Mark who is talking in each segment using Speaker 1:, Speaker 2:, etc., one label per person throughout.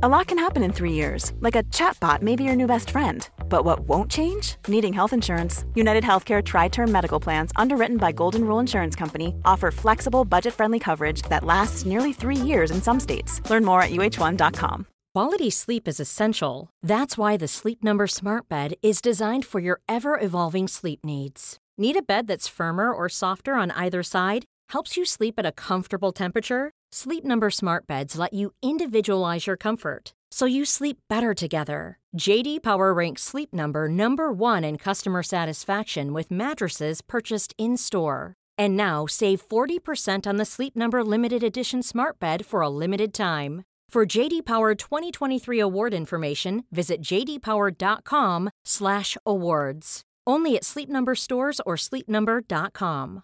Speaker 1: A lot can happen in 3 years, like a chatbot may be your new best friend. But what won't change? Needing health insurance. United Healthcare Tri-Term Medical Plans, underwritten by Golden Rule Insurance Company, offer flexible, budget-friendly coverage that lasts nearly 3 years in some states. Learn more at uh1.com.
Speaker 2: Quality sleep is essential. That's why the Sleep Number Smart Bed is designed for your ever-evolving sleep needs. Need a bed that's firmer or softer on either side? Helps you sleep at a comfortable temperature? Sleep Number Smart Beds let you individualize your comfort, so you sleep better together. JD Power ranks Sleep Number #1 in customer satisfaction with mattresses purchased in-store. And now, save 40% on the Sleep Number Limited Edition Smart Bed for a limited time. For JD Power 2023 award information, visit jdpower.com/awards. Only at Sleep Number stores or sleepnumber.com.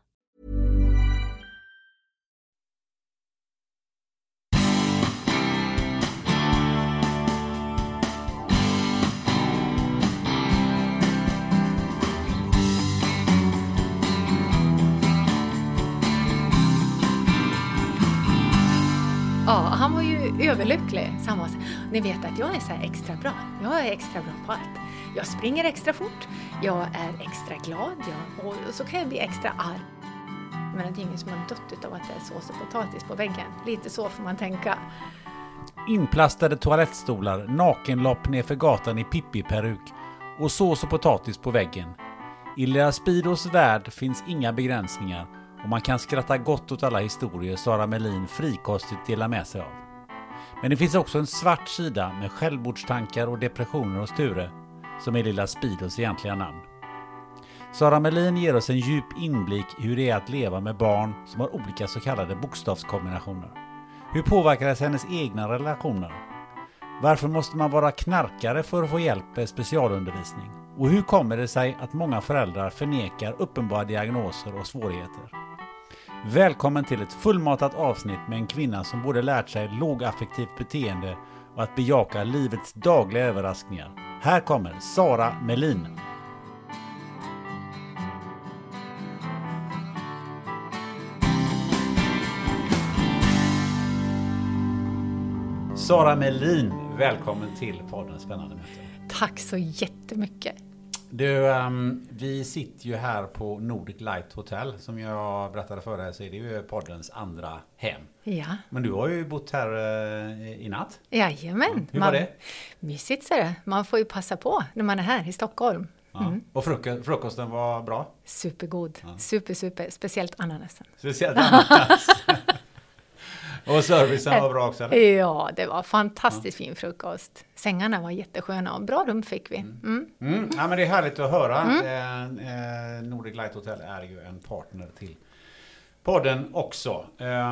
Speaker 3: Ja, han var ju överlycklig. Så han var så, ni vet att jag är så här extra bra. Jag är extra bra på allt. Jag springer extra fort. Jag är extra glad. Och så kan jag bli extra arg. Men det är ingen som har dött av att det är sås och potatis på väggen. Lite så får man tänka.
Speaker 4: Inplastade toalettstolar, nakenlopp nerför gatan i Pippi-peruk och sås och potatis på väggen. I Lilla Speedos värld finns inga begränsningar. Och man kan skratta gott åt alla historier Sara Melin frikostigt delar med sig av. Men det finns också en svart sida med självmordstankar och depressioner hos Ture, som är Lilla Speedos egentliga namn. Sara Melin ger oss en djup inblick i hur det är att leva med barn som har olika så kallade bokstavskombinationer. Hur påverkades hennes egna relationer? Varför måste man vara knarkare för att få hjälp med specialundervisning? Och hur kommer det sig att många föräldrar förnekar uppenbara diagnoser och svårigheter? Välkommen till ett fullmatat avsnitt med en kvinna som både lärt sig lågaffektivt beteende och att bejaka livets dagliga överraskningar. Här kommer Sara Melin. Sara Melin, välkommen till podden Spännande möten.
Speaker 3: Tack så jättemycket.
Speaker 4: Du, vi sitter ju här på Nordic Light Hotel. Som jag berättade för dig så är det ju poddens andra hem.
Speaker 3: Ja.
Speaker 4: Men du har ju bott här i natt.
Speaker 3: Jajamän.
Speaker 4: Hur var det?
Speaker 3: Mysigt så det. Man får ju passa på när man är här i Stockholm.
Speaker 4: Ja. Och frukosten var bra?
Speaker 3: Supergod. Ja. Super. Speciellt ananasen.
Speaker 4: Speciellt ananas. Och servicen var bra också, eller?
Speaker 3: Ja, det var fantastiskt fin frukost. Sängarna var jättesköna och bra rum fick vi.
Speaker 4: Ja, men det är härligt att höra. Nordic Light Hotel är ju en partner till podden också.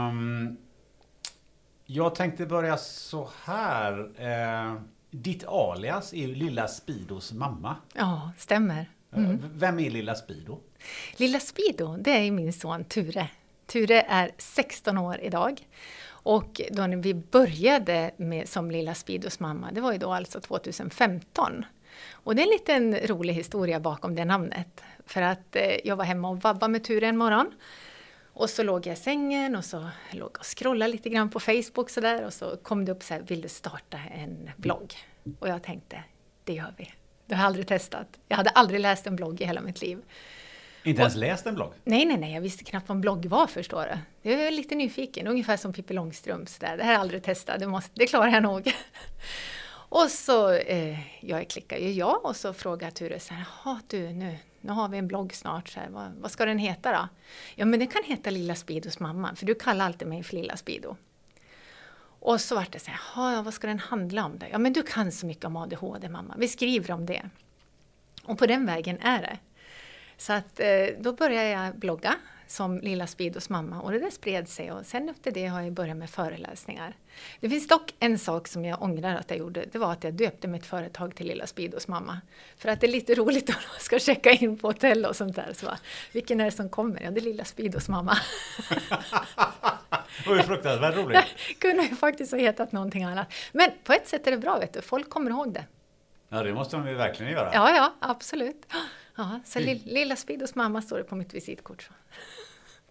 Speaker 4: Jag tänkte börja så här. Ditt alias är ju Lilla Speedos mamma.
Speaker 3: Ja, stämmer.
Speaker 4: Vem är Lilla Speedo?
Speaker 3: Lilla Speedo, det är min son Ture. Ture är 16 år idag. Och då när vi började som Lilla Speedos mamma, det var ju då alltså 2015. Och det är en liten rolig historia bakom det namnet. För att jag var hemma och vabbade med Ture en morgon. Och så låg jag i sängen och så låg och scrollade lite grann på Facebook så där. Och så kom det upp så här, vill du starta en blogg? Och jag tänkte, det gör vi. Det har jag aldrig testat. Jag hade aldrig läst en blogg i hela mitt liv.
Speaker 4: Inte ens läst en blogg?
Speaker 3: Nej, jag visste knappt vad en blogg var, förstår du. Jag är lite nyfiken, ungefär som Pippi Långstrump. Det här har jag aldrig testat, det klarar jag nog. Och så jag klickar ju ja och så frågar Ture så här, du, nu har vi en blogg snart, så här, vad ska den heta då? Ja, men den kan heta Lilla Speedos mamma, för du kallar alltid mig för Lilla Speedo. Och så var det så här, vad ska den handla om då? Ja, men du kan så mycket om ADHD mamma, vi skriver om det. Och på den vägen är det. Så att då började jag blogga som Lilla Speedos mamma och det där spred sig och sen efter det har jag börjat med föreläsningar. Det finns dock en sak som jag ångrar att jag gjorde, det var att jag döpte mitt företag till Lilla Speedos mamma. För att det är lite roligt att man ska checka in på hotell och sånt där. Så vilken är det som kommer? Ja, det är Lilla Speedos mamma.
Speaker 4: Det var ju fruktansvärt roligt.
Speaker 3: Kunde ju faktiskt ha hetat någonting annat. Men på ett sätt är det bra, vet du. Folk kommer ihåg det.
Speaker 4: Ja, det måste de ju verkligen göra.
Speaker 3: Ja, absolut. Ja, så Lilla Speedos mamma står det på mitt visitkort.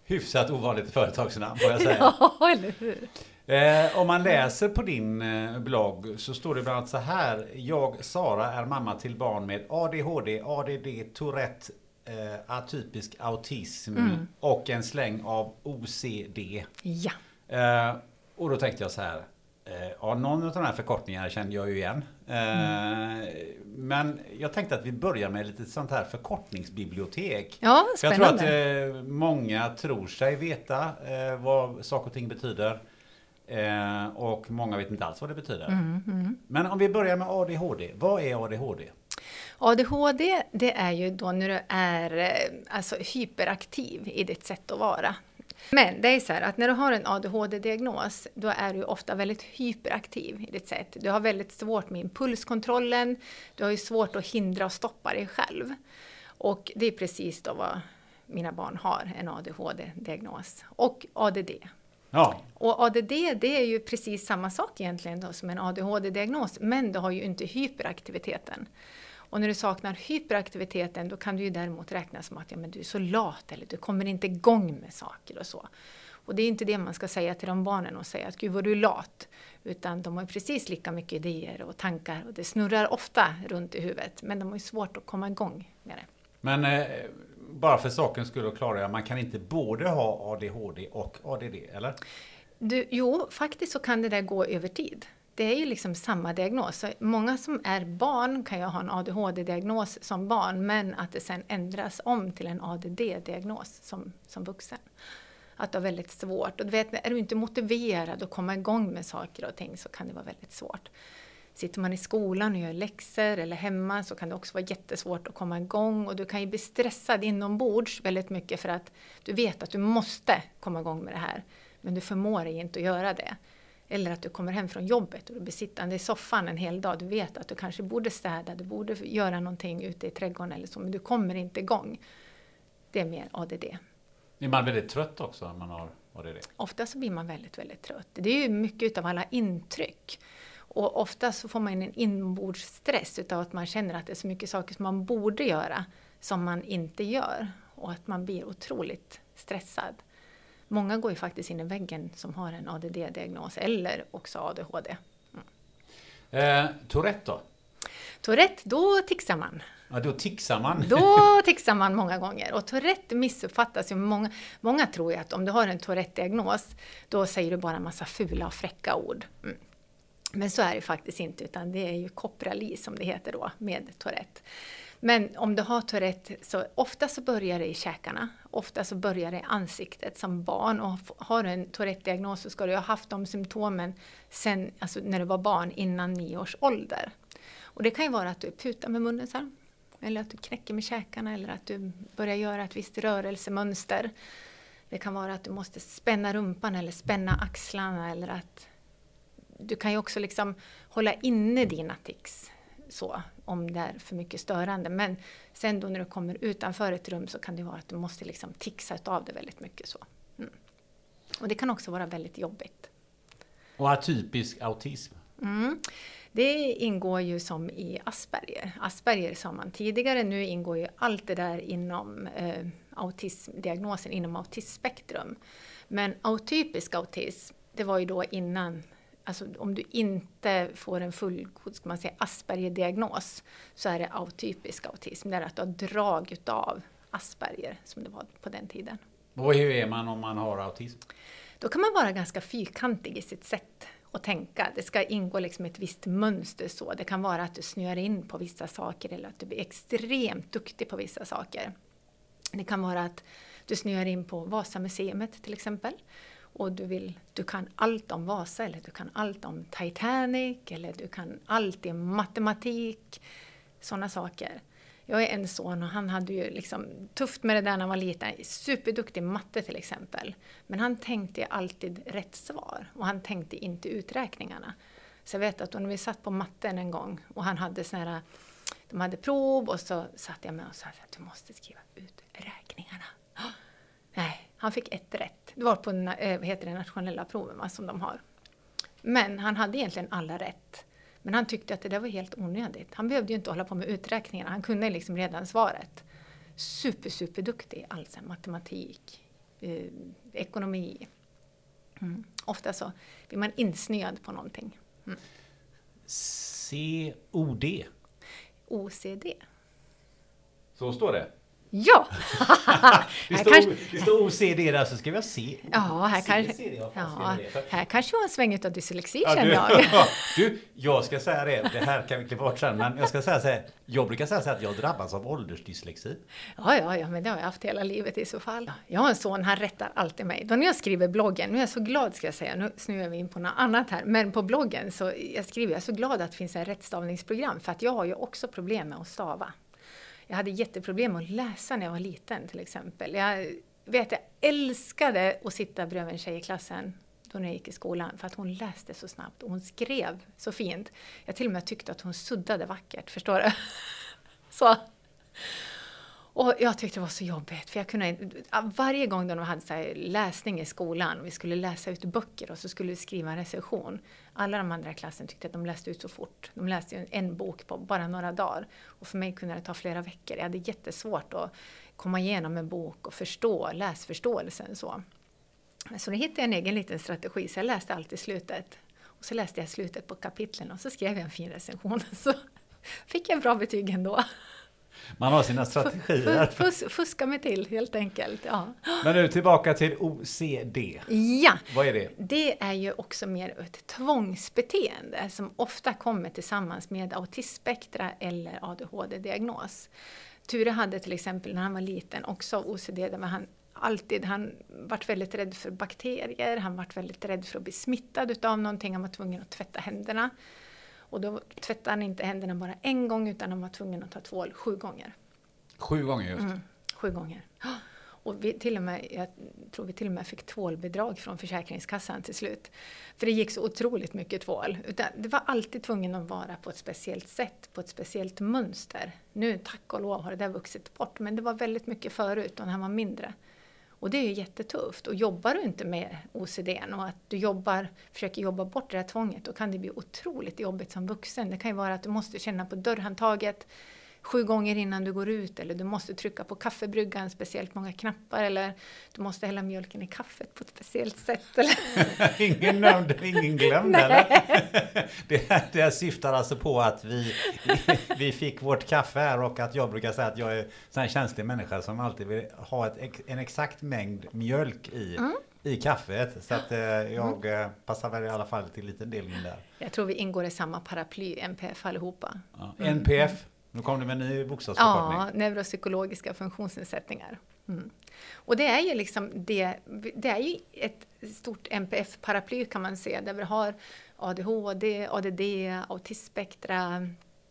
Speaker 4: Hyfsat ovanligt företagsnamn får jag säga.
Speaker 3: Ja, eller hur?
Speaker 4: Om man läser på din blogg så står det bland annat så här. Jag, Sara, är mamma till barn med ADHD, ADD, Tourette, atypisk autism och en släng av OCD.
Speaker 3: Ja.
Speaker 4: Och då tänkte jag så här. Ja, någon av de här förkortningarna kände jag ju igen. Men jag tänkte att vi börjar med lite sånt här förkortningsbibliotek.
Speaker 3: Ja,
Speaker 4: för jag
Speaker 3: spännande.
Speaker 4: tror att många tror sig veta vad saker och ting betyder. Och många vet inte alls vad det betyder. Men om vi börjar med ADHD. Vad är ADHD?
Speaker 3: ADHD, det är ju då när du är alltså hyperaktiv i ditt sätt att vara. Men det är så här att när du har en ADHD-diagnos, då är du ofta väldigt hyperaktiv i ditt sätt. Du har väldigt svårt med impulskontrollen, du har ju svårt att hindra och stoppa dig själv. Och det är precis då vad mina barn har, en ADHD-diagnos. Och ADD.
Speaker 4: Ja.
Speaker 3: Och ADD, det är ju precis samma sak egentligen då som en ADHD-diagnos, men du har ju inte hyperaktiviteten. Och när du saknar hyperaktiviteten, då kan du ju däremot räkna som att ja, men du är så lat eller du kommer inte igång med saker och så. Och det är inte det man ska säga till de barnen och säga att gud vad du är lat. Utan de har ju precis lika mycket idéer och tankar och det snurrar ofta runt i huvudet. Men de har ju svårt att komma igång med det.
Speaker 4: Men bara för sakens skull och klara, man kan inte både ha ADHD och ADD, eller?
Speaker 3: Jo, faktiskt så kan det där gå över tid. Det är ju liksom samma diagnos. Så många som är barn kan ju ha en ADHD-diagnos som barn, men att det sen ändras om till en ADD-diagnos som vuxen. Att det är väldigt svårt. Och du vet, är du inte motiverad att komma igång med saker och ting så kan det vara väldigt svårt. Sitter man i skolan och gör läxor eller hemma så kan det också vara jättesvårt att komma igång. Och du kan ju bli stressad inombords väldigt mycket för att du vet att du måste komma igång med det här. Men du förmår inte att göra det. Eller att du kommer hem från jobbet och du blir sittande i soffan en hel dag. Du vet att du kanske borde städa, du borde göra någonting ute i trädgården eller så. Men du kommer inte igång. Det är mer ADD.
Speaker 4: Är man väldigt trött också om man har ADD?
Speaker 3: Ofta så blir man väldigt, väldigt trött. Det är ju mycket av alla intryck. Och ofta så får man en inombordsstress utav att man känner att det är så mycket saker som man borde göra som man inte gör. Och att man blir otroligt stressad. Många går ju faktiskt in i väggen som har en ADD-diagnos eller också ADHD.
Speaker 4: Tourette då?
Speaker 3: Tourette, då tixar man.
Speaker 4: Ja, då tixar man.
Speaker 3: Då tixar man många gånger. Och Tourette missuppfattas ju. Många tror ju att om du har en Tourette-diagnos, då säger du bara en massa fula och fräcka ord. Men så är det faktiskt inte, utan det är ju koprali som det heter då med Tourette. Men om du har Tourette så ofta så börjar det i käkarna, ofta så börjar det i ansiktet som barn. Och har du en Tourette-diagnos så ska du ha haft de symptomen sen, alltså när du var barn innan 9 års ålder. Och det kan ju vara att du putar med munnen så här, eller att du knäcker med käkarna eller att du börjar göra ett visst rörelsemönster. Det kan vara att du måste spänna rumpan eller spänna axlarna eller att du kan ju också liksom hålla inne dina tics. Så, om det är för mycket störande. Men sen då när du kommer utanför ett rum så kan det vara att du måste liksom tixa av det väldigt mycket så. Och det kan också vara väldigt jobbigt.
Speaker 4: Och atypisk autism?
Speaker 3: Det ingår ju som i Asperger. Asperger sa man tidigare, nu ingår ju allt det där inom autismdiagnosen, inom autismspektrum. Men atypisk autism, det var ju då innan. Alltså om du inte får en fullgod, ska man säga, Asperger-diagnos så är det atypisk autism. Det är att du har drag utav Asperger som det var på den tiden.
Speaker 4: Och hur är man om man har autism?
Speaker 3: Då kan man vara ganska fyrkantig i sitt sätt att tänka. Det ska ingå liksom ett visst mönster så. Det kan vara att du snöar in på vissa saker eller att du blir extremt duktig på vissa saker. Det kan vara att du snöar in på Vasamuseet till exempel. Och du kan allt om Vasa eller du kan allt om Titanic eller du kan allt i matematik, sådana saker. Jag är en son och han hade ju liksom tufft med det där när han var liten, superduktig matte till exempel. Men han tänkte alltid rätt svar och han tänkte inte uträkningarna. Så jag vet att när vi satt på matten en gång och han hade såna här, de hade prov och så satt jag med och sa att du måste skriva ut räkningarna. Nej, han fick 1 rätt. Det var på nationella proven som de har. Men han hade egentligen alla rätt. Men han tyckte att det där var helt onödigt. Han behövde ju inte hålla på med uträkningarna. Han kunde liksom redan svaret. Superduktig. Alltså matematik, ekonomi. Ofta så blir man insnöad på någonting.
Speaker 4: COD.
Speaker 3: OCD.
Speaker 4: Så står det.
Speaker 3: Ja!
Speaker 4: Det står OCD där, så ska vi se.
Speaker 3: Ja, här kanske var en sväng av dyslexi, känner jag.
Speaker 4: Jag ska säga det här kan vi klippa bort sen, men jag ska säga så här, jag brukar säga så här att jag drabbas av åldersdyslexi.
Speaker 3: Ja, men det har jag haft hela livet i så fall. Jag har en son, han rättar alltid mig. Då när jag skriver bloggen, nu är jag så glad ska jag säga, nu snöar vi in på något annat här, men på bloggen så jag är så glad att det finns en rättstavningsprogram, för att jag har ju också problem med att stava. Jag hade jätteproblem att läsa när jag var liten till exempel. Jag älskade att sitta bredvid en tjej i klassen då när jag gick i skolan, för att hon läste så snabbt och hon skrev så fint. Jag till och med tyckte att hon suddade vackert, förstår du? Så. Och jag tyckte det var så jobbigt, för jag kunde varje gång de hade så här läsning i skolan och vi skulle läsa ut böcker och så skulle vi skriva en recension. Alla de andra i klassen tyckte att de läste ut så fort. De läste ju en bok på bara några dagar. Och för mig kunde det ta flera veckor. Jag hade jättesvårt att komma igenom en bok och förstå läsförståelsen så. Så då hittade jag en egen liten strategi, så jag läste alltid slutet. Och så läste jag slutet på kapitlen och så skrev jag en fin recension. Så fick jag bra betyg ändå.
Speaker 4: Man har sina strategier.
Speaker 3: Fuska mig till, helt enkelt. Ja.
Speaker 4: Men nu tillbaka till OCD.
Speaker 3: Ja,
Speaker 4: vad är det?
Speaker 3: Det är ju också mer ett tvångsbeteende som ofta kommer tillsammans med autismspektra eller ADHD-diagnos. Ture hade till exempel när han var liten också OCD, där han varit väldigt rädd för bakterier, han varit väldigt rädd för att bli smittad utav någonting, han var tvungen att tvätta händerna. Och då tvättade han inte händerna bara en gång, utan han var tvungen att ta tvål 7 gånger.
Speaker 4: 7 gånger just?
Speaker 3: 7 gånger. Och jag tror vi till och med fick tvålbidrag från Försäkringskassan till slut. För det gick så otroligt mycket tvål. Utan det var alltid tvungen att vara på ett speciellt sätt, på ett speciellt mönster. Nu, tack och lov, har det där vuxit bort. Men det var väldigt mycket förut när han var mindre. Och det är ju jättetufft. Och jobbar du inte med OCD:n och att du försöker jobba bort det här tvånget, då kan det bli otroligt jobbigt som vuxen. Det kan ju vara att du måste känna på dörrhandtaget 7 gånger innan du går ut, eller du måste trycka på kaffebryggan speciellt många knappar, eller du måste hälla mjölken i kaffet på ett speciellt sätt. Eller?
Speaker 4: Ingen nämnde, ingen glömde. Eller? Det här syftar alltså på att vi fick vårt kaffe här, och att jag brukar säga att jag är en sån här känslig människa som alltid vill ha en exakt mängd mjölk i kaffet. Så att jag passar väl i alla fall till liten del in där.
Speaker 3: Jag tror vi ingår i samma paraply, NPF allihopa.
Speaker 4: Ja, NPF. Nu kom det med en ny bokstavsförkortning.
Speaker 3: Ja, neuropsykologiska funktionsnedsättningar. Och det är ju liksom det är ju ett stort NPF-paraply kan man säga, där vi har ADHD, ADD, autismspektra,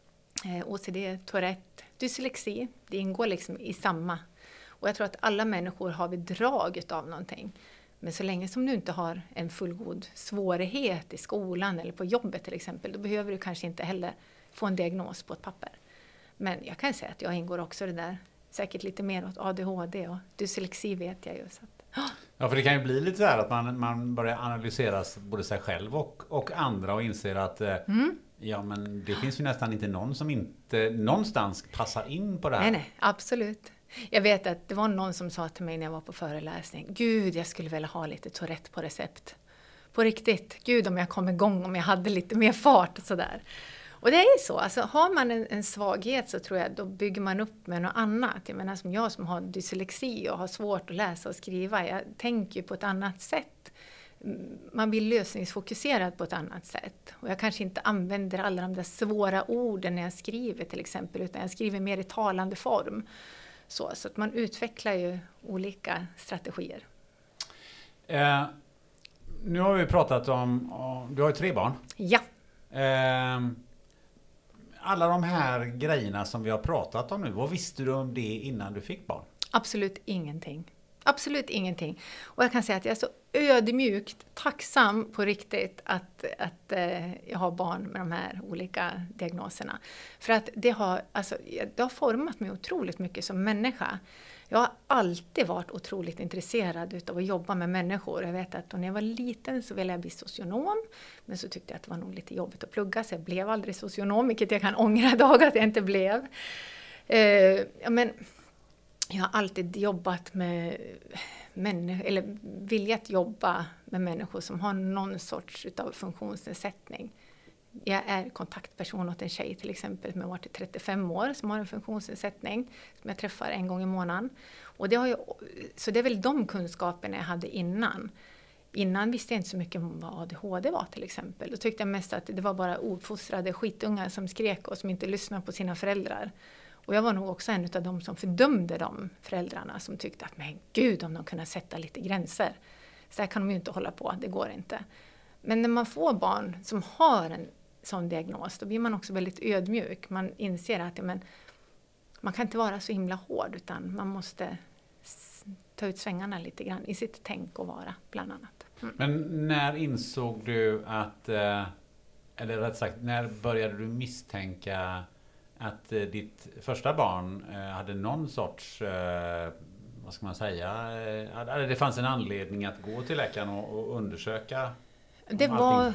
Speaker 3: OCD, Tourette, dyslexi. Det ingår liksom i samma. Och jag tror att alla människor har vi drag av någonting. Men så länge som du inte har en fullgod svårighet i skolan eller på jobbet till exempel, då behöver du kanske inte heller få en diagnos på ett papper. Men jag kan säga att jag ingår också det där, säkert lite mer åt ADHD, och dyslexi vet jag ju. Så att,
Speaker 4: Ja, för det kan ju bli lite så här att man börjar analysera både sig själv och andra och inser att ja, men det finns ju nästan inte någon som inte någonstans passar in på det här.
Speaker 3: Nej, absolut. Jag vet att det var någon som sa till mig när jag var på föreläsning: Gud, jag skulle vilja ha lite Tourette på recept. På riktigt. Gud, om jag kom igång, om jag hade lite mer fart och sådär. Och det är så, alltså har man en svaghet så tror jag då bygger man upp med något annat. Jag menar som jag som har dyslexi och har svårt att läsa och skriva, jag tänker ju på ett annat sätt. Man blir lösningsfokuserad på ett annat sätt. Och jag kanske inte använder alla de där svåra orden när jag skriver till exempel, utan jag skriver mer i talande form. Så att man utvecklar ju olika strategier.
Speaker 4: Nu har vi pratat om, du har ju 3 barn.
Speaker 3: Ja.
Speaker 4: Alla de här grejerna som vi har pratat om nu, vad visste du om det innan du fick barn?
Speaker 3: Absolut ingenting. Absolut ingenting. Och jag kan säga att jag är så ödmjukt tacksam på riktigt att jag har barn med de här olika diagnoserna. För att det har format mig otroligt mycket som människa. Jag har alltid varit otroligt intresserad av att jobba med människor. Jag vet att när jag var liten så ville jag bli socionom. Men så tyckte jag att det var nog lite jobbigt att plugga, så jag blev aldrig socionom, vilket jag kan ångra idag att jag inte blev. Men jag har alltid jobbat med eller vilja att jobba med människor som har någon sorts utav funktionsnedsättning. Jag är kontaktperson åt en tjej till exempel som har varit 35 år som har en funktionsnedsättning som jag träffar en gång i månaden. Och så det är väl de kunskaperna jag hade innan. Innan visste jag inte så mycket om vad ADHD var till exempel. Då tyckte jag mest att det var bara uppfostrade skitungar som skrek och som inte lyssnade på sina föräldrar. Och jag var nog också en av dem som fördömde de föräldrarna som tyckte att men gud om de kunde sätta lite gränser. Så här kan de ju inte hålla på, det går inte. Men när man får barn som har en sån diagnos då blir man också väldigt ödmjuk. Man inser att man kan inte vara så himla hård utan man måste ta ut svängarna lite grann i sitt tänk och vara bland annat. Mm.
Speaker 4: Men när insåg du att, eller rätt sagt, när började du misstänka att ditt första barn hade någon sorts, vad ska man säga, det fanns en anledning att gå till läkaren och undersöka?
Speaker 3: Det var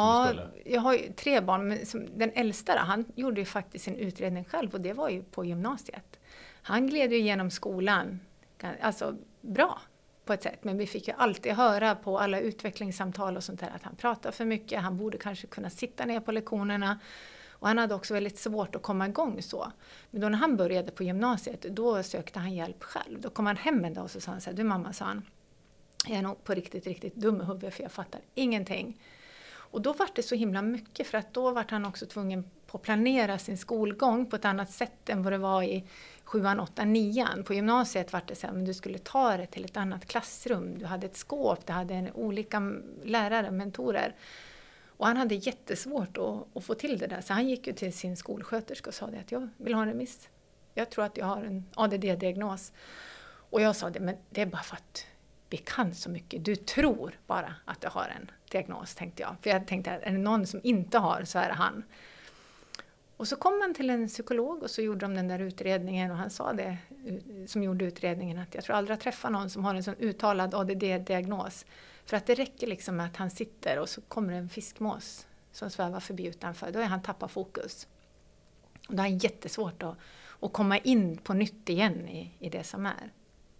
Speaker 3: jag har ju 3 barn, men den äldsta han gjorde ju faktiskt sin utredning själv och det var ju på gymnasiet. Han gled ju igenom skolan, alltså bra på ett sätt, men vi fick ju alltid höra på alla utvecklingssamtal och sånt där att han pratar för mycket, han borde kanske kunna sitta ner på lektionerna. Och han hade också väldigt svårt att komma igång så. Men då när han började på gymnasiet, då sökte han hjälp själv. Då kom han hem en dag och så sa han så här, du mamma, sa han, jag är nog på riktigt dum i huvudet för jag fattar ingenting. Och då var det så himla mycket för att då var han också tvungen att planera sin skolgång på ett annat sätt än vad det var i 7:an, 8:an, 9:an. På gymnasiet var det så här, men du skulle ta det till ett annat klassrum. Du hade ett skåp, du hade olika lärare, mentorer. Och han hade jättesvårt att få till det där. Så han gick ju till sin skolsköterska och sa det att jag vill ha en remiss. Jag tror att jag har en ADD-diagnos. Och jag sa det, men det är bara för att vi kan så mycket. Du tror bara att du har en diagnos, tänkte jag. För jag tänkte att är det någon som inte har så är det han. Och så kom han till en psykolog och så gjorde de den där utredningen. Och han sa det, som gjorde utredningen, att jag tror aldrig jag träffat någon som har en sån uttalad ADD-diagnos. För att det räcker liksom med att han sitter och så kommer en fiskmås som svävar förbi utanför. Då är han tappat fokus. Och då är han jättesvårt att komma in på nytt igen i det som är.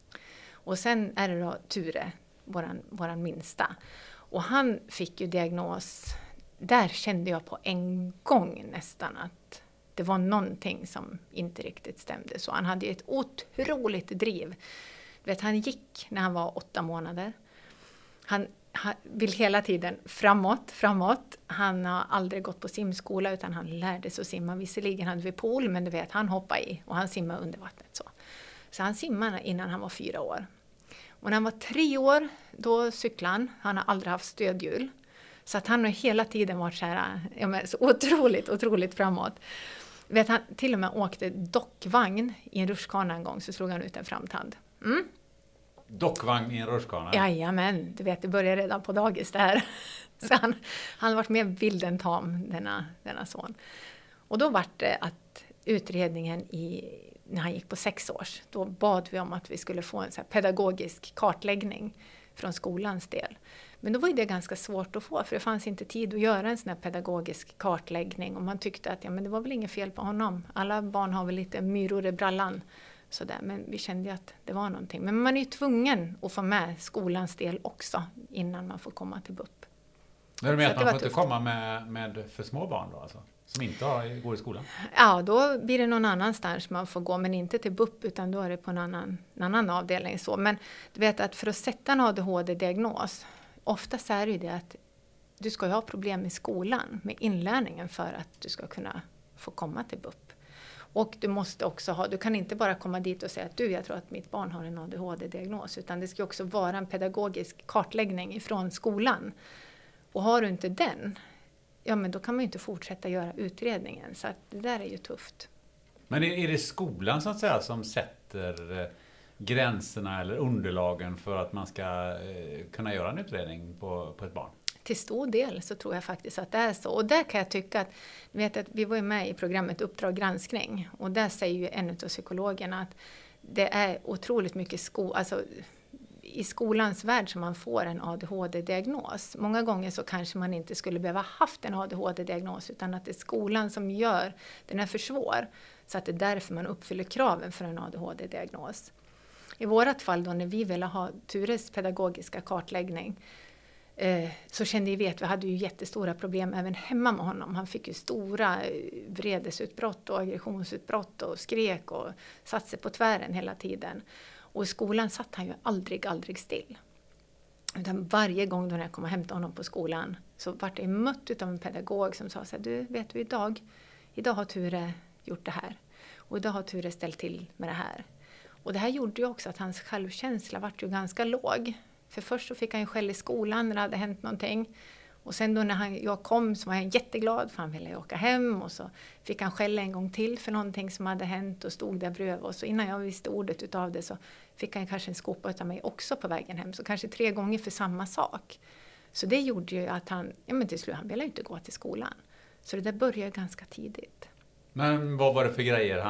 Speaker 3: Och sen är det då Ture, våran minsta. Och han fick ju diagnos, där kände jag på en gång nästan att det var någonting som inte riktigt stämde. Så han hade ju ett otroligt driv. Du vet, han gick när han var 8 månader. Han vill hela tiden framåt. Han har aldrig gått på simskola utan han lärde sig att simma. Visserligen hade vi pool, men du vet, han hoppade i och han simmade under vattnet. Så han simmade innan han var 4 år. Och när han var 3 år, då cyklade han. Han har aldrig haft stödhjul. Så att han har hela tiden varit så här, så otroligt framåt. Vet, han till och med åkte dockvagn i en rutschkana en gång, så slog han ut en framtand. Mm.
Speaker 4: Dockvagn i en rutschkana?
Speaker 3: Jajamän, du vet, det började redan på dagis där. Så han har varit mer vild än tam, denna son. Och då var det att utredningen när han gick på 6 års, då bad vi om att vi skulle få en så här pedagogisk kartläggning från skolans del. Men då var det ganska svårt att få, för det fanns inte tid att göra en sån här pedagogisk kartläggning. Och man tyckte att men det var väl inget fel på honom. Alla barn har väl lite myror i brallan. Sådär. Men vi kände att det var någonting. Men man är ju tvungen att få med skolans del också innan man får komma till BUP.
Speaker 4: Men du menar att man får inte komma med för små barn då alltså? Som inte går i skolan?
Speaker 3: Ja, då blir det någon annanstans man får gå, men inte till BUP utan då är det på en annan avdelning. Så. Men du vet att för att sätta en ADHD-diagnos, oftast är det ju det att du ska ha problem i skolan med inlärningen för att du ska kunna få komma till BUP. Och du måste också du kan inte bara komma dit och säga att jag tror att mitt barn har en ADHD-diagnos, utan det ska också vara en pedagogisk kartläggning ifrån skolan. Och har du inte den, men då kan man ju inte fortsätta göra utredningen. Så att det där är ju tufft.
Speaker 4: Men är det skolan så att säga som sätter gränserna eller underlagen för att man ska kunna göra en utredning på ett barn?
Speaker 3: Till stor del så tror jag faktiskt att det är så. Och där kan jag tycka att vi var ju med i programmet Uppdrag granskning. Och där säger ju en av psykologerna att det är otroligt mycket i skolans värld som man får en ADHD-diagnos. Många gånger så kanske man inte skulle behöva haft en ADHD-diagnos, utan att det är skolan som den är för svår. Så att det är därför man uppfyller kraven för en ADHD-diagnos. I vårat fall då när vi ville ha Tures pedagogiska kartläggning så kände vi att vi hade ju jättestora problem även hemma med honom. Han fick ju stora vredesutbrott och aggressionsutbrott och skrek och satt sig på tvären hela tiden. Och i skolan satt han ju aldrig still. Utan varje gång då när jag kom och hämtade honom på skolan så var det mött av en pedagog som sa så här, du vet du idag har Ture gjort det här. Och idag har Ture ställt till med det här. Och det här gjorde ju också att hans självkänsla var ju ganska låg. För först så fick han ju skäll i skolan när det hade hänt någonting. Och sen då när jag kom så var han jätteglad för han ville åka hem. Och så fick han skäll en gång till för någonting som hade hänt och stod där bredvid. Och så innan jag visste ordet utav det så fick han kanske en skopa utav mig också på vägen hem. Så kanske 3 gånger för samma sak. Så det gjorde ju att han, till slut han ville inte gå till skolan. Så det där började ganska tidigt.
Speaker 4: Men vad var det för grejer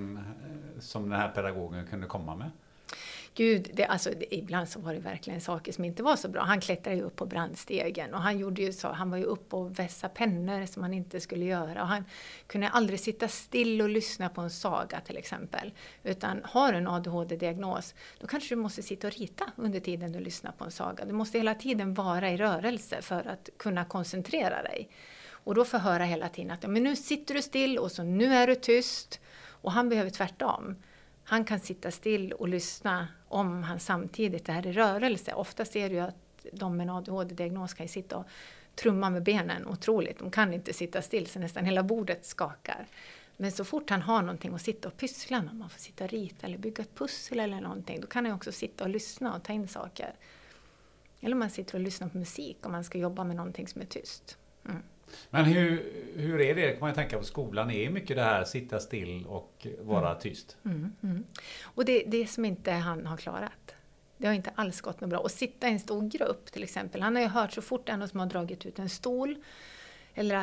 Speaker 4: som den här pedagogen kunde komma med?
Speaker 3: Gud, ibland så var det verkligen saker som inte var så bra. Han klättrade ju upp på brandstegen och han gjorde ju så, han var ju uppe och vässa pennor som han inte skulle göra. Och han kunde aldrig sitta still och lyssna på en saga till exempel. Utan har en ADHD-diagnos, då kanske du måste sitta och rita under tiden du lyssnar på en saga. Du måste hela tiden vara i rörelse för att kunna koncentrera dig. Och då får jag höra hela tiden att men nu sitter du still och så nu är du tyst. Och han behöver tvärtom. Han kan sitta still och lyssna om han samtidigt är i rörelse. Ofta ser du att de med en ADHD-diagnos kan sitta och trumma med benen otroligt. De kan inte sitta still så nästan hela bordet skakar. Men så fort han har någonting att sitta och pyssla med, man får sitta och rita eller bygga ett pussel eller någonting, då kan han också sitta och lyssna och ta in saker. Eller man sitter och lyssnar på musik om man ska jobba med någonting som är tyst. Mm.
Speaker 4: Men hur är det? Kan man tänka på skolan? Är mycket det här sitta still och vara tyst?
Speaker 3: Och det som inte han har klarat. Det har inte alls gått något bra. Och sitta i en stor grupp till exempel. Han har ju hört så fort någon som har dragit ut en stol. Eller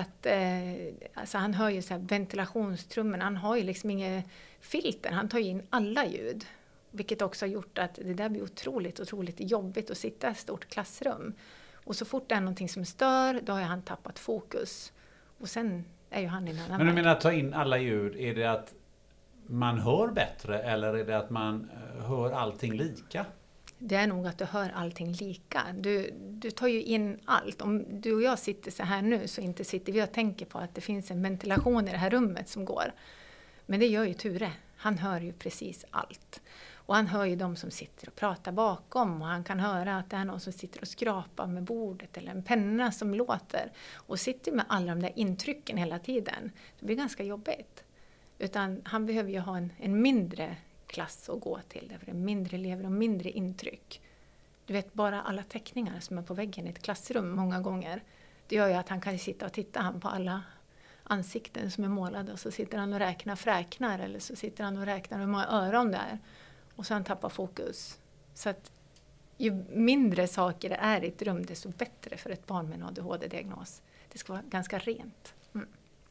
Speaker 3: att han hör ju så här ventilationstrummen. Han har ju liksom inga filter. Han tar ju in alla ljud. Vilket också har gjort att det där blir otroligt jobbigt att sitta i ett stort klassrum. Och så fort det är någonting som stör, då har han tappat fokus. Och sen är ju han i en annan.
Speaker 4: Men du menar att ta in alla ljud, är det att man hör bättre eller är det att man hör allting lika?
Speaker 3: Det är nog att du hör allting lika. Du tar ju in allt. Om du och jag sitter så här nu så inte sitter vi och tänker på att det finns en ventilation i det här rummet som går. Men det gör ju Ture. Han hör ju precis allt. Och han hör ju de som sitter och pratar bakom och han kan höra att det är någon som sitter och skrapar med bordet eller en penna som låter. Och sitter med alla de där intrycken hela tiden. Det blir ganska jobbigt. Utan han behöver ju ha en mindre klass att gå till. Därför det är mindre elever och mindre intryck. Du vet bara alla teckningar som är på väggen i ett klassrum många gånger. Det gör ju att han kan sitta och titta på alla ansikten som är målade. Och så sitter han och räknar fräknar eller så sitter han och räknar hur många öron det är. Och så han tappar fokus. Så att ju mindre saker det är i ett rum, desto bättre för ett barn med en ADHD-diagnos. Det ska vara ganska rent. Mm.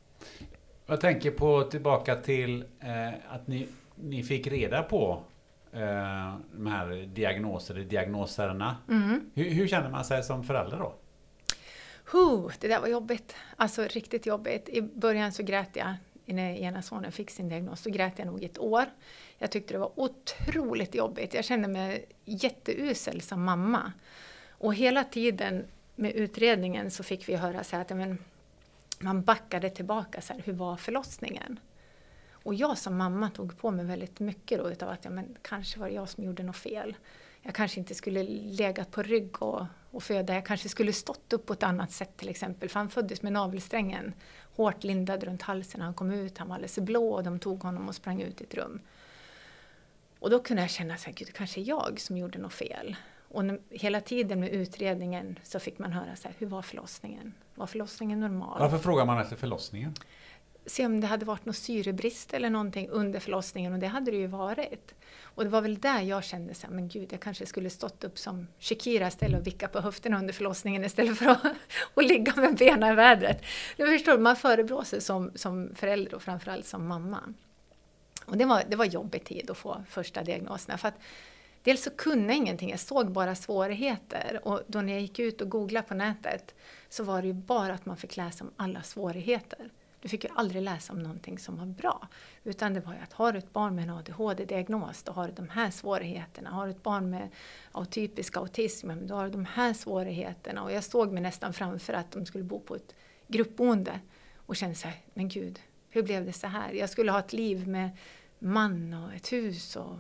Speaker 4: Jag tänker på tillbaka till att ni fick reda på de här diagnoserna. Mm. Hur känner man sig som förälder då?
Speaker 3: Det där var jobbigt. Alltså riktigt jobbigt. I början så grät jag. När ena sonen fick sin diagnos så grät jag nog 1 år. Jag tyckte det var otroligt jobbigt. Jag kände mig jätteusel som mamma. Och hela tiden med utredningen så fick vi höra så här att man backade tillbaka. Så här, hur var förlossningen? Och jag som mamma tog på mig väldigt mycket då utav att kanske var det jag som gjorde något fel. Jag kanske inte skulle legat på rygg och föda. Jag kanske skulle stått upp på ett annat sätt till exempel. För han föddes med navelsträngen hårt lindad runt halsen. Han kom ut, han var alldeles blå och de tog honom och sprang ut i ett rum. Och då kunde jag känna att det kanske är jag som gjorde något fel. Och hela tiden med utredningen så fick man höra så här, hur var förlossningen? Var förlossningen normal?
Speaker 4: Varför frågar man efter förlossningen?
Speaker 3: Se om det hade varit någon syrebrist eller någonting under förlossningen, och det hade det ju varit. Och det var väl där jag kände så här, men gud, jag kanske skulle stått upp som Shakira istället och vicka på höfterna under förlossningen istället för att ligga med benen i vädret. Du förstår, man föreblåser som förälder och framförallt som mamma. Och det var jobbig tid att få första diagnoserna, för att dels så kunde jag ingenting, jag såg bara svårigheter. Och då när jag gick ut och googlade på nätet så var det ju bara att man fick läsa om alla svårigheter. Du fick ju aldrig läsa om någonting som var bra. Utan det var ju att har du ett barn med en ADHD-diagnos, då har du de här svårigheterna. Har du ett barn med atypisk autism, då har du de här svårigheterna. Och jag såg mig nästan framför att de skulle bo på ett gruppboende. Och kände så här, men gud, hur blev det så här? Jag skulle ha ett liv med man och ett hus och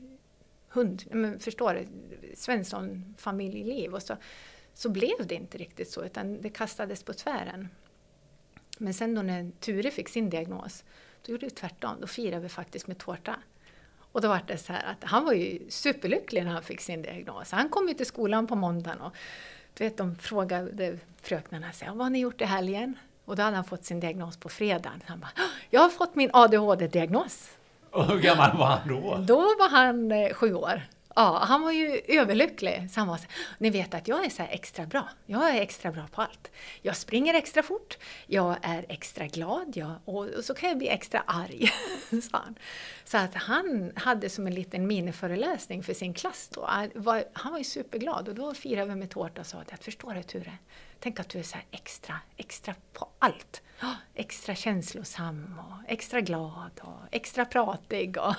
Speaker 3: hund. Men förstår du? Svensson familjeliv. Och så blev det inte riktigt så, utan det kastades på tvären. Men sen då när Ture fick sin diagnos, då gjorde vi tvärtom. Då firade vi faktiskt med tårta. Och då var det så här att han var ju superlycklig när han fick sin diagnos. Han kom ju till skolan på måndagen och du vet, de frågade fröknarna sig, vad har ni gjort i helgen? Och då hade han fått sin diagnos på fredagen. Han bara, jag har fått min ADHD-diagnos.
Speaker 4: Och hur gammal var han då?
Speaker 3: Då var han 7 år. Ja, han var ju överlycklig. Så han var så, ni vet att jag är så här extra bra. Jag är extra bra på allt. Jag springer extra fort. Jag är extra glad. Och så kan jag bli extra arg. sa han. Så att han hade som en liten miniföreläsning för sin klass då. Han var ju superglad. Och då firade vi med tårta och sa att förstår du Ture? Tänk att du är så här extra på allt. Extra känslosam och extra glad och extra pratig och...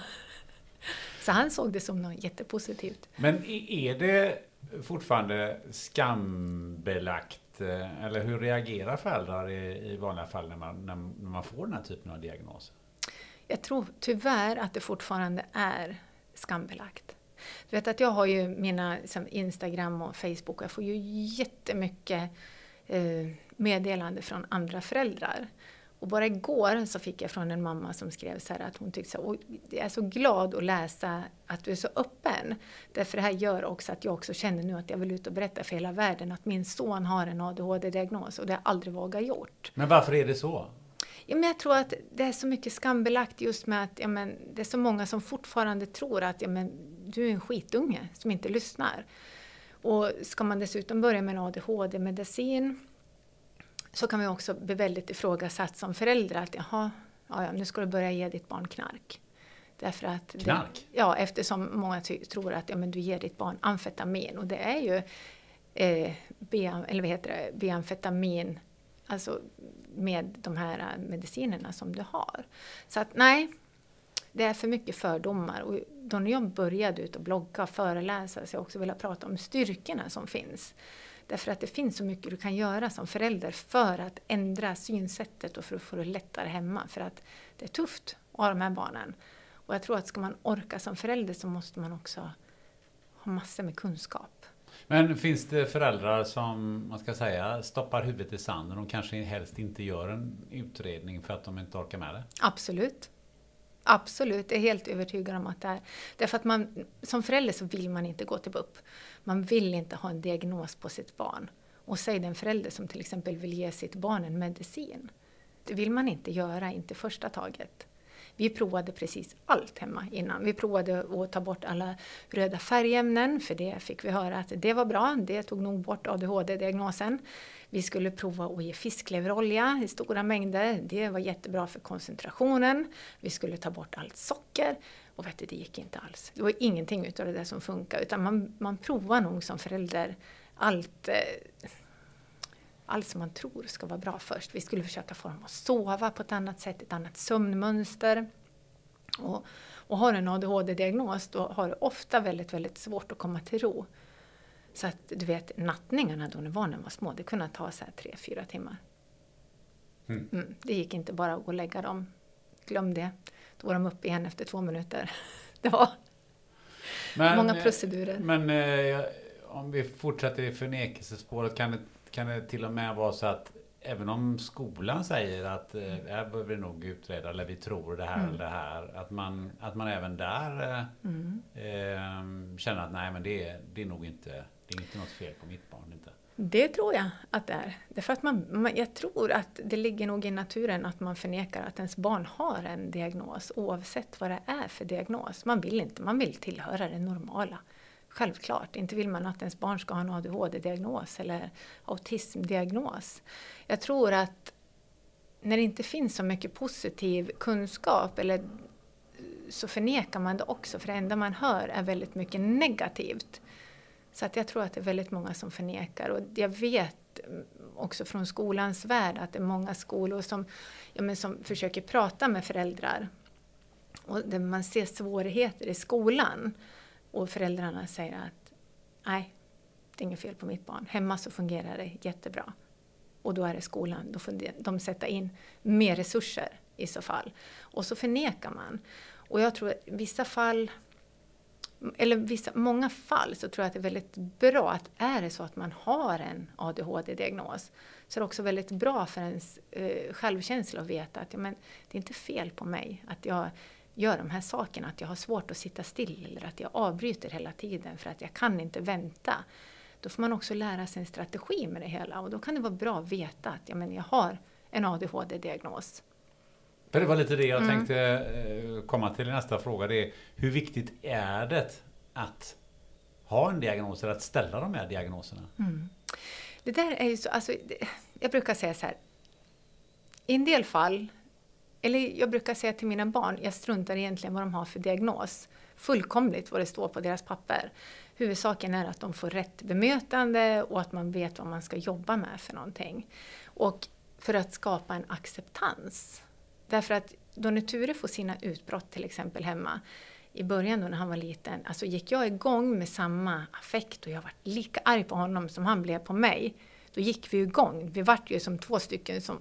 Speaker 3: Så han såg det som något jättepositivt.
Speaker 4: Men är det fortfarande skambelagt? Eller hur reagerar föräldrar i vanliga fall när man får den här typen av diagnoser?
Speaker 3: Jag tror tyvärr att det fortfarande är skambelagt. Du vet att jag har ju mina Instagram och Facebook och jag får ju jättemycket meddelande från andra föräldrar. Och bara igår så fick jag från en mamma som skrev så här att hon tyckte så, jag är så glad att läsa att du är så öppen. Därför det här gör också att jag också känner nu att jag vill ut och berätta för hela världen att min son har en ADHD-diagnos och det har jag aldrig vågat gjort.
Speaker 4: Men varför är det så?
Speaker 3: Ja, men jag tror att det är så mycket skambelagt just med att det är så många som fortfarande tror att du är en skitunge som inte lyssnar. Och ska man dessutom börja med en ADHD-medicin så kan vi också bli väldigt ifrågasatt som föräldrar att nu ska du börja ge ditt barn knark. Därför att
Speaker 4: knark?
Speaker 3: Eftersom många tror att du ger ditt barn amfetamin och det är ju B-amfetamin, alltså med de här medicinerna som du har. Så att nej, det är för mycket fördomar. Och då när jag började ut och blogga och föreläsa så jag också vilja prata om styrkorna som finns. Därför att det finns så mycket du kan göra som förälder för att ändra synsättet och för att få det lättare hemma. För att det är tufft att ha de här barnen. Och jag tror att ska man orka som förälder så måste man också ha massor med kunskap.
Speaker 4: Men finns det föräldrar som, man ska säga, stoppar huvudet i sanden och kanske helst inte gör en utredning för att de inte orkar med det?
Speaker 3: Absolut. Absolut, jag är helt övertygad om att det är. Därför att som förälder så vill man inte gå till BUP. Man vill inte ha en diagnos på sitt barn. Och säg den förälder som till exempel vill ge sitt barn en medicin. Det vill man inte göra, inte första taget. Vi provade precis allt hemma innan. Vi provade att ta bort alla röda färgämnen, för det fick vi höra att det var bra. Det tog nog bort ADHD-diagnosen. Vi skulle prova att ge fiskleverolja i stora mängder. Det var jättebra för koncentrationen. Vi skulle ta bort allt socker. Och det gick inte alls. Det var ingenting utav det där som funkar. Utan man provar nog som förälder allt som man tror ska vara bra först. Vi skulle försöka få dem att sova på ett annat sätt, ett annat sömnmönster. Och har en ADHD-diagnos då har du ofta väldigt, väldigt svårt att komma till ro. Så att du vet, nattningarna då när barnen var små, det kunde ta så här 3-4 timmar. Det gick inte bara att gå och lägga dem. Glöm det. Då var de uppe igen efter 2 minuter. Det var många procedurer. Men
Speaker 4: om vi fortsätter i förnekelsespåret kan det till och med vara så att även om skolan säger att här behöver vi nog utreda eller vi tror det här eller det här, att man även där känner att nej, men det är nog inte, det är inte något fel på mitt barn inte.
Speaker 3: Det tror jag att det är. Därför att jag tror att det ligger nog i naturen att man förnekar att ens barn har en diagnos oavsett vad det är för diagnos. Man vill tillhöra det normala. Självklart, inte vill man att ens barn ska ha en ADHD-diagnos eller autismdiagnos. Jag tror att när det inte finns så mycket positiv kunskap så förnekar man det också. För det enda man hör är väldigt mycket negativt. Så att jag tror att det är väldigt många som förnekar. Och jag vet också från skolans värld att det är många skolor som försöker prata med föräldrar. Och där man ser svårigheter i skolan. Och föräldrarna säger att nej, det är inget fel på mitt barn. Hemma så fungerar det jättebra. Och då är det skolan. Då får de sätta in mer resurser i så fall. Och så förnekar man. Och jag tror att många fall så tror jag att det är väldigt bra att är det så att man har en ADHD-diagnos så är det också väldigt bra för ens självkänsla att veta att det är inte fel på mig att jag gör de här sakerna, att jag har svårt att sitta still eller att jag avbryter hela tiden för att jag kan inte vänta. Då får man också lära sig en strategi med det hela och då kan det vara bra att veta att jag har en ADHD-diagnos.
Speaker 4: För det var lite det jag tänkte komma till i nästa fråga. Det är, hur viktigt är det att ha en diagnos eller att ställa de här diagnoserna?
Speaker 3: Det där är ju så, jag brukar säga så här. I en del fall, eller jag brukar säga till mina barn, jag struntar egentligen vad de har för diagnos. Fullkomligt vad det står på deras papper. Huvudsaken är att de får rätt bemötande och att man vet vad man ska jobba med för någonting. Och för att skapa en acceptans. Därför att då när Ture får sina utbrott till exempel hemma, i början då när han var liten, gick jag igång med samma affekt och jag var lika arg på honom som han blev på mig. Då gick vi igång. Vi var ju som 2 stycken som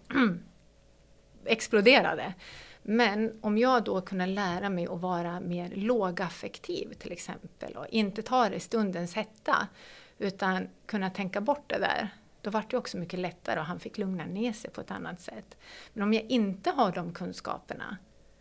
Speaker 3: exploderade. Men om jag då kunde lära mig att vara mer lågaffektiv till exempel och inte ta det i stundens hetta utan kunna tänka bort det där. Då var det också mycket lättare och han fick lugna ner sig på ett annat sätt. Men om jag inte har de kunskaperna,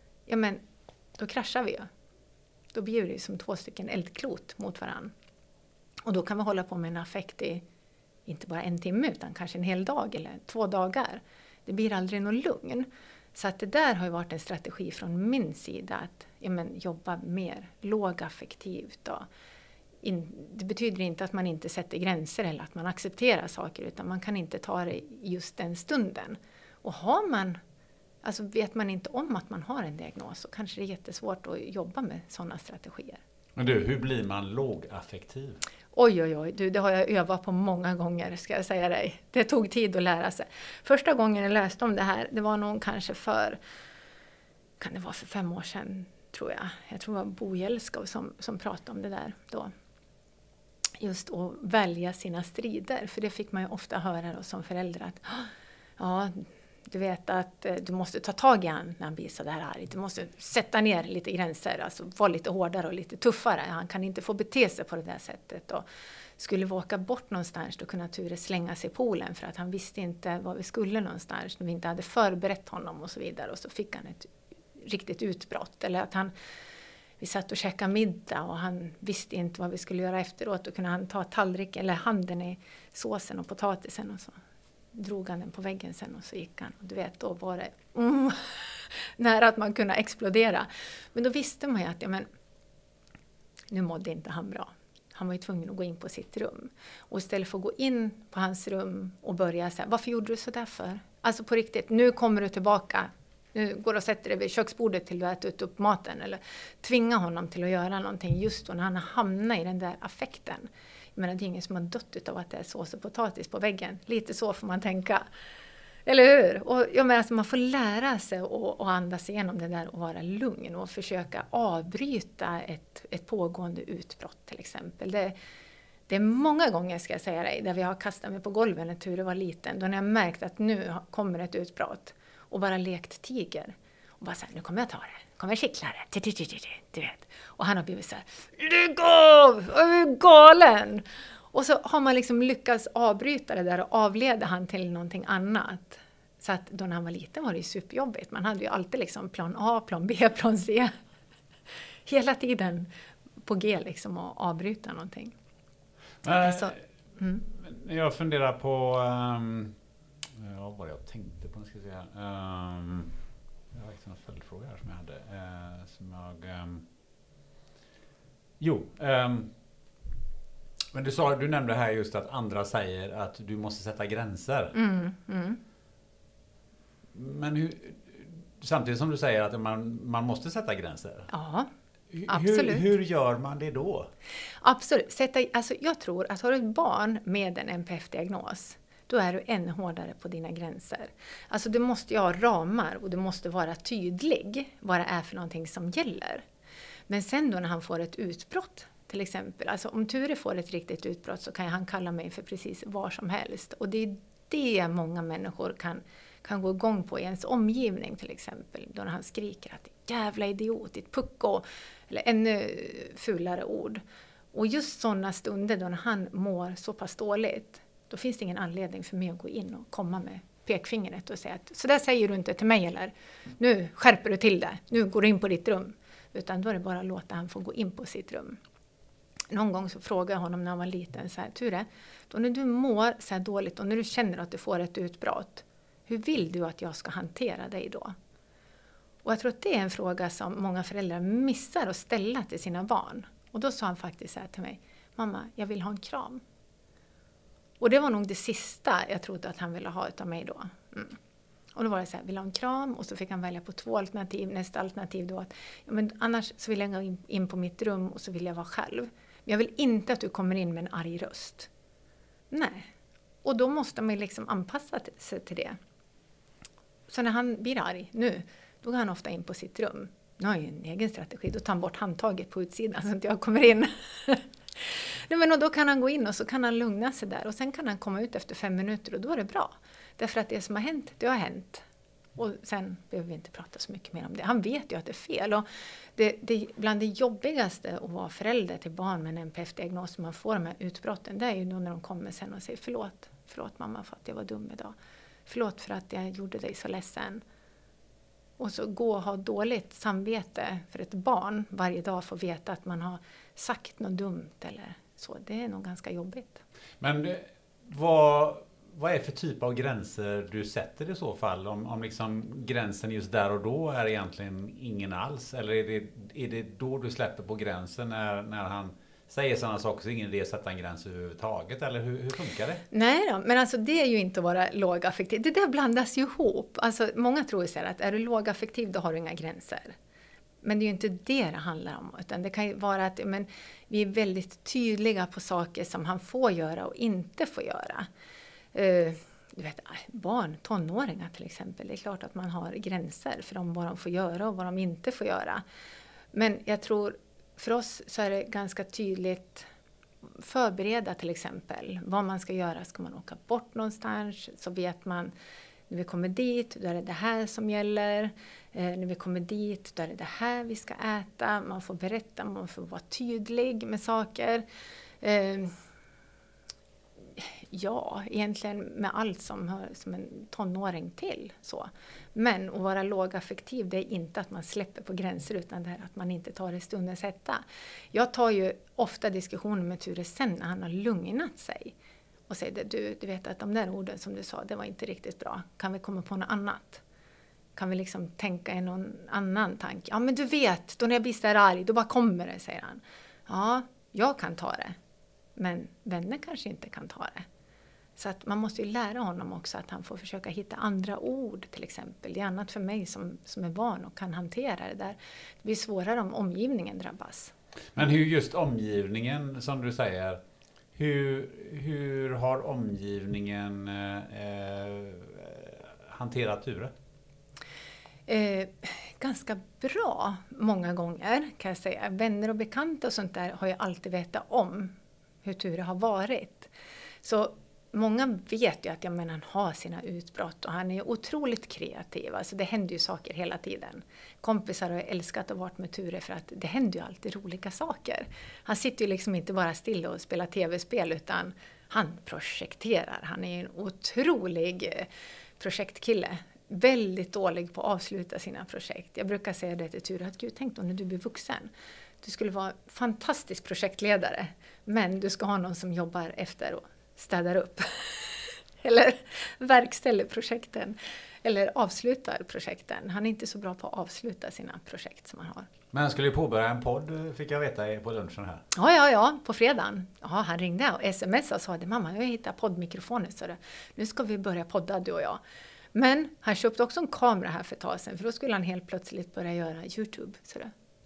Speaker 3: då kraschar vi ju. Då blir det som 2 stycken eldklot mot varann. Och då kan vi hålla på med en affekt i inte bara 1 timme utan kanske en hel dag eller 2 dagar. Det blir aldrig någon lugn. Så att det där har ju varit en strategi från min sida att jobba mer lågaffektivt. Det betyder inte att man inte sätter gränser eller att man accepterar saker utan man kan inte ta det just den stunden. Och vet man inte om att man har en diagnos så kanske det är jättesvårt att jobba med sådana strategier.
Speaker 4: Men du, hur blir man lågaffektiv?
Speaker 3: Oj, det har jag övat på många gånger ska jag säga dig. Det tog tid att lära sig. Första gången jag läste om det här, det var nog kanske för 5 år sedan tror jag. Jag tror det var Bo Jelskov som pratade om det där då. Just att välja sina strider. För det fick man ju ofta höra då som förälder att ja, du vet att du måste ta tag i han när han blir så där arg. Du måste sätta ner lite gränser, vara lite hårdare och lite tuffare. Han kan inte få bete sig på det där sättet. Och skulle vi åka bort någonstans då kunde Ture slänga sig i poolen för att han visste inte var vi skulle någonstans. När vi inte hade förberett honom och så vidare. Och så fick han ett riktigt utbrott. Eller att vi satt och käkade middag och han visste inte vad vi skulle göra efteråt. Då kunde han ta tallriken eller handen i såsen och potatisen och så. Drog han den på väggen sen och så gick han. Och du vet, då var det nära att man kunde explodera. Men då visste man ju att nu mådde inte han bra. Han var ju tvungen att gå in på sitt rum. Och istället för att gå in på hans rum och börja säga, varför gjorde du så där för? På riktigt, nu kommer du tillbaka. Nu går du och sätter dig vid köksbordet till du har ätit upp maten. Eller tvinga honom till att göra någonting just då när han hamnar i den där affekten. Det är ingen som har dött av att det är sås och potatis på väggen. Lite så får man tänka. Eller hur? Och man får lära sig att andas igenom det där och vara lugn. Och försöka avbryta ett pågående utbrott till exempel. Det är många gånger ska jag säga dig. Där vi har kastat mig på golvet när Ture var liten. Då när jag märkt att nu kommer ett utbrott. Och bara lekt tiger. Och bara så här, nu kommer jag ta det. Nu kommer jag kittla det. Du vet. Och han har blivit så här, lägg av! Jag är galen! Och så har man lyckats avbryta det där och avleda han till någonting annat. Så att då när han var liten var det ju superjobbigt. Man hade ju alltid plan A, plan B, plan C. Hela tiden på G och avbryta någonting.
Speaker 4: Jag funderar på vad jag tänkte på. Ska jag säga. Jag har en följdfråga här som jag hade. Men du nämnde här just att andra säger att du måste sätta gränser. Men samtidigt som du säger att man måste sätta gränser.
Speaker 3: Ja. Absolut.
Speaker 4: Hur gör man det då?
Speaker 3: Absolut. Jag tror att har du ett barn med en NPF-diagnos, då är du ännu hårdare på dina gränser. Alltså du måste ju ha ramar och du måste vara tydlig vad det är för någonting som gäller. Men sen då när han får ett utbrott till exempel, alltså om Ture får ett riktigt utbrott så kan han kalla mig för precis vad som helst. Och det är det många människor kan gå igång på i ens omgivning till exempel. Då när han skriker att jävla idiot, ditt pucko, eller ännu fulare ord. Och just sådana stunder då när han mår så pass dåligt, då finns det ingen anledning för mig att gå in och komma med pekfingret och säga att så där säger du inte till mig, eller nu skärper du till det, nu går du in på ditt rum. Utan då är det bara att låta han få gå in på sitt rum. Någon gång så frågade jag honom när han var liten så här: Ture, då när du mår så här dåligt och när du känner att du får ett utbrott, hur vill du att jag ska hantera dig då? Och jag tror att det är en fråga som många föräldrar missar att ställa till sina barn. Och då sa han faktiskt så här till mig: mamma, jag vill ha en kram. Och det var nog det sista jag trodde att han ville ha utav mig då. Och då var det så här, vill ha en kram? Och så fick han välja på 2 alternativ. Nästa alternativ då att, ja, men annars så vill jag gå in på mitt rum och så vill jag vara själv. Men jag vill inte att du kommer in med en arg röst. Nej. Och då måste man liksom anpassa sig till det. Så när han blir arg nu, då går han ofta in på sitt rum. Nu har jag ju en egen strategi, då tar han bort handtaget på utsidan så att jag kommer in. Nej, men och då kan han gå in och så kan han lugna sig där. Och sen kan han komma ut efter 5 minuter och då är det bra. Därför att det som har hänt, det har hänt. Och sen behöver vi inte prata så mycket mer om det. Han vet ju att det är fel. Och det bland det jobbigaste att vara förälder till barn med en NPF-diagnos, man får de här utbrotten, det är ju då när de kommer sen och säger förlåt mamma för att jag var dum idag. Förlåt för att jag gjorde dig så ledsen. Och så gå och ha dåligt samvete för ett barn varje dag får veta att man har sagt något dumt eller så. Det är nog ganska jobbigt.
Speaker 4: Men vad är för typ av gränser du sätter i så fall? Om liksom gränsen just där och då är egentligen ingen alls? Eller är det då du släpper på gränsen när han säger sådana saker så ingen idé att sätta en gräns överhuvudtaget? Eller hur funkar det?
Speaker 3: Nej då, men alltså det är ju inte att vara lågaffektiv. Det där blandas ju ihop. Alltså många tror ju så här att är du lågaffektiv då har du inga gränser. Men det är ju inte det handlar om. Utan det kan ju vara att vi är väldigt tydliga på saker som han får göra och inte får göra. Du vet, barn, tonåringar till exempel. Det är klart att man har gränser för vad de får göra och vad de inte får göra. Men jag tror för oss så är det ganska tydligt förbereda till exempel vad man ska göra. Ska man åka bort någonstans så vet man när vi kommer dit då är det här som gäller. När vi kommer dit då är det här vi ska äta. Man får berätta, man får vara tydlig med saker. Ja, egentligen med allt som hör som en tonåring till. Så. Men att vara lågaffektiv, det är inte att man släpper på gränser utan det är att man inte tar det stundens hetta. Jag tar ju ofta diskussioner med Ture sen när han har lugnat sig. Och säger, du vet att de där orden som du sa, det var inte riktigt bra. Kan vi komma på något annat? Kan vi liksom tänka i någon annan tanke? Ja, men du vet, då när jag blir så här arg, då bara kommer det, säger han. Ja, jag kan ta det. Men vänner kanske inte kan ta det. Så att man måste ju lära honom också att han får försöka hitta andra ord till exempel. Det är annat för mig som är van och kan hantera det där. Det blir svårare om omgivningen drabbas.
Speaker 4: Men hur just omgivningen, som du säger, hur har omgivningen hanterat Ture?
Speaker 3: Ganska bra många gånger kan jag säga. Vänner och bekanta och sånt där har jag alltid vetat om hur Ture har varit. Så många vet ju att han har sina utbrott och han är otroligt kreativ. Alltså det händer ju saker hela tiden. Kompisar har älskat att vara med Ture för att det händer ju alltid roliga saker. Han sitter ju liksom inte bara still och spelar tv-spel utan han projekterar. Han är en otrolig projektkille. Väldigt dålig på att avsluta sina projekt. Jag brukar säga det till Ture att Gud, tänk då när du blir vuxen. Du skulle vara fantastisk projektledare. Men du ska ha någon som jobbar efter och städar upp. Eller verkställer projekten. Eller avslutar projekten. Han är inte så bra på att avsluta sina projekt som han har.
Speaker 4: Men han skulle ju påbörja en podd, fick jag veta på lunchen här.
Speaker 3: Ja, på fredagen. Ja, han ringde och smsade och sa det. Mamma, jag hittar poddmikrofoner. Så nu ska vi börja podda, du och jag. Men han köpte också en kamera här för ett tag sedan. För då skulle han helt plötsligt börja göra YouTube.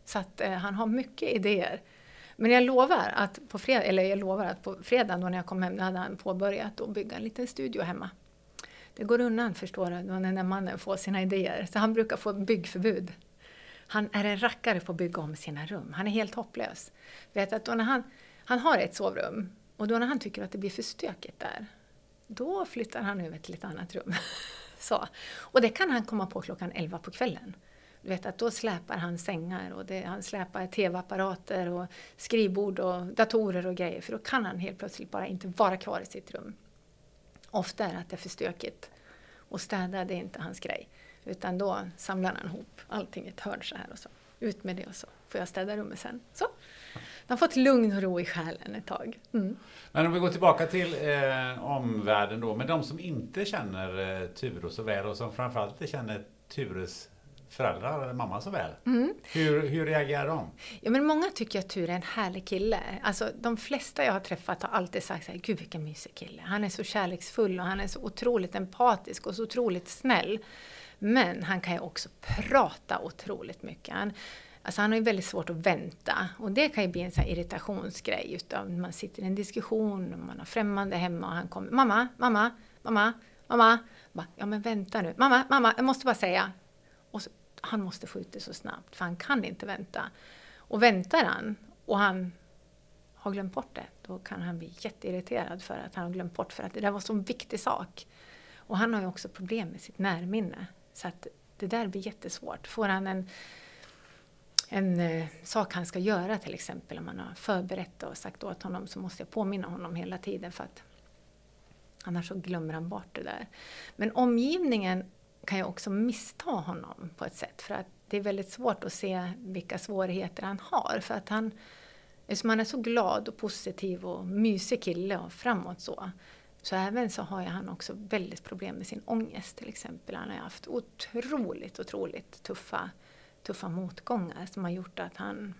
Speaker 3: Så att han har mycket idéer. Men jag lovar att på fredagen då när jag kom hem, hade han påbörjat att bygga en liten studio hemma. Det går undan, förstår du, när den där mannen får sina idéer. Så han brukar få byggförbud. Han är en rackare på att bygga om sina rum. Han är helt hopplös. Vet att då när han har ett sovrum, och då när han tycker att det blir för stökigt där, då flyttar han över till ett annat rum. Så. Och det kan han komma på 11 på kvällen. Du vet att då släpar han sängar och han släpar tv-apparater och skrivbord och datorer och grejer. För då kan han helt plötsligt bara inte vara kvar i sitt rum. Ofta är det att det är för stökigt. Och städa, det är inte hans grej. Utan då samlar han ihop allting i ett hörn så här och så. Ut med det och så får jag städa rummet sen. Så. De har fått lugn och ro i själen ett tag. Mm.
Speaker 4: Men om vi går tillbaka till omvärlden då. Men de som inte känner Ture så väl och som framförallt inte känner Tures föräldrar eller mamma så väl. Mm. Hur reagerar de?
Speaker 3: Ja, men många tycker att Ture är en härlig kille. Alltså, de flesta jag har träffat har alltid sagt så här, gud vilken mysig kille. Han är så kärleksfull och han är så otroligt empatisk och så otroligt snäll. Men han kan ju också prata otroligt mycket. Han har ju väldigt svårt att vänta. Och det kan ju bli en sån här irritationsgrej. Utav man sitter i en diskussion och man har främmande hemma och han kommer, mamma. Ja men vänta nu. Mamma, jag måste bara säga. Och så, han måste få ut det så snabbt, för han kan inte vänta. Och väntar han och han har glömt bort det, då kan han bli jätteirriterad för att han har glömt bort, för att det där var så en viktig sak. Och han har ju också problem med sitt närminne. Så att det där blir jättesvårt. Får han en sak han ska göra till exempel, om man har förberett och sagt åt honom, så måste jag påminna honom hela tiden, för att annars så glömmer han bort det där. Men omgivningen kan ju också missta honom på ett sätt, för att det är väldigt svårt att se vilka svårigheter han har, för att eftersom han är så glad och positiv och mysig kille och framåt så även så har han också väldigt problem med sin ångest till exempel. Han har haft otroligt tuffa motgångar som har gjort att han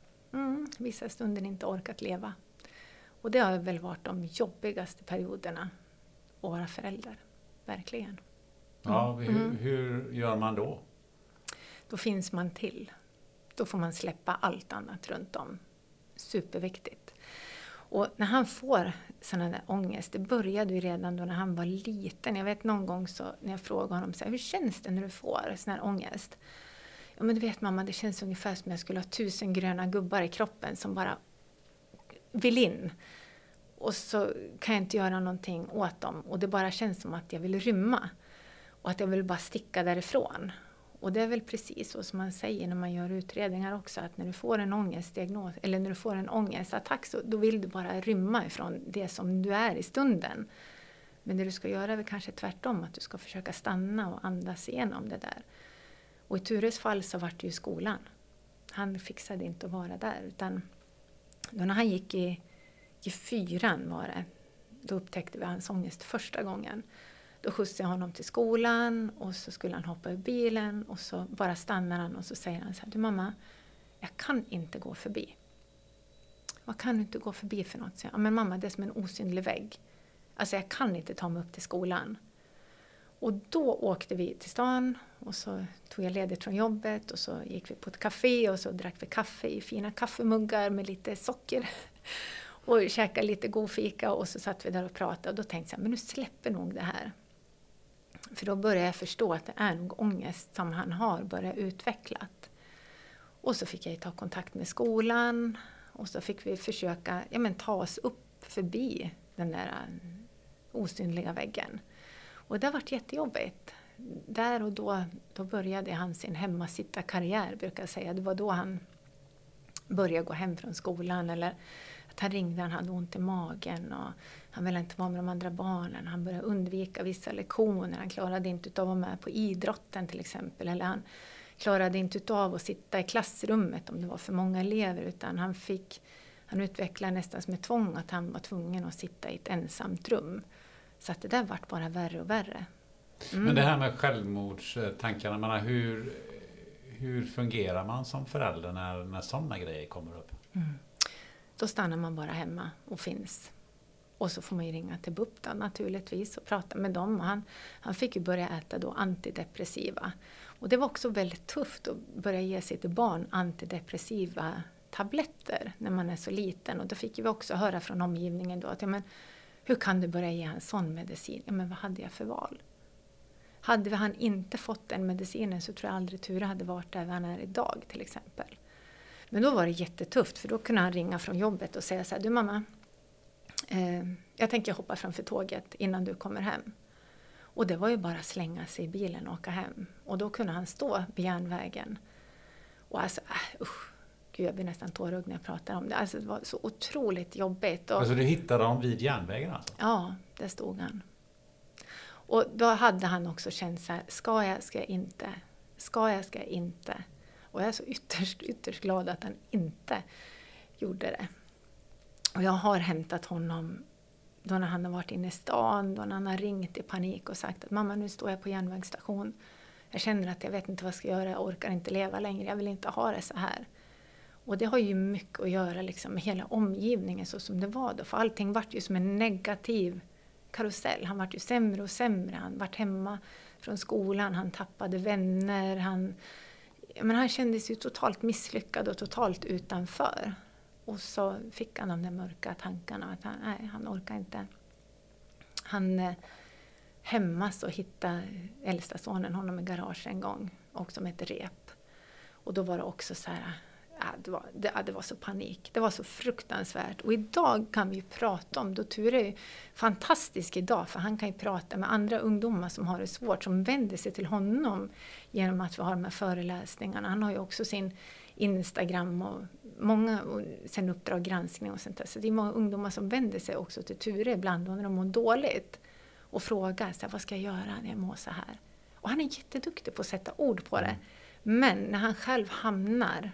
Speaker 3: vissa stunder inte orkat leva. Och det har väl varit de jobbigaste perioderna att vara förälder, verkligen.
Speaker 4: Ja, hur gör man då?
Speaker 3: Då finns man till. Då får man släppa allt annat runt om. Superviktigt. Och när han får sån där ångest, det började ju redan då när han var liten. Jag vet någon gång så när jag frågade honom så här, hur känns det när du får sån här ångest? Ja men du vet mamma, det känns ungefär som jag skulle ha 1000 gröna gubbar i kroppen som bara vill in. Och så kan jag inte göra någonting åt dem. Och det bara känns som att jag vill rymma. Och att jag vill bara sticka därifrån. Och det är väl precis så som man säger när man gör utredningar också. Att när du får en ångestdiagnos eller när du får en ångestattack, så då vill du bara rymma ifrån det som du är i stunden. Men det du ska göra är väl kanske tvärtom. Att du ska försöka stanna och andas igenom det där. Och i Tures fall så var det ju skolan. Han fixade inte att vara där. Utan då när han gick i 4:an var det. Då upptäckte vi hans ångest första gången. Då skjutsade jag honom till skolan och så skulle han hoppa ur bilen och så bara stannar han och så säger han så här, du mamma, jag kan inte gå förbi. Vad kan du inte gå förbi för något? Så jag, men mamma, det är som en osynlig vägg. Alltså jag kan inte ta mig upp till skolan. Och då åkte vi till stan och så tog jag ledigt från jobbet och så gick vi på ett café och så drack vi kaffe i fina kaffemuggar med lite socker. Och käkade lite god fika och så satt vi där och pratade och då tänkte jag, men nu släpper nog det här. För då började jag förstå att det är nog ångest som han har börjat utvecklat. Och så fick jag ta kontakt med skolan och så fick vi försöka ta oss upp förbi den där osynliga väggen. Och det har varit jättejobbigt. Där och då började han sin hemmasittarkarriär, brukar jag säga. Det var då han började gå hem från skolan eller att han ringde, han hade ont i magen och han ville inte vara med de andra barnen. Han började undvika vissa lektioner. Han klarade inte av att vara med på idrotten till exempel. Eller han klarade inte av att sitta i klassrummet om det var för många elever. Utan han utvecklade nästan som ett tvång att han var tvungen att sitta i ett ensamt rum. Så att det där vart bara värre och värre. Mm.
Speaker 4: Men det här med självmordstankarna, hur fungerar man som förälder när sådana grejer kommer upp?
Speaker 3: Mm. Då stannar man bara hemma och finns. Och så får man ju ringa till BUP då, naturligtvis och prata med dem. Och han fick ju börja äta då antidepressiva. Och det var också väldigt tufft att börja ge sitt barn antidepressiva tabletter när man är så liten. Och då fick vi också höra från omgivningen då att hur kan du börja ge en sån medicin? Ja, men vad hade jag för val? Hade han inte fått den medicinen så tror jag aldrig Ture hade varit där han är idag till exempel. Men då var det jättetufft för då kunde han ringa från jobbet och säga så här: du mamma, jag tänker hoppa framför tåget innan du kommer hem. Och det var ju bara att slänga sig i bilen och åka hem. Och då kunde han stå vid järnvägen. Och alltså, gud, jag blir nästan tårögd när jag pratar om det. Alltså det var så otroligt jobbigt.
Speaker 4: Alltså du hittade dem vid järnvägen alltså?
Speaker 3: Ja, där stod han. Och då hade han också känt så här: ska jag inte? Ska jag inte? Och jag är så ytterst glad att han inte gjorde det. Och jag har hämtat honom då när han har varit inne i stan, då när han har ringt i panik och sagt att mamma, nu står jag på järnvägsstation. Jag känner att jag vet inte vad jag ska göra, jag orkar inte leva längre, jag vill inte ha det så här. Och det har ju mycket att göra liksom med hela omgivningen så som det var då. För allting var ju som en negativ karusell. Han var ju sämre och sämre. Han var hemma från skolan, han tappade vänner. Han kände sig totalt misslyckad och totalt utanför. Och så fick han de där mörka tankarna att han orkar inte. Han hemma så hittade äldsta sonen honom i garage en gång. Också med ett rep. Och då var det också så här... det var så panik. Det var så fruktansvärt. Och idag kan vi ju prata om... Ture är fantastisk idag. För han kan ju prata med andra ungdomar som har det svårt. Som vänder sig till honom genom att vi har de här föreläsningarna. Han har ju också sin Instagram och sen Uppdrag granskning och sånt där. Så det är många ungdomar som vänder sig också till Ture ibland när de mår dåligt. Och frågar så här, vad ska jag göra när jag mår så här? Och han är jätteduktig på att sätta ord på det. Men när han själv hamnar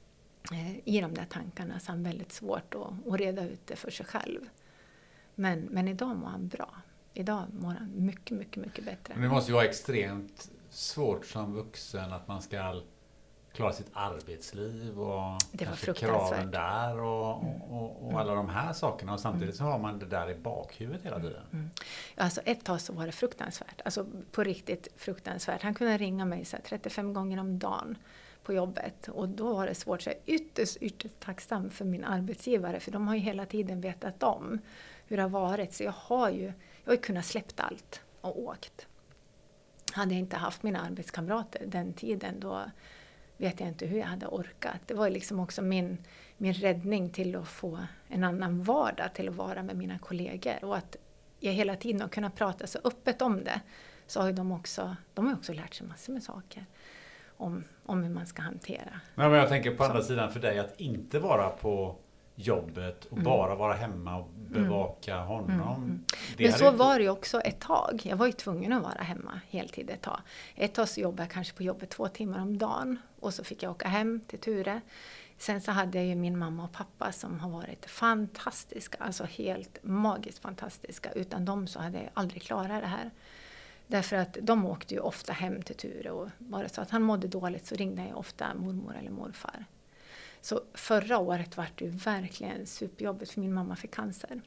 Speaker 3: i de där tankarna så är han väldigt svårt att reda ut det för sig själv. Men idag mår han bra. Idag mår han mycket, mycket, mycket bättre.
Speaker 4: Men det måste ju vara extremt svårt som vuxen att man ska klara sitt arbetsliv och
Speaker 3: det
Speaker 4: kanske kraven där och alla de här sakerna. Och samtidigt så har man det där i bakhuvudet hela tiden.
Speaker 3: Alltså ett tag så var det fruktansvärt. Alltså på riktigt fruktansvärt. Han kunde ringa mig så här 35 gånger om dagen på jobbet. Och då var det svårt. Så jag är ytterst tacksam för min arbetsgivare. För de har ju hela tiden vetat om hur det har varit. Så jag har ju kunnat släppa allt och åkt. Hade jag inte haft mina arbetskamrater den tiden då vet jag inte hur jag hade orkat. Det var liksom också min räddning till att få en annan vardag, till att vara med mina kollegor. Och att jag hela tiden har kunnat prata så öppet om det. Så har ju de har också lärt sig massor med saker om hur man ska hantera.
Speaker 4: Men jag tänker på andra sidan för dig att inte vara på jobbet och bara vara hemma och bevaka honom.
Speaker 3: Men så var det ju också ett tag. Jag var ju tvungen att vara hemma heltid ett tag. Ett tag så jobbade jag kanske på jobbet 2 timmar om dagen. Och så fick jag åka hem till Ture. Sen så hade jag ju min mamma och pappa som har varit fantastiska. Alltså helt magiskt fantastiska. Utan dem så hade jag aldrig klarat det här. Därför att de åkte ju ofta hem till Ture. Och var det så att han mådde dåligt så ringde jag ofta mormor eller morfar. Så förra året var det ju verkligen superjobbigt för min mamma fick cancer.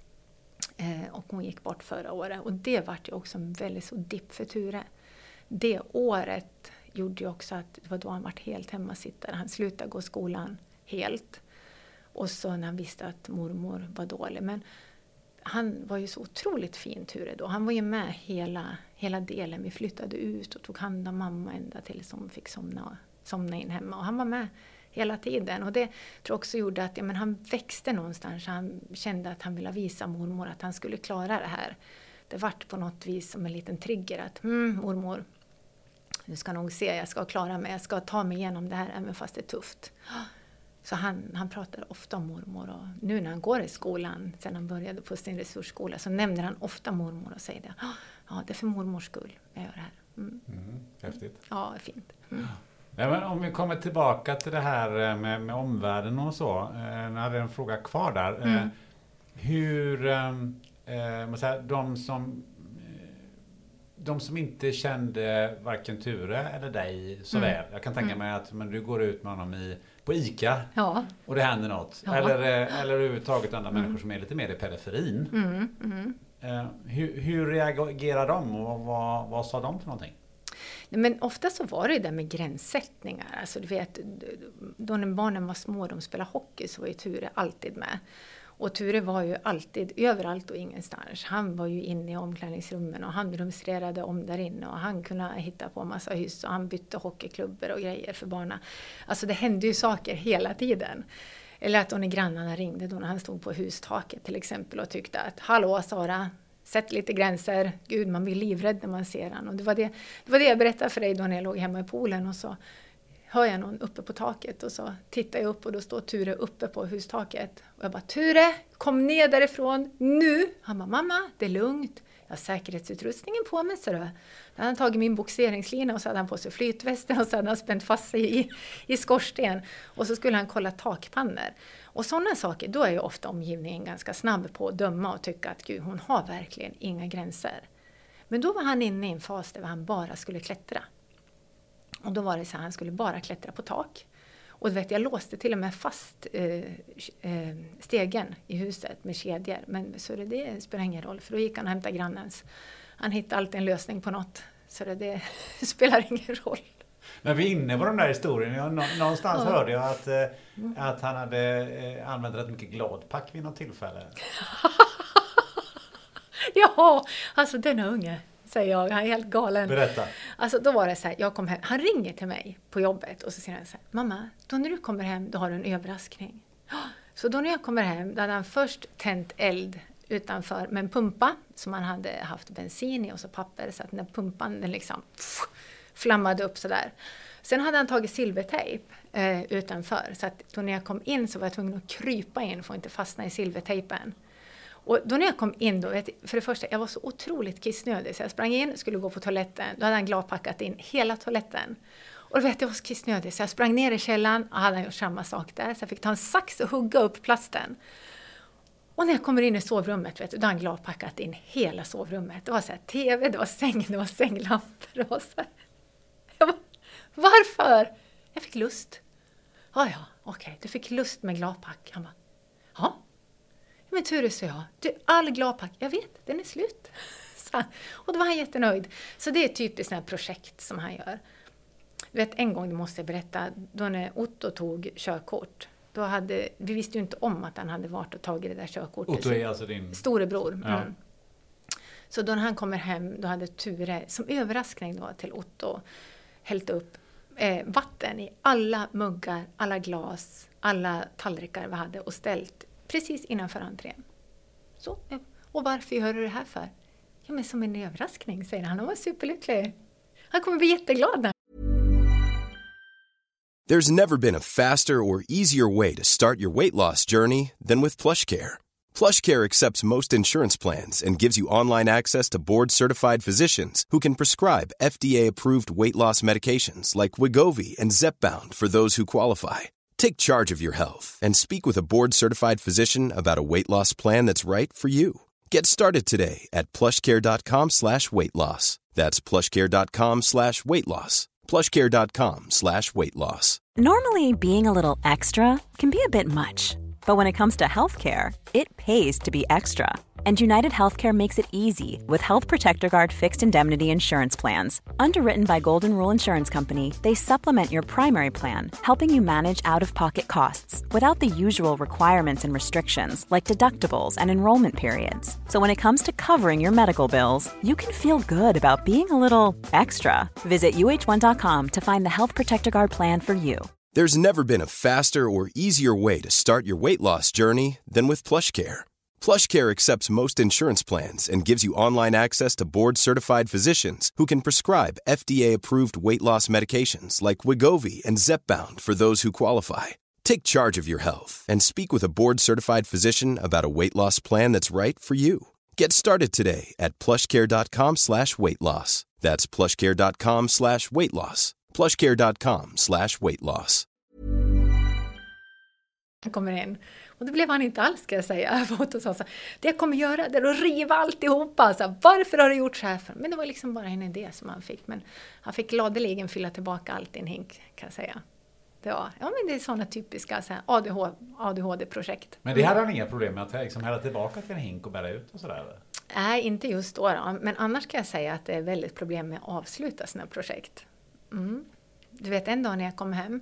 Speaker 3: Och hon gick bort förra året. Och det var ju också en väldigt så dipp för Ture. Det året gjorde ju också att det var då han var helt hemmasittare. Han slutade gå skolan helt. Och så när han visste att mormor var dålig. Men han var ju så otroligt fin Ture då. Han var ju med hela delen. Vi flyttade ut och tog hand om mamma ända tills hon fick somna in hemma. Och han var med hela tiden. Och det tror jag också gjorde att han växte någonstans. Han kände att han ville visa mormor att han skulle klara det här. Det vart på något vis som en liten trigger att mormor, du ska nog se, jag ska klara mig. Jag ska ta mig igenom det här även fast det är tufft. Så han pratar ofta om mormor. Och nu när han går i skolan, sen han började på sin resursskola, så nämner han ofta mormor och säger det. Ja, det är för mormors skull jag gör det här.
Speaker 4: Häftigt.
Speaker 3: Ja, fint.
Speaker 4: Ja, men om vi kommer tillbaka till det här med omvärlden och så. Jag hade en fråga kvar där. Hur de som inte kände varken Ture eller dig så väl. Jag kan tänka mig att du går ut med honom på ICA och det händer något. Ja. Eller överhuvudtaget andra människor som är lite mer i periferin. Hur reagerar de och vad sa de för någonting?
Speaker 3: Men ofta så var det där med gränssättningar. Alltså du vet, då när barnen var små och de spelade hockey så var ju Ture alltid med. Och Ture var ju alltid överallt och ingenstans. Han var ju inne i omklädningsrummen och han rumstrerade om där inne. Och han kunde hitta på en massa hus och han bytte hockeyklubbor och grejer för barnen. Alltså det hände ju saker hela tiden. Eller att då när grannarna ringde, då när han stod på hustaket till exempel och tyckte att hallå Sara, sätt lite gränser. Gud, man blir livrädd när man ser han. Och det var det jag berättade för dig då när jag låg hemma i poolen och så hör jag någon uppe på taket och så tittar jag upp och då står Ture uppe på hustaket. Och jag bara, Ture, kom ner därifrån nu. Han bara, mamma, det är lugnt. Jag har säkerhetsutrustningen på mig, så då hade han tagit min boxeringslina och så hade han på sig flytvästen och så hade han spänt fast sig i skorsten. Och så skulle han kolla takpannor. Och sådana saker, då är ju ofta omgivningen ganska snabb på att döma och tycka att gud, hon har verkligen inga gränser. Men då var han inne i en fas där han bara skulle klättra. Och då var det så här, han skulle bara klättra på tak. Och vet, jag låste till och med fast stegen i huset med kedjor. Men så det spelar ingen roll, för då gick han och hämtade grannens. Han hittade alltid en lösning på något. Så det spelar ingen roll.
Speaker 4: Men vi är inne på den där historien. Någonstans hörde jag att han hade använt rätt mycket gladpack vid något tillfälle.
Speaker 3: Ja, alltså den unge, säger jag. Han är helt galen.
Speaker 4: Berätta.
Speaker 3: Alltså då var det så här, jag kom hem. Han ringer till mig på jobbet och så säger han så här, mamma, då när du kommer hem, då har du en överraskning. Så då när jag kommer hem, då hade han först tänt eld utanför med en pumpa som han hade haft bensin i och så papper, så att den pumpan den liksom flammade upp sådär. Sen hade han tagit silvertejp utanför, så att då när jag kom in så var jag tvungen att krypa in för att inte fastna i silvertejpen. Och då när jag kom in då, för det första, jag var så otroligt kissnödig så jag sprang in, skulle gå på toaletten, då hade han gladpackat in hela toaletten. Och då vet jag var så kissnödig så jag sprang ner i källaren och hade gjort samma sak där, så jag fick ta en sax och hugga upp plasten. Och när jag kommer in i sovrummet, då har han gladpackat in hela sovrummet. Det var så här tv, det var säng, det var sänglampor, det var så här. Jag bara, varför? Jag fick lust. Ja, okej, du fick lust med gladpack. Han bara, ja. Men Ture, sa jag, du, all gladpack, jag vet, den är slut. Så, och då var han jättenöjd. Så det är typiskt sådana här projekt som han gör. Du vet, en gång, det måste jag berätta, då när Otto tog körkort, då vi visste ju inte om att han hade varit och tagit det där körkortet.
Speaker 4: Otto är alltså din
Speaker 3: storebror.
Speaker 4: Ja.
Speaker 3: Mm. Så då när han kommer hem, då hade Ture, som överraskning då till Otto, hällt upp vatten i alla muggar, alla glas, alla tallrikar vi hade och ställt precis innanför entrén. Så, och varför gör du det här för? Ja, men som en överraskning, säger han. Han var superlycklig. Han kommer bli jätteglad nu.
Speaker 5: There's never been a faster or easier way to start your weight loss journey than with PlushCare. PlushCare accepts most insurance plans and gives you online access to board-certified physicians who can prescribe FDA-approved weight loss medications like Wegovy and Zepbound for those who qualify. Take charge of your health and speak with a board-certified physician about a weight loss plan that's right for you. Get started today at plushcare.com/weightloss. That's plushcare.com/weightloss. plushcare.com/weightloss.
Speaker 1: Normally, being a little extra can be a bit much, but when it comes to healthcare, it pays to be extra. And United Healthcare makes it easy with Health Protector Guard fixed indemnity insurance plans. Underwritten by Golden Rule Insurance Company, they supplement your primary plan, helping you manage out-of-pocket costs without the usual requirements and restrictions like deductibles and enrollment periods. So when it comes to covering your medical bills, you can feel good about being a little extra. Visit uh1.com to find the Health Protector Guard plan for you.
Speaker 5: There's never been a faster or easier way to start your weight loss journey than with PlushCare. PlushCare accepts most insurance plans and gives you online access to board-certified physicians who can prescribe FDA-approved weight loss medications like Wegovy and Zepbound for those who qualify. Take charge of your health and speak with a board-certified physician about a weight loss plan that's right for you. Get started today at plushcare.com/weightloss. That's plushcare.com/weightloss. plushcare.com/weightloss.
Speaker 3: Han kommer in. Och det blev han inte alls, ska jag säga. Och sa så, det jag kommer göra det är att riva alltihopa. Så, varför har du gjort så här för? Men det var liksom bara en idé som han fick. Men han fick gladeligen fylla tillbaka allt i en hink, kan jag säga. Det var, ja, men det är sådana typiska så här, ADHD-projekt.
Speaker 4: Men det hade han inga problem med att liksom hälla tillbaka till en hink och bära ut och sådär?
Speaker 3: Nej, inte just då. Men annars kan jag säga att det är väldigt problem med att avsluta sina projekt. Du vet, en dag när jag kom hem,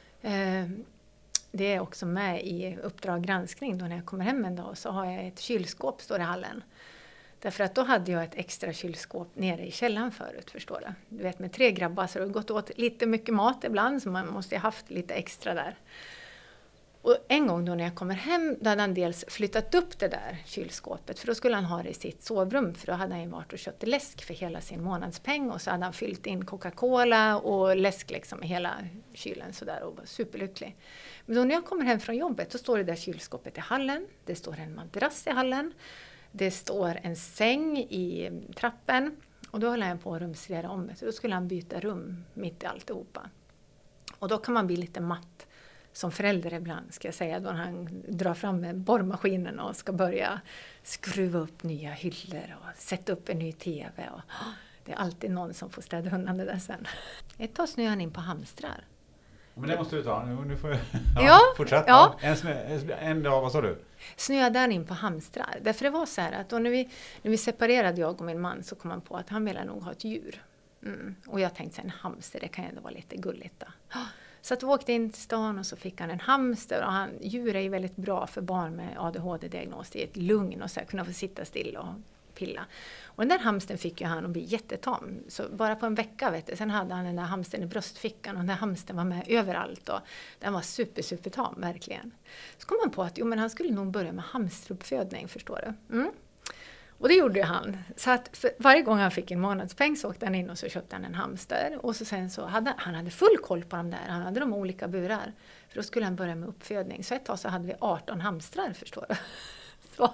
Speaker 3: det är också med i Uppdrag granskning, då när jag kommer hem en dag så har jag ett kylskåp står i hallen. Därför att då hade jag ett extra kylskåp nere i källaren förut, förstår du. Du vet, med 3 grabbar så har det gått åt lite mycket mat ibland, så man måste ha haft lite extra där. Och en gång då när jag kommer hem, då hade han dels flyttat upp det där kylskåpet, för då skulle han ha det i sitt sovrum, för då hade han ju varit och köpt läsk för hela sin månadspeng, och så hade han fyllt in Coca-Cola och läsk liksom i hela kylen sådär, och var superlycklig. Men då när jag kommer hem från jobbet så står det där kylskåpet i hallen, det står en madrass i hallen, det står en säng i trappen, och då höll han på att rumsrera om det, så då skulle han byta rum mitt i alltihopa. Och då kan man bli lite matt som förälder ibland, ska jag säga, då han drar fram med borrmaskinen och ska börja skruva upp nya hyllor och sätta upp en ny tv. Och det är alltid någon som får städa undan det där sen. Ett tag snöade han in på hamstrar.
Speaker 4: Men det måste du ta. Nu får jag fortsätta.
Speaker 3: Ja.
Speaker 4: En dag, vad sa du?
Speaker 3: Snöade han in på hamstrar. Därför det var så här att då när vi separerade, jag och min man, så kom han på att han ville nog ha ett djur. Och jag tänkte, en hamster, det kan ju ändå vara lite gulligt då. Så att vi åkte in till stan och så fick han en hamster. Och djur är ju väldigt bra för barn med ADHD-diagnos. Det är ett lugn och så här, kunna få sitta still och pilla. Och den där hamstern fick ju han att bli jättetam. Så bara på en vecka, vet du, sen hade han den där hamstern i bröstfickan. Och den där hamstern var med överallt. Och den var super tam, verkligen. Så kom han på att men han skulle nog börja med hamsteruppfödning, förstår du. Och det gjorde han. Så att varje gång han fick en månadspeng så åkte han in och så köpte han en hamster. Och så sen så hade han full koll på dem där. Han hade de olika burar. För då skulle han börja med uppfödning. Så ett tag så hade vi 18 hamstrar, förstår du. Så.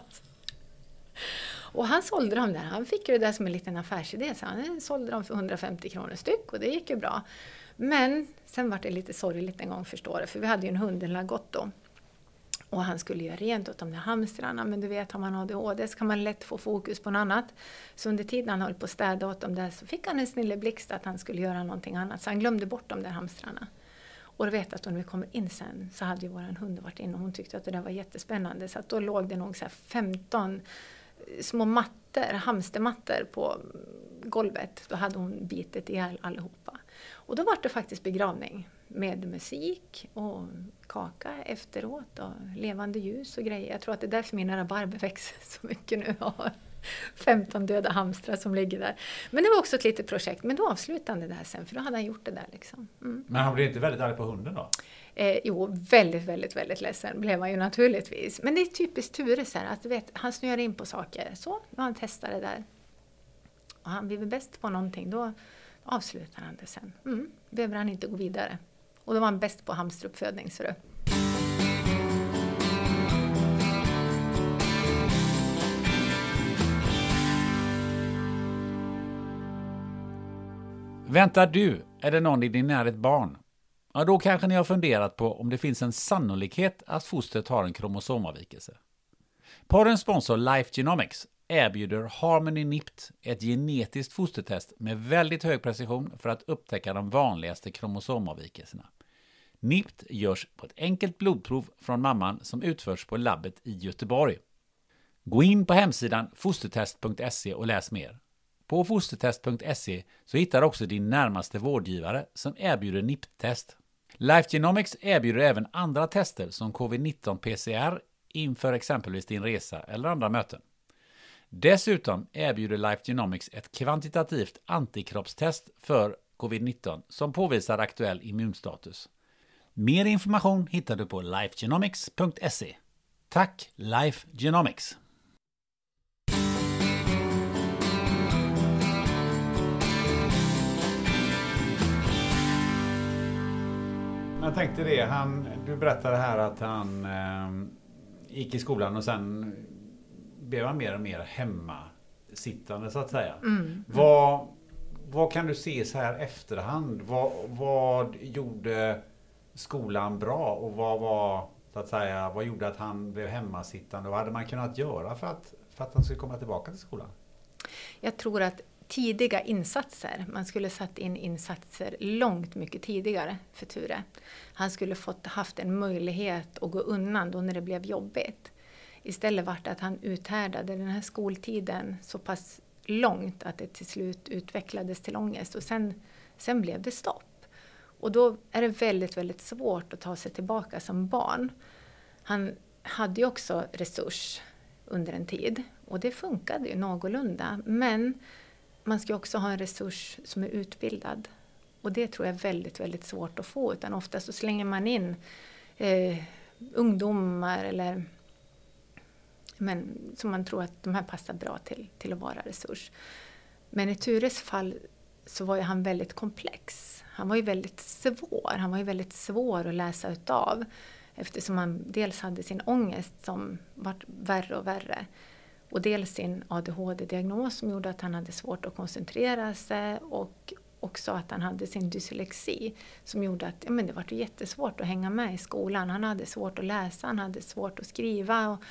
Speaker 3: Och han sålde dem där. Han fick ju det där som en liten affärsidé. Så han sålde dem för 150 kronor styck. Och det gick ju bra. Men sen var det lite sorgligt en gång, förstår du. För vi hade ju en hund, en Lagotto. Och han skulle göra rent åt de där hamstrarna. Men du vet, har man ADHD så kan man lätt få fokus på något annat. Så under tiden han höll på att städa åt dem där så fick han en snille blixt att han skulle göra någonting annat. Så han glömde bort de där hamstrarna. Och du vet att när vi kommer in sen så hade ju våran hund varit in och hon tyckte att det där var jättespännande. Så att då låg det nog så här 15 små hamstermattor på golvet. Då hade hon bitit ihjäl allihopa. Och då var det faktiskt begravning med musik och kaka efteråt och levande ljus och grejer. Jag tror att det är därför mina rabarber växer så mycket nu. Jag har 15 döda hamstrar som ligger där. Men det var också ett litet projekt. Men då avslutade han det där sen, för då hade han gjort det där liksom.
Speaker 4: Men han blev inte väldigt arg på hunden då?
Speaker 3: Jo, väldigt ledsen blev han ju naturligtvis. Men det är typiskt Ture så här, att du vet, han snöar in på saker. Så, när han testar det där. Och han blir bäst på någonting, då avslutar han det sen. Behöver han inte gå vidare. Och då var han bäst på hamsteruppfödning, så det.
Speaker 4: Väntar du eller någon i din närhet barn? Ja, då kanske ni har funderat på om det finns en sannolikhet att fostret har en kromosomavvikelse. Poddens sponsor Life Genomics erbjuder Harmony NIPT, ett genetiskt fostertest med väldigt hög precision för att upptäcka de vanligaste kromosomavvikelserna. NIPT görs på ett enkelt blodprov från mamman som utförs på labbet i Göteborg. Gå in på hemsidan fostertest.se och läs mer. På fostertest.se så hittar du också din närmaste vårdgivare som erbjuder NIPT-test. Life Genomics erbjuder även andra tester som covid-19 PCR inför exempelvis din resa eller andra möten. Dessutom erbjuder Life Genomics ett kvantitativt antikroppstest för covid-19 som påvisar aktuell immunstatus. Mer information hittar du på lifegenomics.se. Tack Life Genomics! Jag tänkte det, du berättade här att han gick i skolan och sen blev han mer och mer hemmasittande så att säga. Vad kan du se så här efterhand? Vad gjorde skolan bra och vad gjorde att han blev hemmasittande? Vad hade man kunnat göra för att han skulle komma tillbaka till skolan?
Speaker 3: Jag tror att tidiga insatser, man skulle satt in insatser långt mycket tidigare för Ture. Han skulle haft en möjlighet att gå undan då när det blev jobbigt. Istället var det att han uthärdade den här skoltiden så pass långt att det till slut utvecklades till ångest. Och sen blev det stopp. Och då är det väldigt, väldigt svårt att ta sig tillbaka som barn. Han hade ju också resurs under en tid. Och det funkade ju någorlunda. Men man ska också ha en resurs som är utbildad. Och det tror jag är väldigt, väldigt svårt att få. Utan ofta så slänger man in ungdomar eller som man tror att de här passar bra till att vara resurs. Men i Tures fall så var ju han väldigt komplex. Han var ju väldigt svår. Han var ju väldigt svår att läsa utav. Eftersom han dels hade sin ångest som var värre och värre. Och dels sin ADHD-diagnos som gjorde att han hade svårt att koncentrera sig. Och också att han hade sin dyslexi som gjorde att det var jättesvårt att hänga med i skolan. Han hade svårt att läsa, han hade svårt att skriva. Och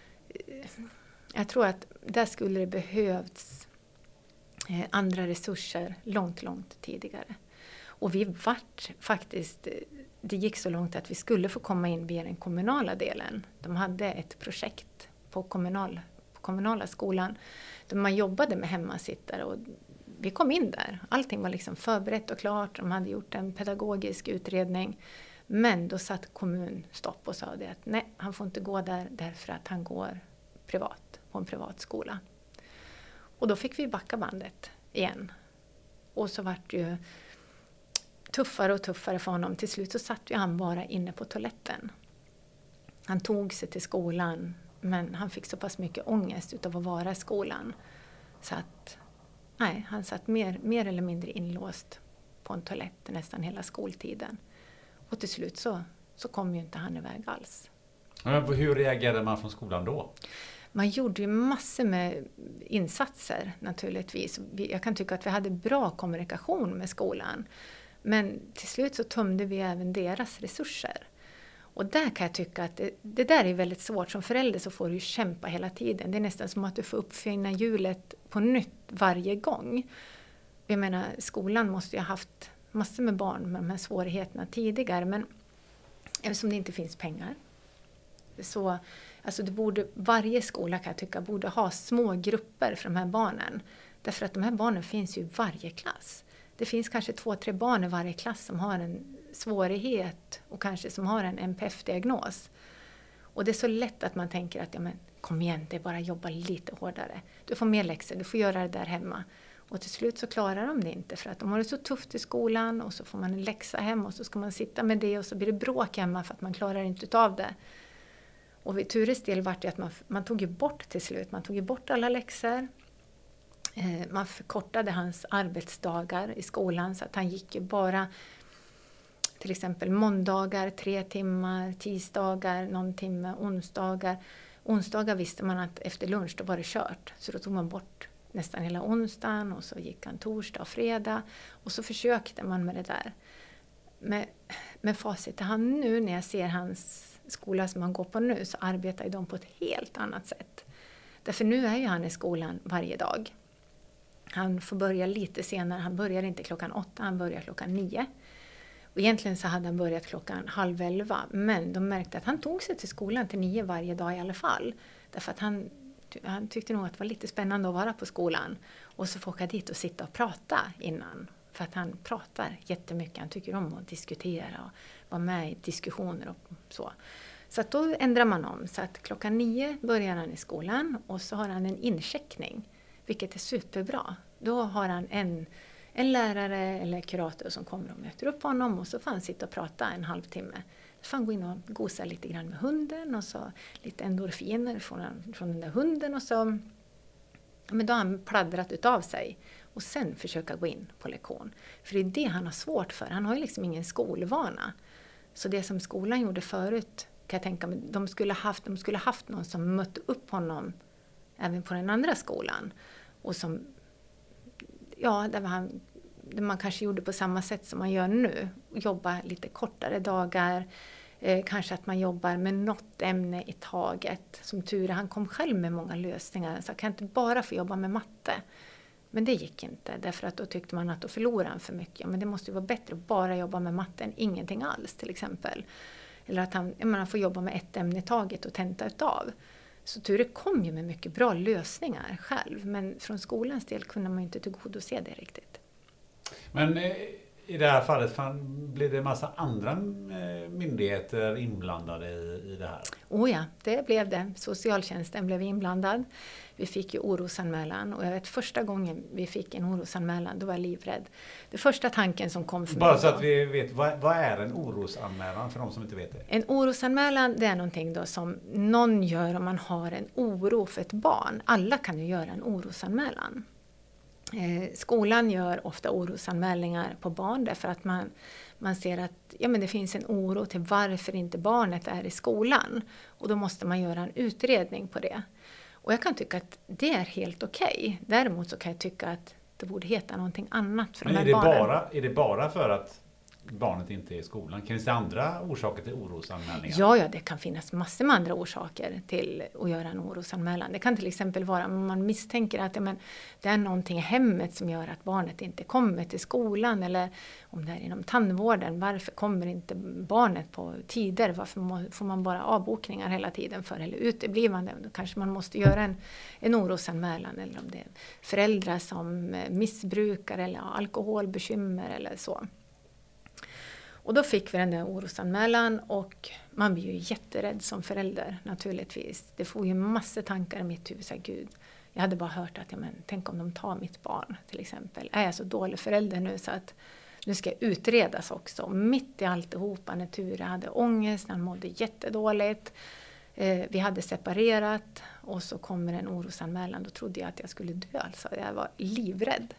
Speaker 3: jag tror att där skulle det behövts andra resurser långt, långt tidigare. Och vi vart faktiskt, det gick så långt att vi skulle få komma in via den kommunala delen. De hade ett projekt på kommunala skolan där man jobbade med hemmasittare och vi kom in där. Allting var liksom förberett och klart. De hade gjort en pedagogisk utredning. Men då satt kommunstopp och sa det att nej, han får inte gå där därför att han går privat på en privat skola. Och då fick vi backa bandet igen. Och så vart det ju tuffare och tuffare för honom. Till slut så satt ju han bara inne på toaletten. Han tog sig till skolan men han fick så pass mycket ångest utav att vara i skolan. Så att nej, han satt mer eller mindre inlåst på en toalett nästan hela skoltiden. Och till slut så kom ju inte han iväg alls.
Speaker 4: Men hur reagerade man från skolan då?
Speaker 3: Man gjorde ju massor med insatser naturligtvis. Jag kan tycka att vi hade bra kommunikation med skolan. Men till slut så tömde vi även deras resurser. Och där kan jag tycka att det där är väldigt svårt. Som förälder så får du ju kämpa hela tiden. Det är nästan som att du får uppfinna hjulet på nytt varje gång. Jag menar, skolan måste ju ha haft massor med barn med de här svårigheterna tidigare. Men eftersom det inte finns pengar. Så alltså varje skola kan jag tycka borde ha små grupper för de här barnen. Därför att de här barnen finns ju i varje klass. Det finns kanske 2-3 barn i varje klass som har en svårighet och kanske som har en NPF-diagnos. Och det är så lätt att man tänker att kom igen, det är bara jobba lite hårdare. Du får mer läxor, du får göra det där hemma. Och till slut så klarar de det inte för att de har det så tufft i skolan och så får man en läxa hem och så ska man sitta med det och så blir det bråk hemma för att man klarar inte utav det. Och vid Tures del var det att man tog ju bort till slut, man tog ju bort alla läxor. Man förkortade hans arbetsdagar i skolan så att han gick ju bara till exempel måndagar 3 timmar, tisdagar någon timme, onsdagar. Onsdagar visste man att efter lunch då var det kört så då tog man bort nästan hela onsdagen och så gick han torsdag och fredag och så försökte man med det där. Med facit han nu när jag ser hans skola som han går på nu så arbetar de på ett helt annat sätt. Därför nu är ju han i skolan varje dag. Han får börja lite senare, han börjar inte 8:00, han börjar 9:00. Och egentligen så hade han börjat 10:30, men de märkte att han tog sig till skolan till 9 varje dag i alla fall. Därför att han tyckte nog att det var lite spännande att vara på skolan. Och så får åka dit och sitta och prata innan. För att han pratar jättemycket, han tycker om att diskutera och vara med i diskussioner och så. Så att då ändrar man om, så att 9:00 börjar han i skolan och så har han en incheckning. Vilket är superbra. Då har han en lärare eller kurator som kommer och möter upp honom och så får han sitta och prata en halvtimme. Så får han gå in och gosa lite grann med hunden och så lite endorfiner från den där hunden och så. Men då har han pladdrat utav sig och sen försöka gå in på lektion. För det är det han har svårt för. Han har ju liksom ingen skolvana. Så det som skolan gjorde förut kan jag tänka mig, de skulle haft någon som mötte upp honom även på den andra skolan. Och som, där man kanske gjorde på samma sätt som man gör nu. Jobba lite kortare dagar. Kanske att man jobbar med något ämne i taget. Som tur är, han kom själv med många lösningar. Så jag kan inte bara få jobba med matte. Men det gick inte. Därför att då tyckte man att då förlorar han för mycket. Ja, men det måste ju vara bättre att bara jobba med matte än ingenting alls till exempel. Eller att han får jobba med ett ämne i taget och tenta utav. Så Ture kom ju med mycket bra lösningar själv, men från skolans del kunde man ju inte tillgodose det riktigt.
Speaker 4: Men i det här fallet blir det en massa andra myndigheter inblandade i det här?
Speaker 3: Oh ja, det blev det. Socialtjänsten blev inblandad. Vi fick ju orosanmälan, och jag vet första gången vi fick en orosanmälan, då var jag livrädd. Det första tanken som kom för mig.
Speaker 4: Bara så att vi vet, vad är en orosanmälan för de som inte vet det?
Speaker 3: En orosanmälan, det är någonting då som någon gör om man har en oro för ett barn. Alla kan ju göra en orosanmälan. Skolan gör ofta orosanmälningar på barn därför att man ser att men det finns en oro till varför inte barnet är i skolan. Och då måste man göra en utredning på det. Och jag kan tycka att det är helt okej. Däremot så kan jag tycka att det borde heta någonting annat för de här barnen.
Speaker 4: Är det bara för att barnet inte är i skolan? Kan det finnas andra orsaker till orosanmälningar?
Speaker 3: Ja, det kan finnas massor med andra orsaker till att göra en orosanmälan. Det kan till exempel vara om man misstänker att det är någonting i hemmet som gör att barnet inte kommer till skolan. Eller om det är inom tandvården, varför kommer inte barnet på tider? Varför får man bara avbokningar hela tiden för eller uteblivande? Då kanske man måste göra en orosanmälan. Eller om det är föräldrar som missbrukar eller alkoholbekymmer eller så. Och då fick vi den där orosanmälan, och man blir ju jätterädd som förälder naturligtvis. Det får ju massor tankar i mitt huvud. Så här, Gud, jag hade bara hört att tänk om de tar mitt barn till exempel. Är jag så dålig förälder nu så att nu ska jag utredas också. Mitt i alltihopa när Ture hade ångest, han mådde jättedåligt. Vi hade separerat och så kommer en orosanmälan. Då trodde jag att jag skulle dö. Alltså. Jag var livrädd.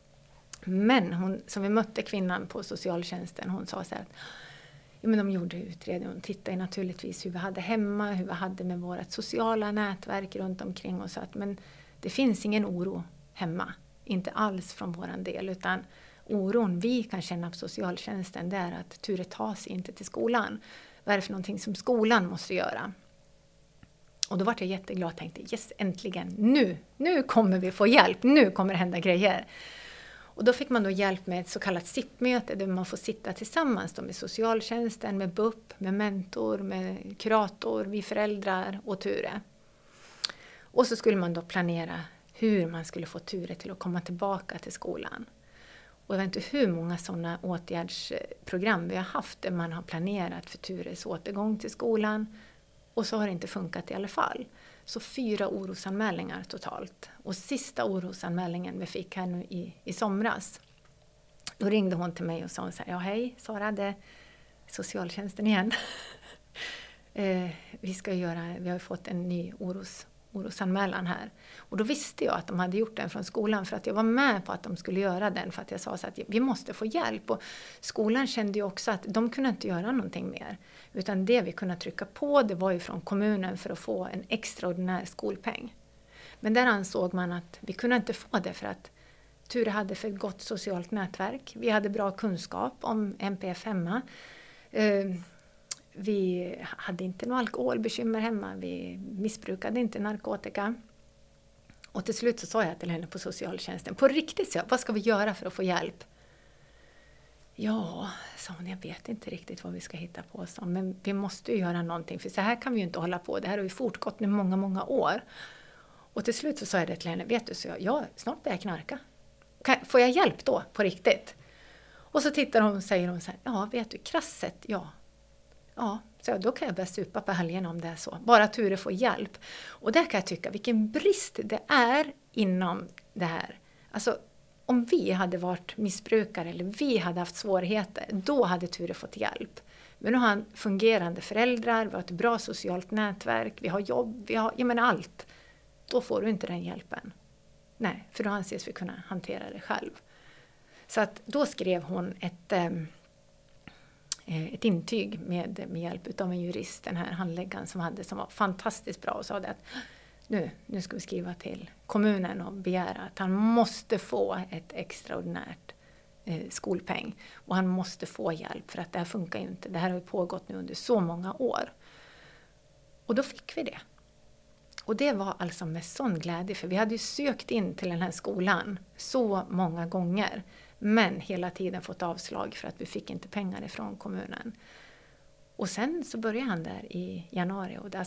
Speaker 3: Men hon, som vi mötte kvinnan på socialtjänsten, hon sa så här att men de gjorde utredning. Hon tittade naturligtvis hur vi hade hemma, hur vi hade med vårt sociala nätverk runt omkring, och sa att men det finns ingen oro hemma. Inte alls från våran del, utan oron vi kan känna på socialtjänsten, det är att Ture tas inte till skolan. Vad är det för någonting som skolan måste göra? Och då var jag jätteglad och tänkte, yes, äntligen, nu kommer vi få hjälp, nu kommer det hända grejer. Och då fick man då hjälp med ett så kallat SIP-möte där man får sitta tillsammans då med socialtjänsten, med BUP, med mentor, med kurator, vi föräldrar och Ture. Och så skulle man då planera hur man skulle få Ture till att komma tillbaka till skolan. Och jag vet inte hur många sådana åtgärdsprogram vi har haft där man har planerat för Tures återgång till skolan. Och så har det inte funkat i alla fall. Så 4 orosanmälningar totalt. Och sista orosanmälningen vi fick här nu i somras. Då ringde hon till mig och sa så här, ja hej Sara, det är socialtjänsten igen. Vi har fått en ny orosanmälan här. Och då visste jag att de hade gjort den från skolan, för att jag var med på att de skulle göra den, för att jag sa så att vi måste få hjälp. Och skolan kände ju också att de kunde inte göra någonting mer. Utan det vi kunde trycka på, det var ju från kommunen för att få en extraordinär skolpeng. Men där ansåg man att vi kunde inte få det för att Ture hade för ett gott socialt nätverk. Vi hade bra kunskap om MPF hemma. Vi hade inte några alkoholbekymmer hemma. Vi missbrukade inte narkotika. Och till slut så sa jag till henne på socialtjänsten, på riktigt, så vad ska vi göra för att få hjälp? Ja, sa hon, jag vet inte riktigt vad vi ska hitta på. Så, men vi måste ju göra någonting, för så här kan vi ju inte hålla på. Det här har ju fortgått nu många, många år. Och till slut så sa jag det till henne, vet du, så snart börjar jag knarka. Får jag hjälp då, på riktigt? Och så tittar hon och säger hon så här, ja vet du, krasset, ja. Ja, så då kan jag börja supa på helgen om det är så. Bara Ture får hjälp. Och där kan jag tycka vilken brist det är inom det här. Alltså om vi hade varit missbrukare eller vi hade haft svårigheter, då hade Ture fått hjälp. Men nu har han fungerande föräldrar, vi har ett bra socialt nätverk, vi har jobb, jag menar allt. Då får du inte den hjälpen. Nej, för då anses vi kunna hantera det själv. Så att då skrev hon ett intyg med hjälp av en jurist, den här handläggaren som var fantastiskt bra, och sa det att nu ska vi skriva till kommunen och begära att han måste få ett extraordinärt skolpeng, och han måste få hjälp för att det här funkar ju inte. Det här har ju pågått nu under så många år. Och då fick vi det. Och det var alltså med sån glädje, för vi hade ju sökt in till den här skolan så många gånger, men hela tiden fått avslag för att vi fick inte pengar ifrån kommunen. Och sen så började han där i januari, och det, alltså,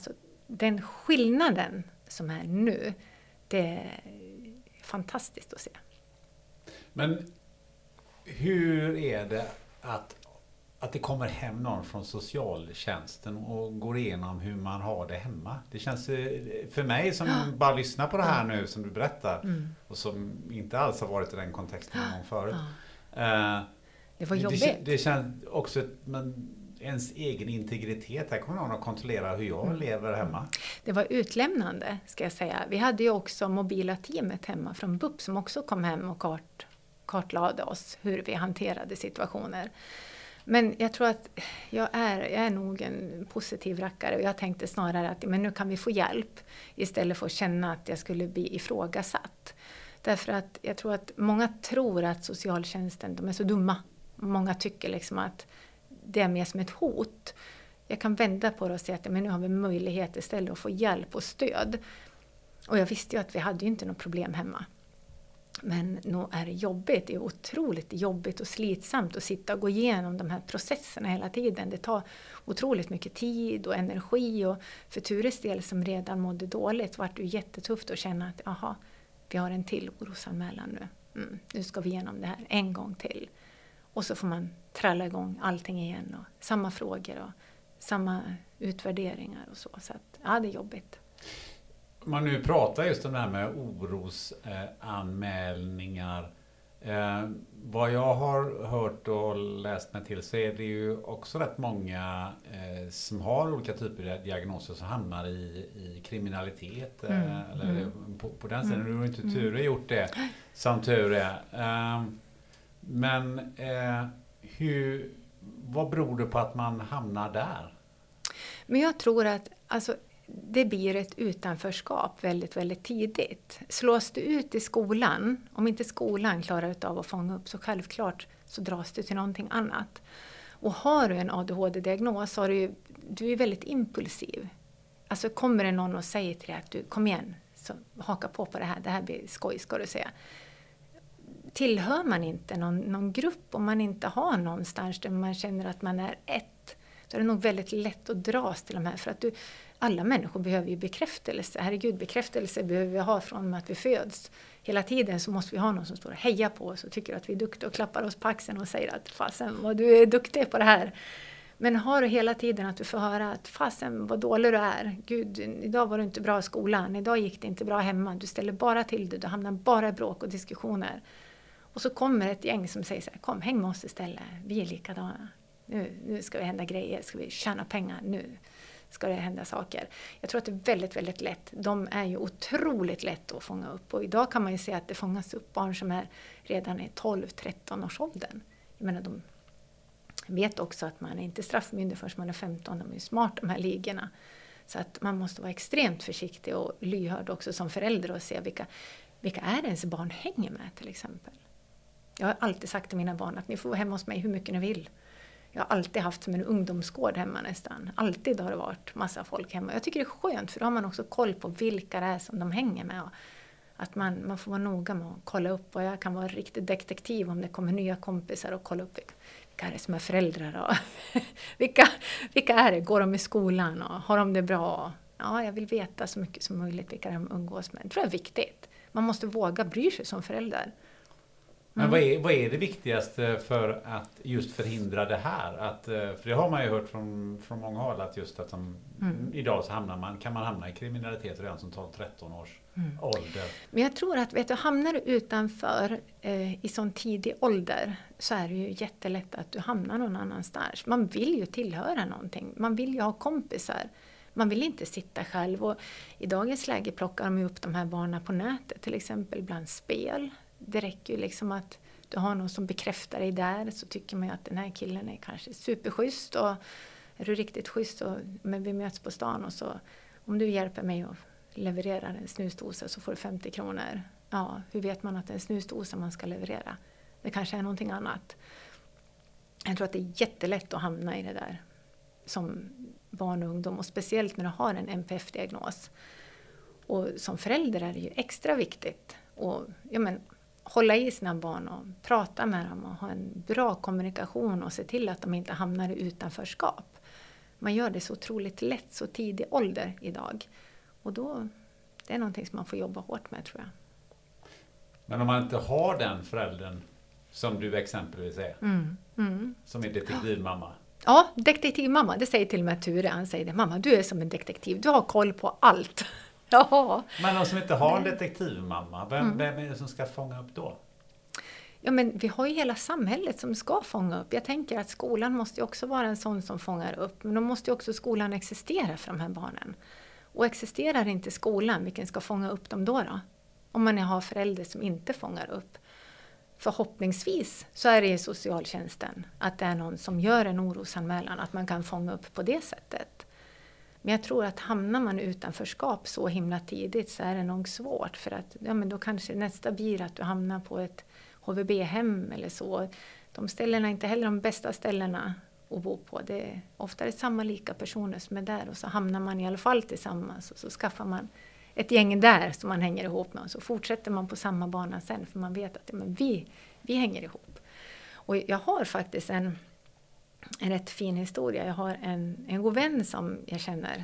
Speaker 3: den skillnaden som är nu, det är fantastiskt att se.
Speaker 4: Men hur är det att det kommer hem någon från socialtjänsten och går igenom hur man har det hemma? Det känns för mig som bara lyssnar på det här nu som du berättar och som inte alls har varit i den kontexten någon gång förut.
Speaker 3: Det var jobbigt.
Speaker 4: Det känns också ens egen integritet. Här kommer någon att kontrollera hur jag lever hemma.
Speaker 3: Det var utlämnande, ska jag säga. Vi hade ju också mobila teamet hemma från BUP som också kom hem och kartlade oss hur vi hanterade situationer. Men jag tror att jag är nog en positiv rackare och jag tänkte snarare att men nu kan vi få hjälp istället för att känna att jag skulle bli ifrågasatt. Därför att jag tror att många tror att socialtjänsten, de är så dumma. Många tycker liksom att det är mer som ett hot. Jag kan vända på det och säga att men nu har vi möjlighet istället att få hjälp och stöd. Och jag visste ju att vi hade ju inte något problem hemma. Men nog är det jobbigt, det är otroligt jobbigt och slitsamt att sitta och gå igenom de här processerna hela tiden. Det tar otroligt mycket tid och energi och för Tures del som redan mådde dåligt var det ju jättetufft att känna att aha, vi har en till orosanmälan nu. Nu ska vi igenom det här en gång till. Och så får man tralla igång allting igen och samma frågor och samma utvärderingar och så. Så att, ja, det är jobbigt.
Speaker 4: Man nu pratar just om det här med orosanmälningar. Vad jag har hört och läst mig till så är det ju också rätt många som har olika typer av diagnoser som hamnar i kriminalitet. Eller på den sidan. Nu har inte Ture gjort det som tur är. Men vad beror det på att man hamnar där?
Speaker 3: Men jag tror att det blir ett utanförskap väldigt, väldigt tidigt. Slås du ut i skolan, om inte skolan klarar av att fånga upp så självklart så dras du till någonting annat. Och har du en ADHD-diagnos har du är väldigt impulsiv. Alltså kommer det någon och säger till dig att du kom igen, så haka på det här blir skoj ska du säga. Tillhör man inte någon grupp, om man inte har någonstans där man känner att man är ett, så är det nog väldigt lätt att dras till de här. För att alla människor behöver ju bekräftelse. Herregud, bekräftelse behöver vi ha från att vi föds. Hela tiden så måste vi ha någon som står och hejar på oss och tycker att vi är duktiga och klappar oss på axeln och säger att fasen vad du är duktig på det här. Men har du hela tiden att du får höra att fasen vad dålig du är. Gud, idag var du inte bra i skolan. Idag gick det inte bra hemma. Du ställer bara till det. Du hamnar bara i bråk och diskussioner. Och så kommer ett gäng som säger så här, kom häng med oss istället. Vi är likadana. Nu ska det hända grejer. Ska vi tjäna pengar nu? Ska det hända saker. Jag tror att det är väldigt, väldigt lätt. De är ju otroligt lätt att fånga upp. Och idag kan man ju se att det fångas upp barn som är redan i 12-13 års åldern. Jag menar, de vet också att man är inte straffmyndig förrän man är 15. De är ju smart de här ligorna. Så att man måste vara extremt försiktig och lyhörd också som förälder och se vilka är det ens barn hänger med till exempel. Jag har alltid sagt till mina barn att ni får vara hemma hos mig hur mycket ni vill. Jag har alltid haft som en ungdomsgård hemma nästan. Alltid har det varit massa folk hemma. Jag tycker det är skönt för då har man också koll på vilka det är som de hänger med. Och att man får vara noga med att kolla upp. Och jag kan vara riktigt detektiv om det kommer nya kompisar och kolla upp vilka är det som är föräldrar. Och vilka är det? Går de i skolan och har de det bra? Ja, jag vill veta så mycket som möjligt vilka de umgås med. Det tror jag är viktigt. Man måste våga bry sig som förälder.
Speaker 4: Men vad är det viktigaste för att just förhindra det här? För det har man ju hört från många håll att just att idag så kan man hamna i kriminalitet redan som 12-13 års ålder. Men
Speaker 3: jag tror att hamnar du utanför i sån tidig ålder så är det ju jättelätt att du hamnar någon annanstans. Man vill ju tillhöra någonting. Man vill ju ha kompisar. Man vill inte sitta själv. Och i dagens läge plockar de upp de här barnen på nätet. Till exempel bland spel. Det räcker ju liksom att du har någon som bekräftar dig där så tycker man ju att den här killen är kanske superschysst och är du riktigt schysst men vi möts på stan och så om du hjälper mig att leverera en snusdosa så får du 50 kronor. Ja, hur vet man att det är en snusdosa man ska leverera? Det kanske är någonting annat. Jag tror att det är jättelätt att hamna i det där som barn och ungdom och speciellt när du har en NPF-diagnos. Och som förälder är det ju extra viktigt och hålla i sina barn och prata med dem och ha en bra kommunikation och se till att de inte hamnar i utanförskap. man gör det så otroligt lätt, så tidig ålder idag. Och då, det är någonting som man får jobba hårt med, tror jag.
Speaker 4: Men om man inte har den föräldern som du exempelvis är, som är detektivmamma.
Speaker 3: Ja, detektivmamma, det säger till och med Ture. Han säger det, mamma, du är som en detektiv, du har koll på allt. Ja.
Speaker 4: Men de som inte har en detektivmamma, vem är det som ska fånga upp då?
Speaker 3: Ja, men vi har ju hela samhället som ska fånga upp. Jag tänker att skolan måste ju också vara en sån som fångar upp. Men då måste ju också skolan existera för de här barnen. Och existerar inte skolan, vilken ska fånga upp dem då? Om man har föräldrar som inte fångar upp. Förhoppningsvis så är det i socialtjänsten att det är någon som gör en orosanmälan, att man kan fånga upp på det sättet. Men jag tror att hamnar man utanförskap så himla tidigt så är det nog svårt. För att men då kanske nästa blir att du hamnar på ett HVB-hem eller så. De ställena är inte heller de bästa ställena att bo på. Det är ofta samma lika personer som är där och så hamnar man i alla fall tillsammans och så skaffar man ett gäng där som man hänger ihop med och så fortsätter man på samma bana sen för man vet att vi hänger ihop. Och jag har faktiskt en rätt fin historia. Jag har en god vän som jag känner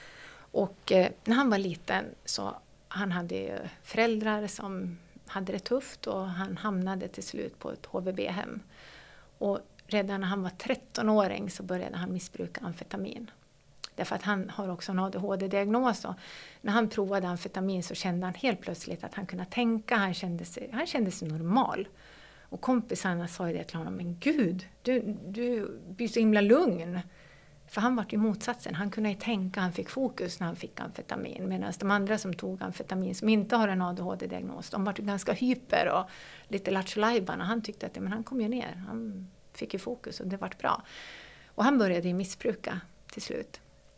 Speaker 3: och när han var liten så han hade föräldrar som hade det tufft och han hamnade till slut på ett HVB-hem. Och redan när han var 13-åring så började han missbruka amfetamin. Därför att han har också en ADHD-diagnos och när han provade amfetamin så kände han helt plötsligt att han kunde tänka, han kände sig normal. Och kompisarna sa ju det till honom, men gud, du blir så himla lugn. För han var ju motsatsen, han kunde ju tänka, han fick fokus när han fick amfetamin. Medan de andra som tog amfetamin som inte har en ADHD-diagnos, de var ju ganska hyper och lite lattjolajban. Och han tyckte att men han kom ju ner, han fick ju fokus och det vart bra. Och han började ju missbruka till slut.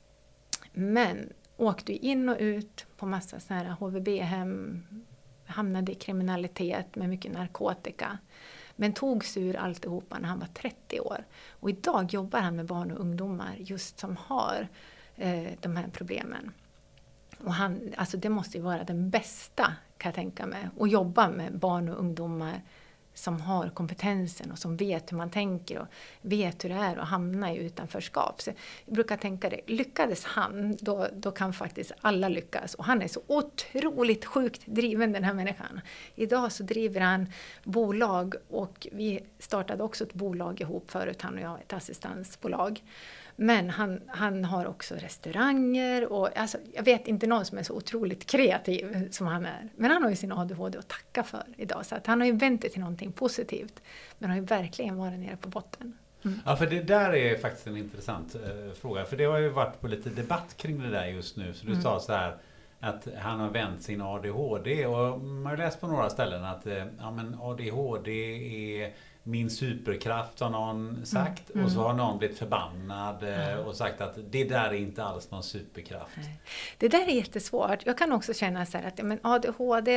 Speaker 3: Men åkte in och ut på massa sådana här HVB-hem, hamnade i kriminalitet med mycket narkotika. Men tog sig ur alltihopa när han var 30 år. Och idag jobbar han med barn och ungdomar just som har de här problemen. Och alltså det måste ju vara den bästa, kan jag tänka mig, att jobba med barn och ungdomar som har kompetensen och som vet hur man tänker och vet hur det är att hamna i utanförskap. Så jag brukar tänka det, lyckades han, då kan faktiskt alla lyckas. Och han är så otroligt sjukt driven, den här människan. Idag så driver han bolag och vi startade också ett bolag ihop förut, han och jag, ett assistansbolag. Men han har också restauranger och alltså, jag vet inte någon som är så otroligt kreativ som han är. Men han har ju sin ADHD att tacka för idag. Så att han har ju vänt det till någonting positivt. Men har ju verkligen varit nere på botten. Mm.
Speaker 4: Ja, för det där är faktiskt en intressant fråga. För det har ju varit på lite debatt kring det där just nu. Så du sa så här att han har vänt sin ADHD. Och man har läst på några ställen att men ADHD är min superkraft, har någon sagt. Och så har någon blivit förbannad och sagt att det där är inte alls någon superkraft.
Speaker 3: Nej. Det där är jättesvårt. Jag kan också känna så här att men ADHD,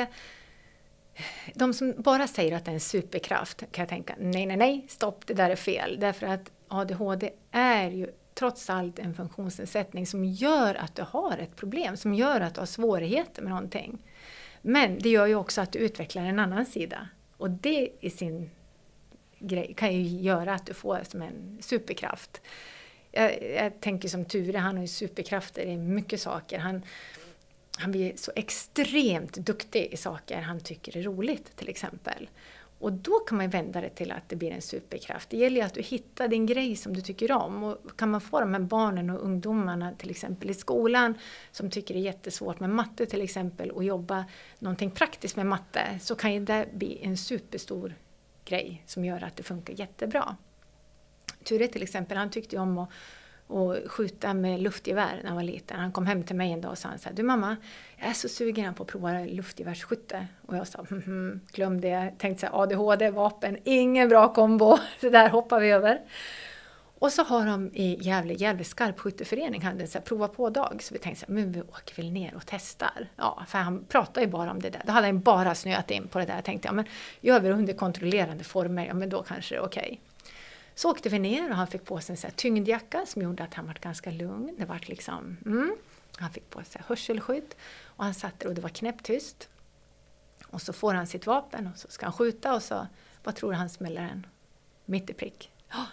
Speaker 3: de som bara säger att det är en superkraft kan jag tänka, nej, stopp, det där är fel. Därför att ADHD är ju trots allt en funktionsnedsättning som gör att du har ett problem, som gör att du har svårigheter med någonting. Men det gör ju också att du utvecklar en annan sida. Och det i sin grej kan ju göra att du får som en superkraft. Jag tänker som Ture, han har ju superkrafter i mycket saker. Han blir så extremt duktig i saker han tycker är roligt till exempel. Och då kan man vända det till att det blir en superkraft. Det gäller ju att du hittar din grej som du tycker om. Och kan man få de här barnen och ungdomarna till exempel i skolan som tycker det är jättesvårt med matte till exempel och jobba någonting praktiskt med matte, så kan ju det bli en superstor grej som gör att det funkar jättebra. Ture till exempel, han tyckte om att skjuta med luftgevär när han var liten. Han kom hem till mig en dag och sa så här, du mamma, jag är så sugen på att prova luftgevärsskytte. Och jag sa, glöm det. Jag tänkte så här, ADHD, vapen, ingen bra kombo. Så där hoppar vi över. Och så har de i Gävle skarpskytteförening hade så här prova på dag. Så vi tänkte så här, men vi åker väl ner och testar. Ja, för han pratar ju bara om det där. Då hade han bara snöat in på det där. Jag tänkte, ja men gör vi det under kontrollerande former, ja men då kanske det är okej. Så åkte vi ner och han fick på sig en så här tyngdjacka som gjorde att han var ganska lugn. Det var liksom, han fick på sig hörselskydd och han satt där och det var knäpptyst. Och så får han sitt vapen och så ska han skjuta och så, vad tror du han smäller den? Mitt i prick.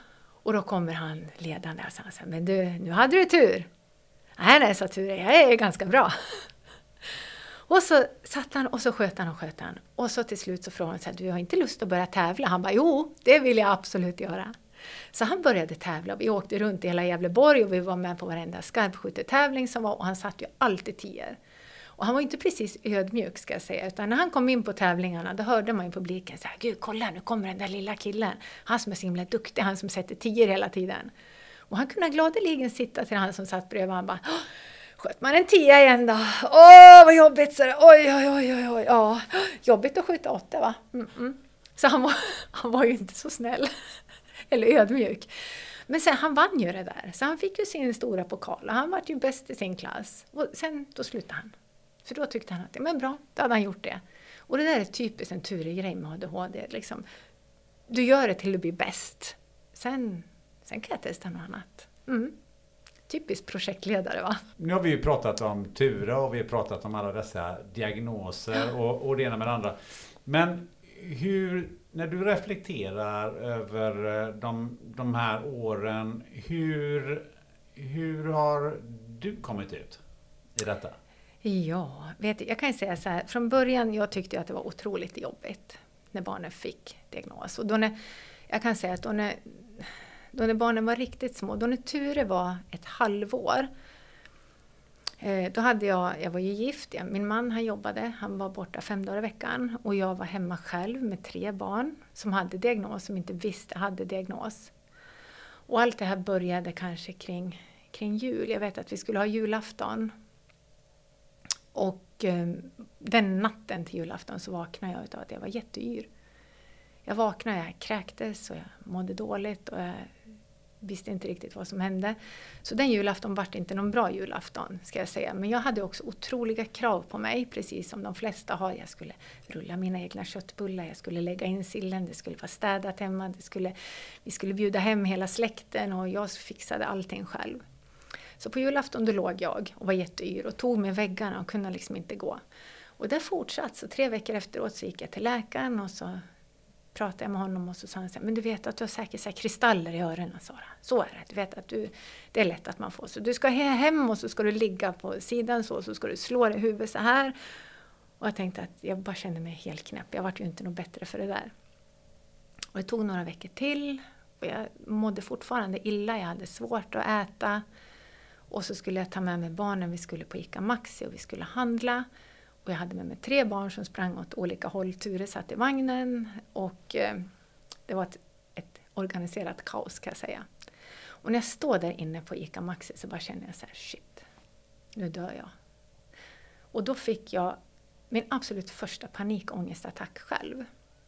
Speaker 3: Och då kommer han ledande och säger, men du, nu hade du tur. Nej, sa Ture, jag är ganska bra. Och så satt han och så sköt han. Och så till slut så frågade han, du har inte lust att börja tävla? Han bara, jo, det vill jag absolut göra. Så han började tävla. Vi åkte runt i hela Gävleborg och vi var med på varenda skarpskyttetävling som var. Och han satt ju alltid 10. Och han var inte precis ödmjuk ska jag säga. Utan när han kom in på tävlingarna, då hörde man i publiken så här, gud kolla nu kommer den där lilla killen. Han som är så himla duktig, han som sätter 10 hela tiden. Och han kunde gladeligen sitta till han som satt bredvid. Han bara, sköt man en 10 igen då? Åh, vad jobbigt! Så oj. Ja, jobbigt att skjuta 8 va? Så han var ju inte så snäll. Eller ödmjuk. Men sen han vann ju det där. Så han fick ju sin stora pokal. Och han var ju bäst i sin klass. Och sen då slutade han. För då tyckte han att men bra, då hade han gjort det. Och det där är typiskt en Ture-grej med ADHD. Liksom. Du gör det till du blir bäst. Sen kan jag testa något annat. Typiskt projektledare va?
Speaker 4: Nu har vi ju pratat om Ture och vi har pratat om alla dessa diagnoser och det ena med det andra. Men när du reflekterar över de här åren, hur har du kommit ut i detta?
Speaker 3: Ja, jag kan säga så här. Från början jag tyckte att det var otroligt jobbigt när barnen fick diagnos. Och jag kan säga att då när barnen var riktigt små, då när Ture var ett halvår, då hade jag var ju gift, min man han jobbade, han var borta 5 dagar i veckan och jag var hemma själv med 3 barn som hade diagnos, som inte visste hade diagnos. Och allt det här började kanske kring jul, jag vet att vi skulle ha julafton. Och den natten till julafton så vaknade jag utav att jag var jätteyr. Jag vaknade, jag kräktes och jag mådde dåligt och jag visste inte riktigt vad som hände. Så den julafton var inte någon bra julafton ska jag säga. Men jag hade också otroliga krav på mig, precis som de flesta har. Jag skulle rulla mina egna köttbullar, jag skulle lägga in sillen, det skulle vara städat hemma, vi skulle bjuda hem hela släkten och jag fixade allting själv. Så på julafton då låg jag och var jätteyr och tog mig väggarna och kunde liksom inte gå. Och det fortsatte, så 3 veckor efteråt så gick jag till läkaren och så pratade jag med honom och så sa han så här, men du vet att du har säkert så här kristaller i öronen, Sara. Så är det, du vet att det är lätt att man får. Så du ska hem och så ska du ligga på sidan så ska du slå dig i huvudet så här. Och jag tänkte att jag bara kände mig helt knäpp, jag var ju inte något bättre för det där. Och det tog några veckor till och jag mådde fortfarande illa, jag hade svårt att äta. Och så skulle jag ta med mig barnen, vi skulle på ICA Maxi och vi skulle handla. Och jag hade med mig 3 barn som sprang åt olika håll. Ture satt i vagnen och det var ett organiserat kaos kan jag säga. Och när jag står där inne på ICA Maxi så bara känner jag så här, shit, nu dör jag. Och då fick jag min absolut första panikångestattack själv.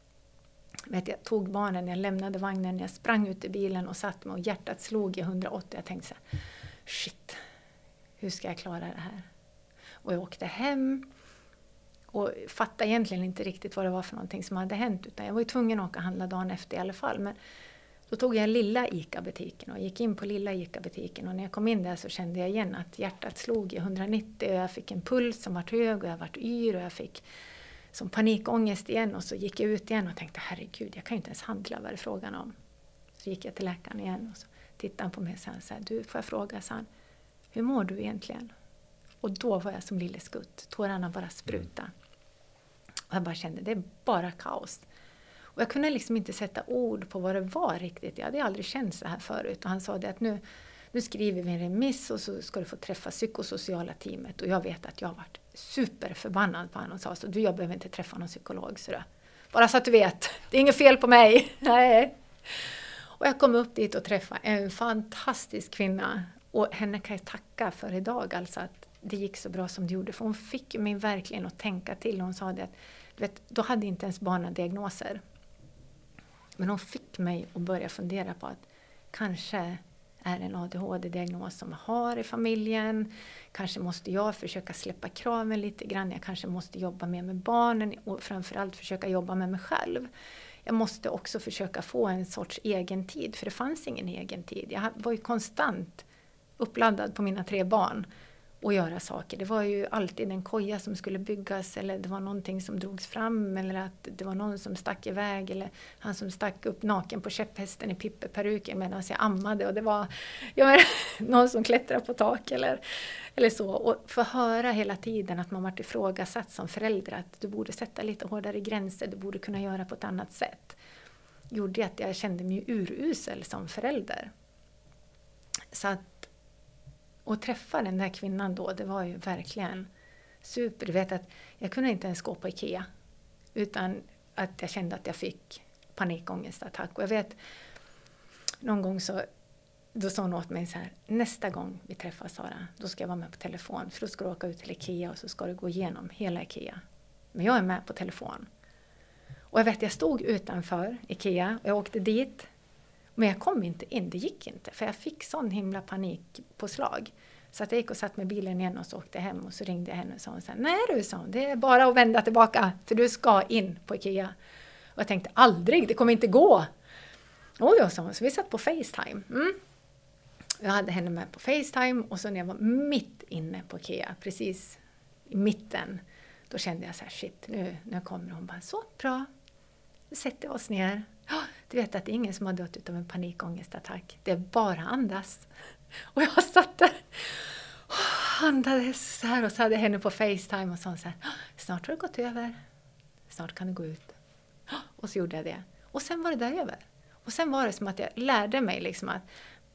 Speaker 3: Jag tog barnen, jag lämnade vagnen, jag sprang ut i bilen och satt mig och hjärtat slog i 180. Jag tänkte så här, shit, hur ska jag klara det här? Och jag åkte hem och fattade egentligen inte riktigt vad det var för någonting som hade hänt. Utan jag var ju tvungen att åka och handla dagen efter i alla fall. Men då tog jag lilla ICA-butiken och gick in på lilla ICA-butiken. Och när jag kom in där så kände jag igen att hjärtat slog i 190 och jag fick en puls som var hög och jag var yr och jag fick som panikångest igen. Och så gick jag ut igen och tänkte, herregud, jag kan ju inte ens handla, vad är det frågan om? Så gick jag till läkaren igen och så tittade han på mig och sa, du får jag fråga, sa han, hur mår du egentligen? Och då var jag som lille skutt, tårarna bara spruta. Och jag bara kände, det är bara kaos. Och jag kunde liksom inte sätta ord på vad det var riktigt. Jag hade aldrig känt så här förut. Och han sa det att nu skriver vi en remiss och så ska du få träffa psykosociala teamet. Och jag vet att jag har varit superförbannad på honom och sa, så jag behöver inte träffa någon psykolog. Så bara så att du vet, det är inget fel på mig. Nej. Och jag kom upp dit och träffade en fantastisk kvinna. Och henne kan jag tacka för idag, alltså att det gick så bra som det gjorde. För hon fick mig verkligen att tänka till. Hon sa det att, du vet, då hade inte ens barnen diagnoser. Men hon fick mig att börja fundera på att kanske är en ADHD-diagnos som jag har i familjen. Kanske måste jag försöka släppa kraven lite grann. Jag kanske måste jobba mer med barnen och framförallt försöka jobba med mig själv. Jag måste också försöka få en sorts egen tid, för det fanns ingen egen tid. Jag var ju konstant uppladdad på mina 3 barn. och göra saker. Det var ju alltid en koja som skulle byggas, eller det var någonting som drogs fram, eller att det var någon som stack iväg, eller han som stack upp naken på käpphästen i Pippi-peruken medan jag ammade, och det var någon som klättrade på tak eller så. Och få höra hela tiden att man varit ifrågasatt som förälder, att du borde sätta lite hårdare gränser, du borde kunna göra på ett annat sätt, gjorde att jag kände mig urusel som förälder. Så att och träffa den där kvinnan då, det var ju verkligen super. Du vet att jag kunde inte ens gå på IKEA utan att jag kände att jag fick panikångestattack. Och jag vet, någon gång då sa hon åt mig så här: nästa gång vi träffas, Sara, då ska jag vara med på telefon. För då ska du åka ut till IKEA och så ska du gå igenom hela IKEA. Men jag är med på telefon. Och jag vet, jag stod utanför IKEA och jag åkte dit. Men jag kom inte in, det gick inte. För jag fick sån himla panik på slag. Så att jag gick och satt med bilen igen och så åkte hem. Och så ringde jag henne och sa hon så här: nej du, sa hon, det är bara att vända tillbaka. För du ska in på IKEA. Och jag tänkte, aldrig, det kommer inte gå. Och jag sa hon, så vi satt på FaceTime. Jag hade henne med på FaceTime. Och så när jag var mitt inne på IKEA, precis i mitten, då kände jag så här, shit, nu kommer hon. Bara, så bra, nu sätter vi oss ner. Du vet att det är ingen som har dött av en panikångestattack. Det är bara andas. Och jag satt där och andades så här och så hade jag henne på FaceTime och sa så här: snart har det gått över. Snart kan du gå ut. Och så gjorde jag det. Och sen var det där över. Och sen var det som att jag lärde mig liksom att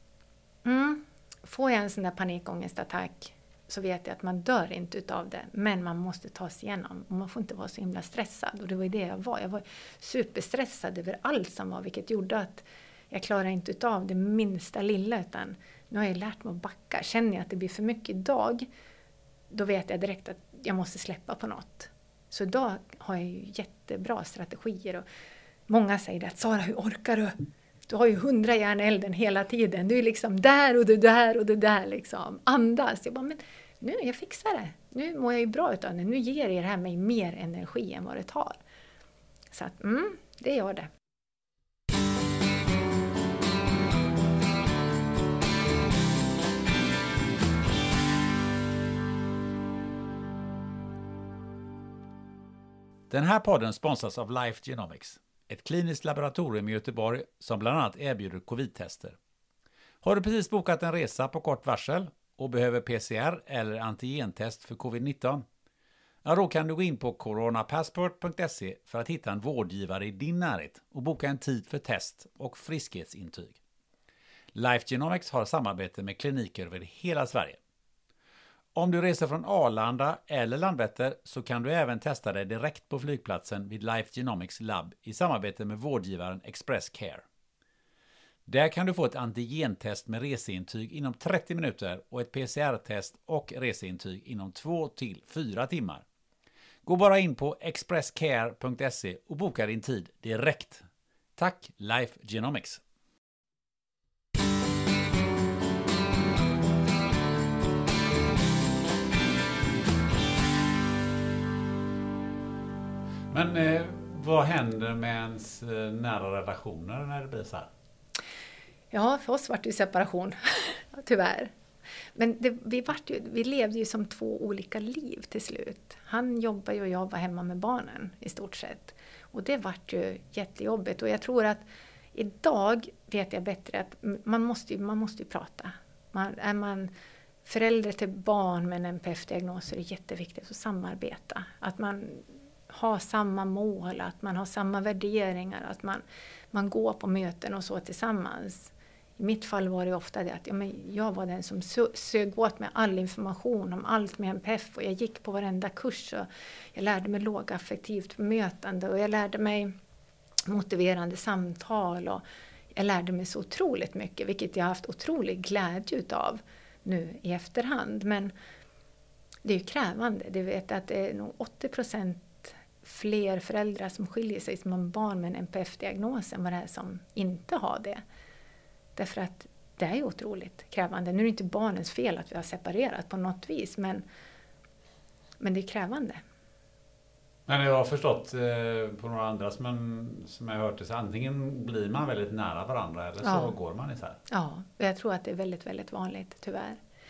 Speaker 3: får jag en sån där panikångestattack så vet jag att man dör inte utav det. Men man måste ta sig igenom. Och man får inte vara så himla stressad. Och det var ju det jag var. Jag var superstressad över allt som var. Vilket gjorde att jag klarade inte utav det minsta lilla. Utan nu har jag lärt mig att backa. Känner jag att det blir för mycket idag, då vet jag direkt att jag måste släppa på något. Så idag har jag ju jättebra strategier. Och många säger att Sara, hur orkar du? Du har ju 100 järn i elden hela tiden. Du är liksom där och du där och du där liksom. Andas. Jag bara, men nu, jag fixar det. Nu mår jag ju bra utav det. Nu ger det här mig mer energi än vad det tar. Så att, det gör det.
Speaker 4: Den här podden sponsras av Life Genomics, ett kliniskt laboratorium i Göteborg som bland annat erbjuder covid-tester. Har du precis bokat en resa på kort varsel och behöver PCR eller antigentest för covid-19? Ja, då kan du gå in på coronapassport.se för att hitta en vårdgivare i din närhet och boka en tid för test och friskhetsintyg. Life Genomics har samarbete med kliniker över hela Sverige. Om du reser från Arlanda eller Landvetter så kan du även testa dig direkt på flygplatsen vid Life Genomics Lab i samarbete med vårdgivaren Express Care. Där kan du få ett antigentest med reseintyg inom 30 minuter och ett PCR-test och reseintyg inom 2-4 timmar. Gå bara in på expresscare.se och boka din tid direkt. Tack Life Genomics! Men vad händer med ens nära relationer när det blir så här?
Speaker 3: Ja, för oss var det ju separation, tyvärr. Men vi levde ju som 2 olika liv till slut. Han jobbade och jag var hemma med barnen i stort sett. Och det var ju jättejobbigt. Och jag tror att idag vet jag bättre att man måste ju prata. Är man förälder till barn med en NPF-diagnos så är det jätteviktigt att samarbeta. Att man har samma mål, att man har samma värderingar, att man går på möten och så tillsammans. I mitt fall var det ofta det att jag var den som sög åt med all information om allt med NPF och jag gick på varenda kurs och jag lärde mig lågaffektivt mötande och jag lärde mig motiverande samtal och jag lärde mig så otroligt mycket, vilket jag har haft otrolig glädje utav nu i efterhand. Men det är ju krävande. Det vet att det är nog 80% fler föräldrar som skiljer sig som har barn med en NPF-diagnos än vad det är som inte har det. Därför att det är ju otroligt krävande. Nu är det inte barnens fel att vi har separerat på något vis, men det är krävande.
Speaker 4: Men jag har förstått på några andra som jag har hört det, så antingen blir man väldigt nära varandra eller så går man isär.
Speaker 3: Ja, och jag tror att det är väldigt, väldigt vanligt, tyvärr.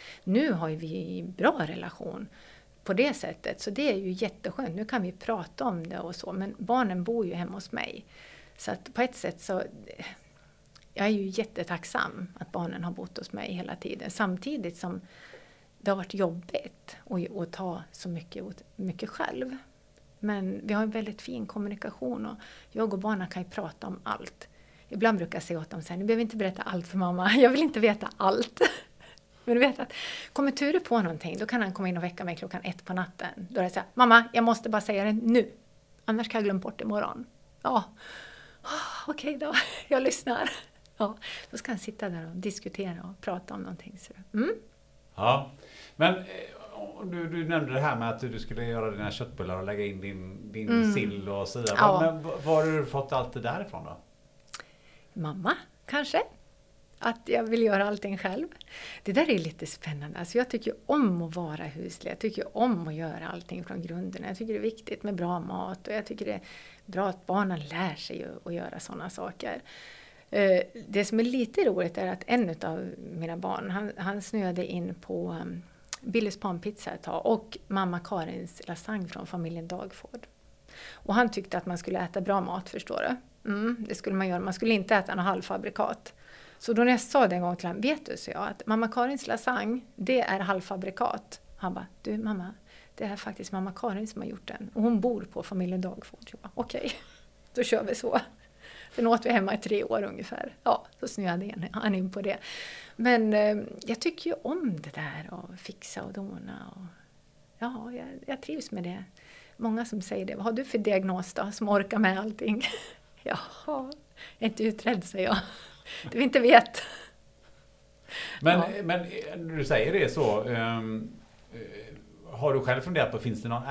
Speaker 3: Nu har vi bra relation på det sättet, så det är ju jätteskönt. Nu kan vi prata om det och så, men barnen bor ju hemma hos mig. Så att på ett sätt så, jag är ju jättetacksam att barnen har bott hos mig hela tiden. Samtidigt som det har varit jobbigt att ta så mycket själv. Men vi har en väldigt fin kommunikation och jag och barnen kan ju prata om allt. Ibland brukar jag säga åt dem så här, ni behöver inte berätta allt för mamma, jag vill inte veta allt. Men du vet att kommer Ture på någonting, då kan han komma in och väcka mig 1:00 på natten. Då är det så här, mamma, jag måste bara säga det nu. Annars kan jag glömma bort det imorgon. Ja, okej då, jag lyssnar. Ja, då ska han sitta där och diskutera och prata om någonting. Så.
Speaker 4: Ja, men du nämnde det här med att du skulle göra dina köttbullar och lägga in din sill och så vidare.
Speaker 3: Ja.
Speaker 4: Men var har du fått allt det därifrån då?
Speaker 3: Mamma, kanske. Att jag vill göra allting själv. Det där är lite spännande. Alltså jag tycker om att vara huslig. Jag tycker om att göra allting från grunden. Jag tycker det är viktigt med bra mat. Och jag tycker det är bra att barnen lär sig att göra sådana saker. Det som är lite roligt är att en av mina barn, han snöade in på Billys panpizza ett tag. Och mamma Karins lasagne från familjen Dagford. Och han tyckte att man skulle äta bra mat, förstår du. Det skulle man göra. Man skulle inte äta något halvfabrikat. Så då när jag sa det en gång till honom, vet du, så jag, att mamma Karins lasagne, det är halvfabrikat. Han bara, du mamma, det är faktiskt mamma Karin som har gjort den. Och hon bor på familjen Dagford. Jag bara, okej, då kör vi så. Sen åt vi hemma i 3 år ungefär. Ja, så snöade han in på det. Men jag tycker ju om det där och fixa och dona. Och, ja, jag trivs med det. Många som säger det, vad har du för diagnos då, som orkar med allting? Ja, jag är inte utredd, säger jag. Det vi inte vet.
Speaker 4: Men du säger det så. Har du själv funderat på, finns det någon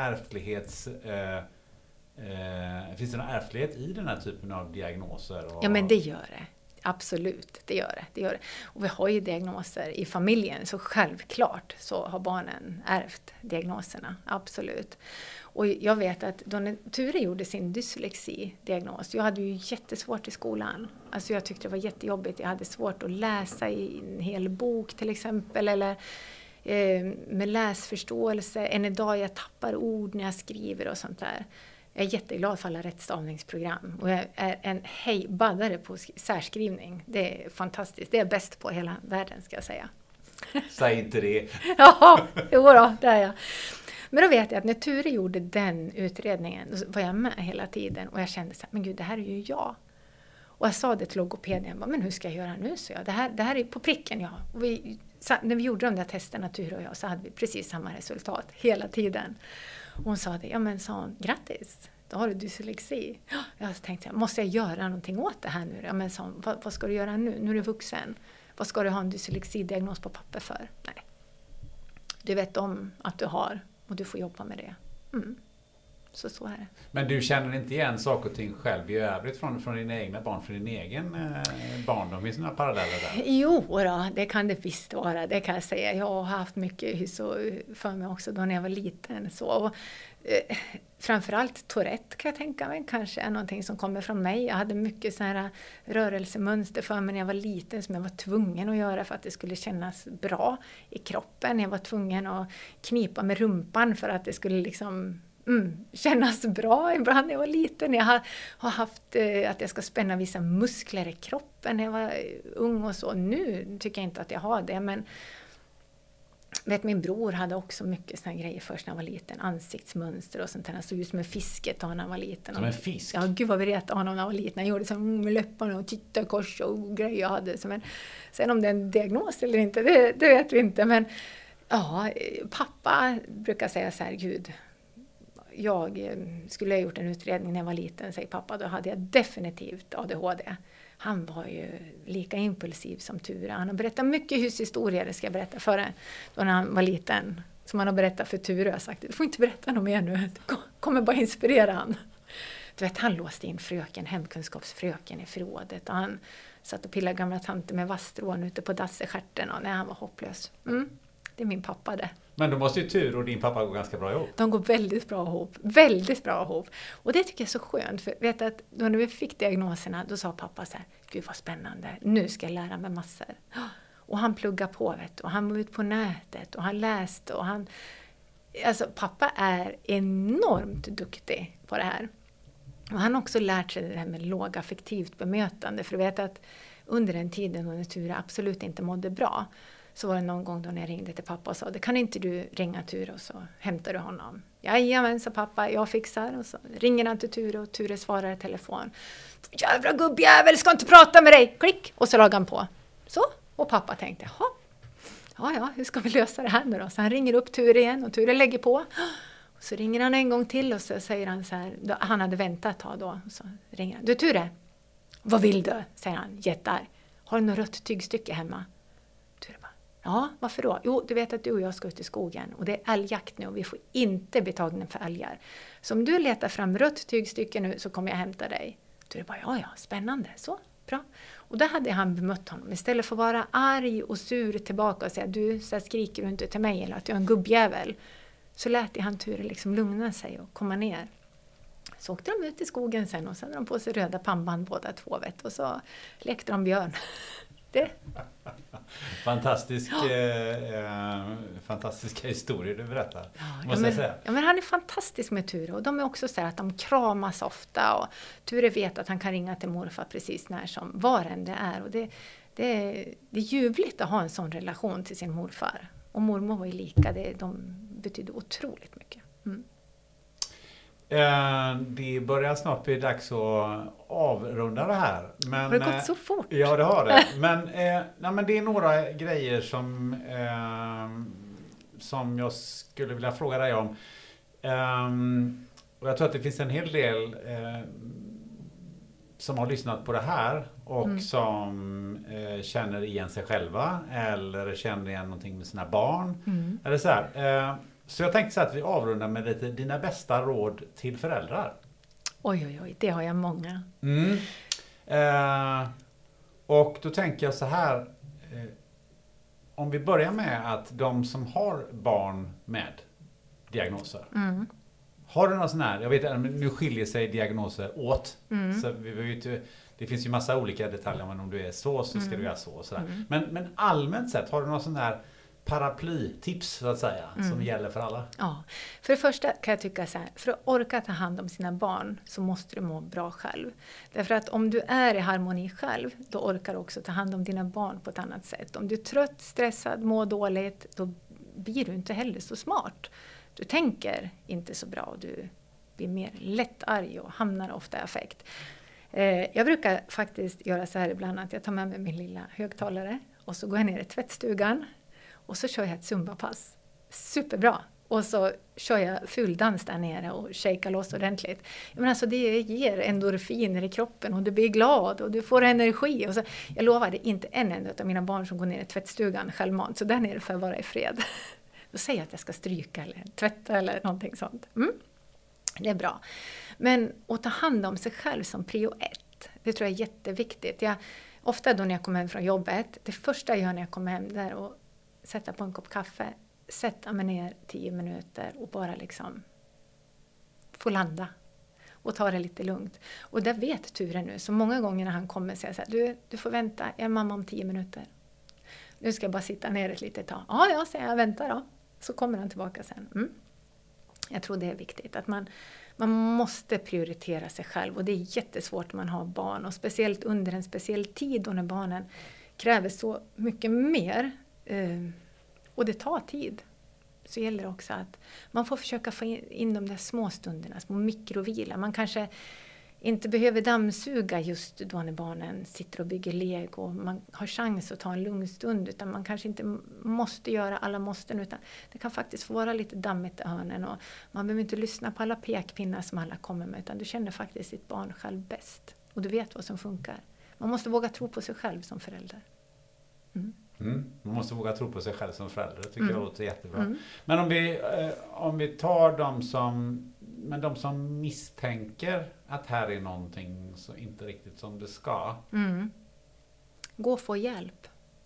Speaker 4: ärftlighet i den här typen av diagnoser?
Speaker 3: Ja, men det gör det. Absolut, det gör det. Och vi har ju diagnoser i familjen, så självklart så har barnen ärvt diagnoserna. Absolut. Och jag vet att då Ture gjorde sin dyslexi-diagnos, jag hade ju jättesvårt i skolan. Alltså jag tyckte det var jättejobbigt. Jag hade svårt att läsa i en hel bok till exempel, eller med läsförståelse. Än idag jag tappar ord när jag skriver och sånt där. Jag är jätteglad för alla rättstavningsprogram. Och jag är en hejbaddare på särskrivning. Det är fantastiskt. Det är bäst på hela världen, ska jag säga.
Speaker 4: Säg inte det.
Speaker 3: Ja, jodå, det är jag. Men då vet jag att när Ture gjorde den utredningen, då var jag med hela tiden. Och jag kände så här, men gud, det här är ju jag. Och jag sa det till logopeden, men hur ska jag göra nu? Så jag, det här är på pricken, ja. Och när vi gjorde de där testerna, Ture och jag, så hade vi precis samma resultat hela tiden. Och hon sa det, ja men sa hon, grattis, då har du dyslexi. Jag tänkte, måste jag göra någonting åt det här nu? Ja men sa hon, vad ska du göra nu? Nu är du vuxen. Vad ska du ha en dyslexidiagnos på papper för? Nej. Du vet om att du har och du får jobba med det. Så är det.
Speaker 4: Men du känner inte igen saker och ting själv i övrigt från dina egna barn, från din egen barndom? Finns det några paralleller där?
Speaker 3: Jo då, det kan det visst vara, det kan jag säga. Jag har haft mycket hyss för mig också då när jag var liten. Så, framförallt Tourette kan jag tänka mig kanske är någonting som kommer från mig. Jag hade mycket så här rörelsemönster för mig när jag var liten som jag var tvungen att göra för att det skulle kännas bra i kroppen. Jag var tvungen att knipa med rumpan för att det skulle liksom kännas bra ibland när jag var liten. Jag har haft att jag ska spänna vissa muskler i kroppen när jag var ung och så. Nu tycker jag inte att jag har det, men vet, min bror hade också mycket såna grejer först när han var liten. Ansiktsmönster och sånt där. Han såg ut som en fisket när han var liten.
Speaker 4: Som en fisk?
Speaker 3: Ja, gud vad vi retade honom när han var liten. Han gjorde så med läpparna och tittade kors och grejer jag hade. Sen om det är en diagnos eller inte, det vet vi inte. Men ja, pappa brukar säga så här, gud, jag skulle ha gjort en utredning när jag var liten, säger pappa, då hade jag definitivt ADHD. Han var ju lika impulsiv som Ture. Han har berättat mycket hushistorier, det ska jag berätta för er, då när han var liten. Som han har berättat för Ture. Jag har sagt, du får inte berätta något mer nu. Det kommer bara inspirera han. Du vet, han låste in hemkunskapsfröken i förrådet. Och han satt och pillade gamla tanter med vasstrån ute på dassestjärten när han var hopplös. Det är min pappa det.
Speaker 4: Men då måste ju Ture och din pappa gå ganska bra ihop.
Speaker 3: De går väldigt bra ihop. Väldigt bra ihop. Och det tycker jag är så skönt. För vet att då när vi fick diagnoserna, då sa pappa så här, gud vad spännande. Nu ska jag lära mig massor. Och han pluggade på, vet du, och han var ute på nätet och han läste och han... Alltså pappa är enormt duktig på det här. Och han har också lärt sig det här med lågaffektivt bemötande. För du vet att under den tiden då Ture absolut inte mådde bra, så var det någon gång då när jag ringde till pappa och sa, det kan inte du ringa Ture och så hämtar du honom. Jajamän, sa pappa, jag fixar. Och så ringer han till Ture och Ture svarar i telefon. Jävla gubbjävel, ska inte prata med dig! Klick! Och så lagar han på. Så, och pappa tänkte, ja, hur ska vi lösa det här nu då? Så han ringer upp Ture igen och Ture lägger på. Och så ringer han en gång till och så säger han så här, han hade väntat ett tag då. Och så ringer han, du Ture, vad vill du? Säger han, jättar. Har du något rött tygstycke hemma? Ture bara, ja, varför då? Jo, du vet att du och jag ska ut i skogen och det är älgjakt nu och vi får inte bli tagna för älgar. Så om du letar fram rött tygstycke nu så kommer jag hämta dig. Ture bara, ja, spännande, så, bra. Och där hade han bemött honom. Istället för att vara arg och sur tillbaka och säga, du så här, skriker du inte till mig eller att jag är en gubbjävel. Så lät han Ture liksom lugna sig och komma ner. Så åkte de ut i skogen sen och så hade de på sig röda pannband båda två, vet, och så lekte de björn. Det.
Speaker 4: Fantastiska historier du berättar.
Speaker 3: Jag säga. Ja, men han är fantastisk med Ture och de är också så här att de kramas ofta och Ture vet att han kan ringa till morfar precis när som var än det är. Och det är ljuvligt att ha en sån relation till sin morfar. Och mormor var ju lika, de betyder otroligt mycket. Mm.
Speaker 4: Det börjar snart bli dags att avrunda det här. Men,
Speaker 3: har det gått så fort?
Speaker 4: Ja, det har det. Men det är några grejer som jag skulle vilja fråga dig om. Och jag tror att det finns en hel del som har lyssnat på det här och som känner igen sig själva eller känner igen någonting med sina barn. Eller så här. Så jag tänkte så att vi avrundar med lite dina bästa råd till föräldrar.
Speaker 3: Oj, det har jag många.
Speaker 4: Och då tänker jag så här. Om vi börjar med att de som har barn med diagnoser. Har du någon sån här, jag vet att nu skiljer sig diagnoser åt. Så det finns ju massa olika detaljer, men om du är så ska du göra så. Och sådär. Men allmänt sett, har du någon sån där paraplytips så att säga, som gäller för alla?
Speaker 3: Ja, för det första kan jag tycka så här, för att orka ta hand om sina barn så måste du må bra själv. Därför att om du är i harmoni själv, då orkar du också ta hand om dina barn på ett annat sätt. Om du är trött, stressad, mår dåligt, då blir du inte heller så smart. Du tänker inte så bra, du blir mer lätt arg och hamnar ofta i affekt. Jag brukar faktiskt göra så här ibland att jag tar med mig min lilla högtalare och så går jag ner i tvättstugan. Och så kör jag ett zumbapass. Superbra. Och så kör jag fuldans där nere och shakar loss ordentligt. Men alltså det ger endorfiner i kroppen och du blir glad och du får energi. Och så, jag lovar, det är inte en enda av mina barn som går ner i tvättstugan självmant. Så där nere får jag vara i fred. Då säger jag att jag ska stryka eller tvätta eller någonting sånt. Det är bra. Men att ta hand om sig själv som prio 1. Det tror jag är jätteviktigt. Ofta då när jag kommer hem från jobbet. Det första jag gör när jag kommer hem där och sätta på en kopp kaffe, sätta mig ner 10 minuter och bara liksom få landa och ta det lite lugnt. Och där vet Ture nu, så många gånger när han kommer säger så här, du får vänta, jag är mamma om 10 minuter. Nu ska jag bara sitta ner ett litet tag. Ja, säger jag, vänta då. Så kommer han tillbaka sen. Jag tror det är viktigt att man måste prioritera sig själv och det är jättesvårt när man har barn och speciellt under en speciell tid och när barnen kräver så mycket mer. Och det tar tid. Så gäller det också att man får försöka få in de där små stunderna, små mikrovila. Man kanske inte behöver dammsuga just då när barnen sitter och bygger lego. Man har chans att ta en lugn stund utan man kanske inte måste göra alla måsten utan det kan faktiskt få vara lite dammigt i hörnen och man behöver inte lyssna på alla pekpinnar som alla kommer med utan du känner faktiskt ditt barn själv bäst och du vet vad som funkar. Man måste våga tro på sig själv som förälder.
Speaker 4: Man måste våga tro på sig själv som förälder. Det tycker jag låter jättebra. Men om vi tar de som misstänker att här är någonting så inte riktigt som det ska.
Speaker 3: Gå och få hjälp.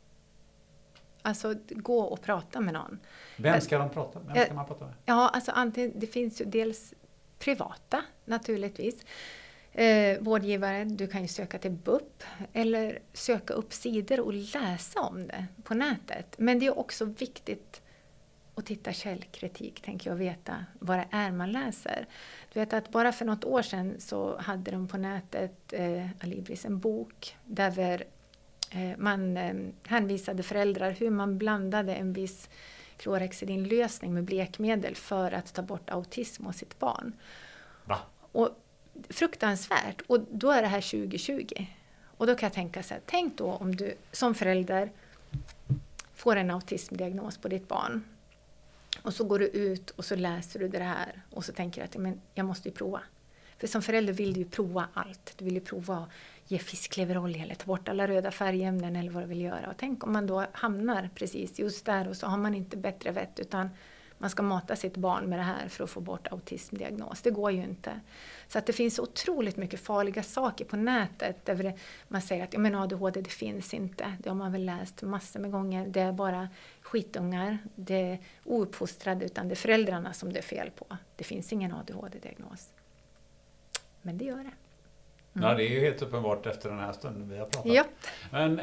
Speaker 3: Alltså gå och prata med någon.
Speaker 4: Vem ska man prata med?
Speaker 3: Ja, alltså antingen, det finns ju dels privata naturligtvis. Vårdgivare, du kan ju söka till BUP eller söka upp sidor och läsa om det på nätet. Men det är också viktigt att titta källkritik, tänker jag, veta vad det är man läser. Du vet att bara för något år sedan så hade de på nätet, Alibris, en bok där man hänvisade föräldrar hur man blandade en viss klorhexidinlösning med blekmedel för att ta bort autism hos sitt barn.
Speaker 4: Va?
Speaker 3: Och fruktansvärt. Och då är det här 2020. Och då kan jag tänka så här, tänk då om du som förälder får en autismdiagnos på ditt barn. Och så går du ut och så läser du det här. Och så tänker du att men jag måste ju prova. För som förälder vill du ju prova allt. Du vill ju prova att ge fiskleverolja eller ta bort alla röda färgämnen eller vad du vill göra. Och tänk om man då hamnar precis just där och så har man inte bättre vett utan man ska mata sitt barn med det här för att få bort autismdiagnos. Det går ju inte. Så att det finns otroligt mycket farliga saker på nätet där man säger att ADHD det finns inte. Det har man väl läst massor med gånger. Det är bara skitungar. Det är ouppfostrade utan det är föräldrarna som det är fel på. Det finns ingen ADHD-diagnos. Men det gör det.
Speaker 4: Ja, det är ju helt uppenbart efter den här stunden vi har pratat.
Speaker 3: Ja.
Speaker 4: Men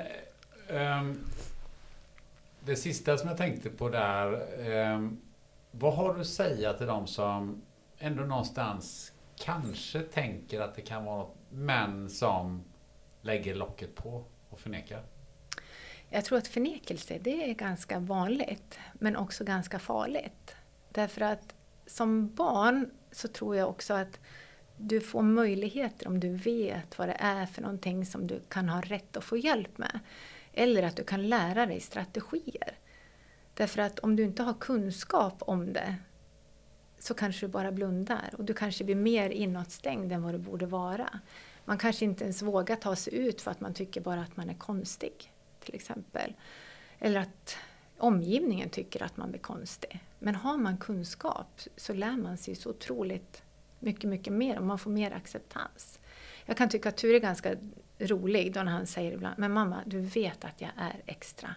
Speaker 4: det sista som jag tänkte på där, vad har du att säga till dem som ändå någonstans kanske tänker att det kan vara något, men som lägger locket på och förnekar?
Speaker 3: Jag tror att förnekelse, det är ganska vanligt, men också ganska farligt. Därför att som barn så tror jag också att du får möjligheter om du vet vad det är för någonting som du kan ha rätt att få hjälp med. Eller att du kan lära dig strategier. Därför att om du inte har kunskap om det så kanske du bara blundar. Och du kanske blir mer inåtstängd än vad du borde vara. Man kanske inte ens vågar ta sig ut för att man tycker bara att man är konstig. Till exempel. Eller att omgivningen tycker att man blir konstig. Men har man kunskap så lär man sig så otroligt mycket, mycket mer och man får mer acceptans. Jag kan tycka att Ture är ganska rolig då när han säger ibland, men mamma, du vet att jag är extra.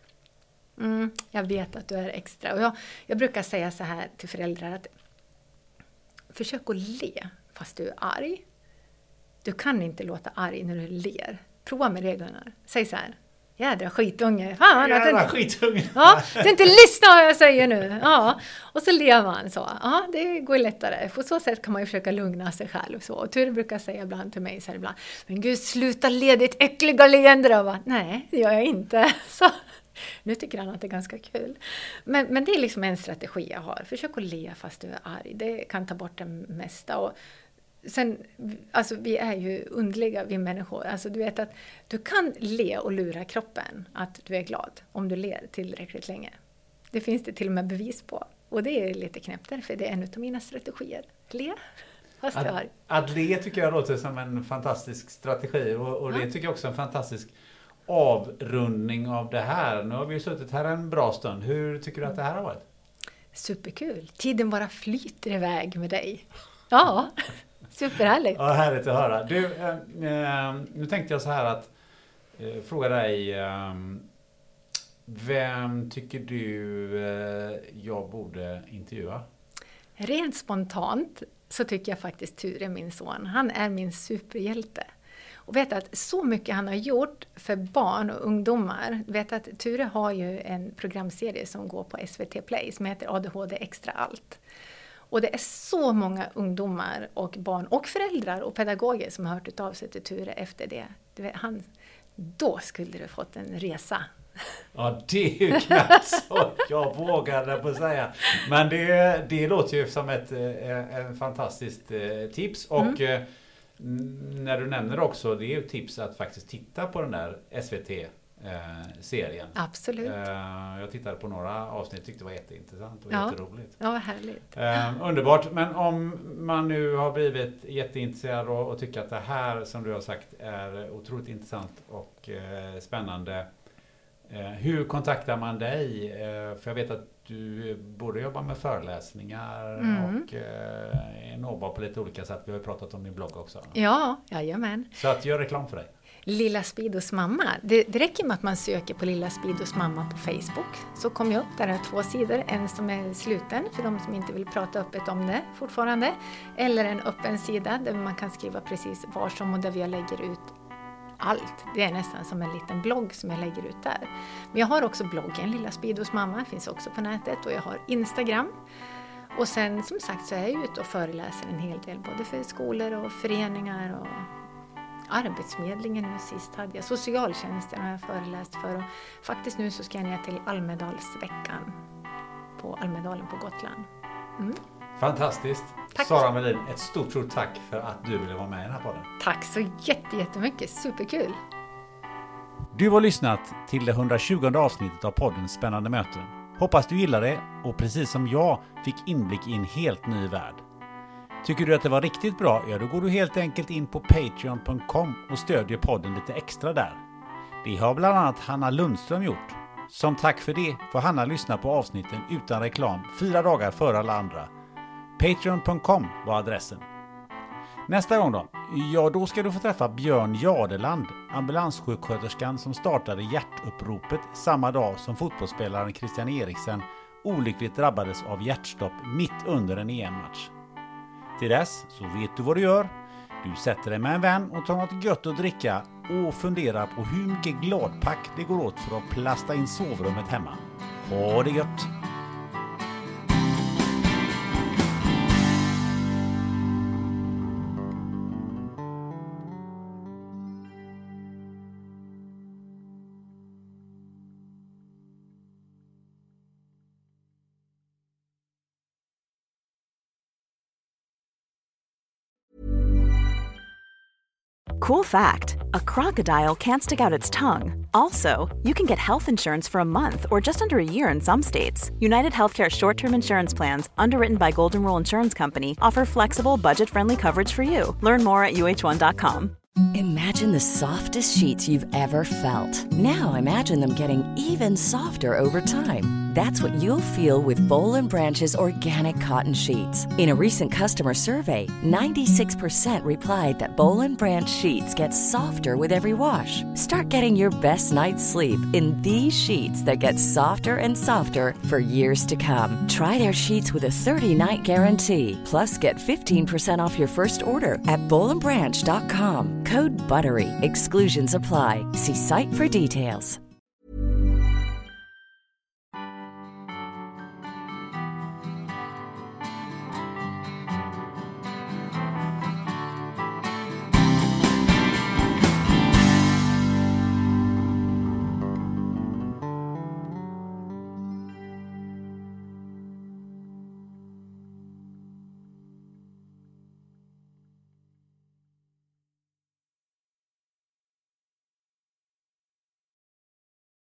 Speaker 3: Jag vet att du är extra. Och jag brukar säga så här till föräldrar att försök att le fast du är arg. Du kan inte låta arg när du ler. Prova med reglerna. Säg så här. Jädra skitunge. Fan,
Speaker 4: jädra skitunge.
Speaker 3: Ja, du inte lyssnar vad jag säger nu. Ja, och så ler man så. Ja, det går lättare. På så sätt kan man ju försöka lugna sig själv. Så. Och Ture brukar säga ibland till mig så här ibland. Men gud, sluta le ditt äckliga leende då. Nej, det gör jag inte. Så. Nu tycker han att det är ganska kul. Men det är liksom en strategi jag har. Försök att le fast du är arg. Det kan ta bort det mesta. Och sen, alltså vi är ju underliga, vi människor. Alltså du vet att du kan le och lura kroppen att du är glad om du ler tillräckligt länge. Det finns det till och med bevis på. Och det är lite knäppt för det är en av mina strategier. Le fast du är arg.
Speaker 4: Att le tycker jag låter som en fantastisk strategi. Och det tycker jag också är en fantastisk avrundning av det här. Nu har vi ju suttit här en bra stund. Hur tycker du att det här har varit?
Speaker 3: Superkul. Tiden bara flyter iväg med dig. Ja, superhärligt.
Speaker 4: Ja, härligt att höra. Du, nu tänkte jag så här att fråga dig, vem tycker du jag borde intervjua?
Speaker 3: Rent spontant så tycker jag faktiskt Ture, min son. Han är min superhjälte. Och vet att så mycket han har gjort för barn och ungdomar. Vet att Ture har ju en programserie som går på SVT Play som heter ADHD Extra Allt. Och det är så många ungdomar och barn och föräldrar och pedagoger som har hört av sig till Ture efter det. Du vet, då skulle du fått en resa.
Speaker 4: Ja, det är ju knappt så jag vågade på att säga. Men det låter ju som ett fantastiskt tips. Och när du nämner också, det är ju tips att faktiskt titta på den där SVT-serien.
Speaker 3: Absolut.
Speaker 4: Jag tittade på några avsnitt, tyckte det var jätteintressant och jätteroligt.
Speaker 3: Ja, vad härligt.
Speaker 4: Underbart, men om man nu har blivit jätteintresserad och tycker att det här som du har sagt är otroligt intressant och spännande. Hur kontaktar man dig? För jag vet att du både jobbar med föreläsningar och är nåbar på lite olika sätt. Vi har ju pratat om din blogg också.
Speaker 3: Ja, jajamän.
Speaker 4: Så att gör reklam för dig.
Speaker 3: Lilla Speedos mamma. Det räcker med att man söker på Lilla Speedos mamma på Facebook. Så kommer jag upp där, 2 sidor. En som är sluten för de som inte vill prata öppet om det fortfarande. Eller en öppen sida där man kan skriva precis var som och där jag lägger ut allt. Det är nästan som en liten blogg som jag lägger ut där. Men jag har också bloggen Lilla Speedos mamma. Finns också på nätet. Och jag har Instagram. Och sen som sagt så är jag ute och föreläser en hel del. Både för skolor och föreningar och Arbetsförmedlingen nu sist hade jag. Socialtjänsten har jag föreläst för. Och faktiskt nu så ska jag ner till Almedalsveckan på Almedalen på Gotland.
Speaker 4: Fantastiskt.
Speaker 3: Tack.
Speaker 4: Sara Melin, ett stort tack för att du ville vara med i den här podden.
Speaker 3: Tack så jättemycket. Superkul.
Speaker 4: Du har lyssnat till det 120 avsnittet av podden Spännande möten. Hoppas du gillar det och precis som jag fick inblick i en helt ny värld. Tycker du att det var riktigt bra, ja då går du helt enkelt in på patreon.com och stödjer podden lite extra där. Det har bland annat Hanna Lundström gjort. Som tack för det får Hanna lyssna på avsnitten utan reklam 4 dagar före alla andra. Patreon.com var adressen. Nästa gång då? Ja, då ska du få träffa Björn Jardeland, ambulanssjuksköterskan som startade hjärtuppropet samma dag som fotbollsspelaren Christian Eriksen olyckligt drabbades av hjärtstopp mitt under en EM-match. Till dess så vet du vad du gör. Du sätter dig med en vän och tar något gött att dricka och funderar på hur mycket gladpack det går åt för att plasta in sovrummet hemma. Ha det gött!
Speaker 1: Cool fact, a crocodile can't stick out its tongue. Also, you can get health insurance for a month or just under a year in some states. United Healthcare short-term insurance plans, underwritten by Golden Rule Insurance Company, offer flexible, budget-friendly coverage for you. Learn more at uh1.com.
Speaker 6: Imagine the softest sheets you've ever felt. Now imagine them getting even softer over time. That's what you'll feel with Boll & Branch's organic cotton sheets. In a recent customer survey, 96% replied that Boll & Branch sheets get softer with every wash. Start getting your best night's sleep in these sheets that get softer and softer for years to come. Try their sheets with a 30-night guarantee. Plus, get 15% off your first order at bollandbranch.com. Code BUTTERY. Exclusions apply. See site for details.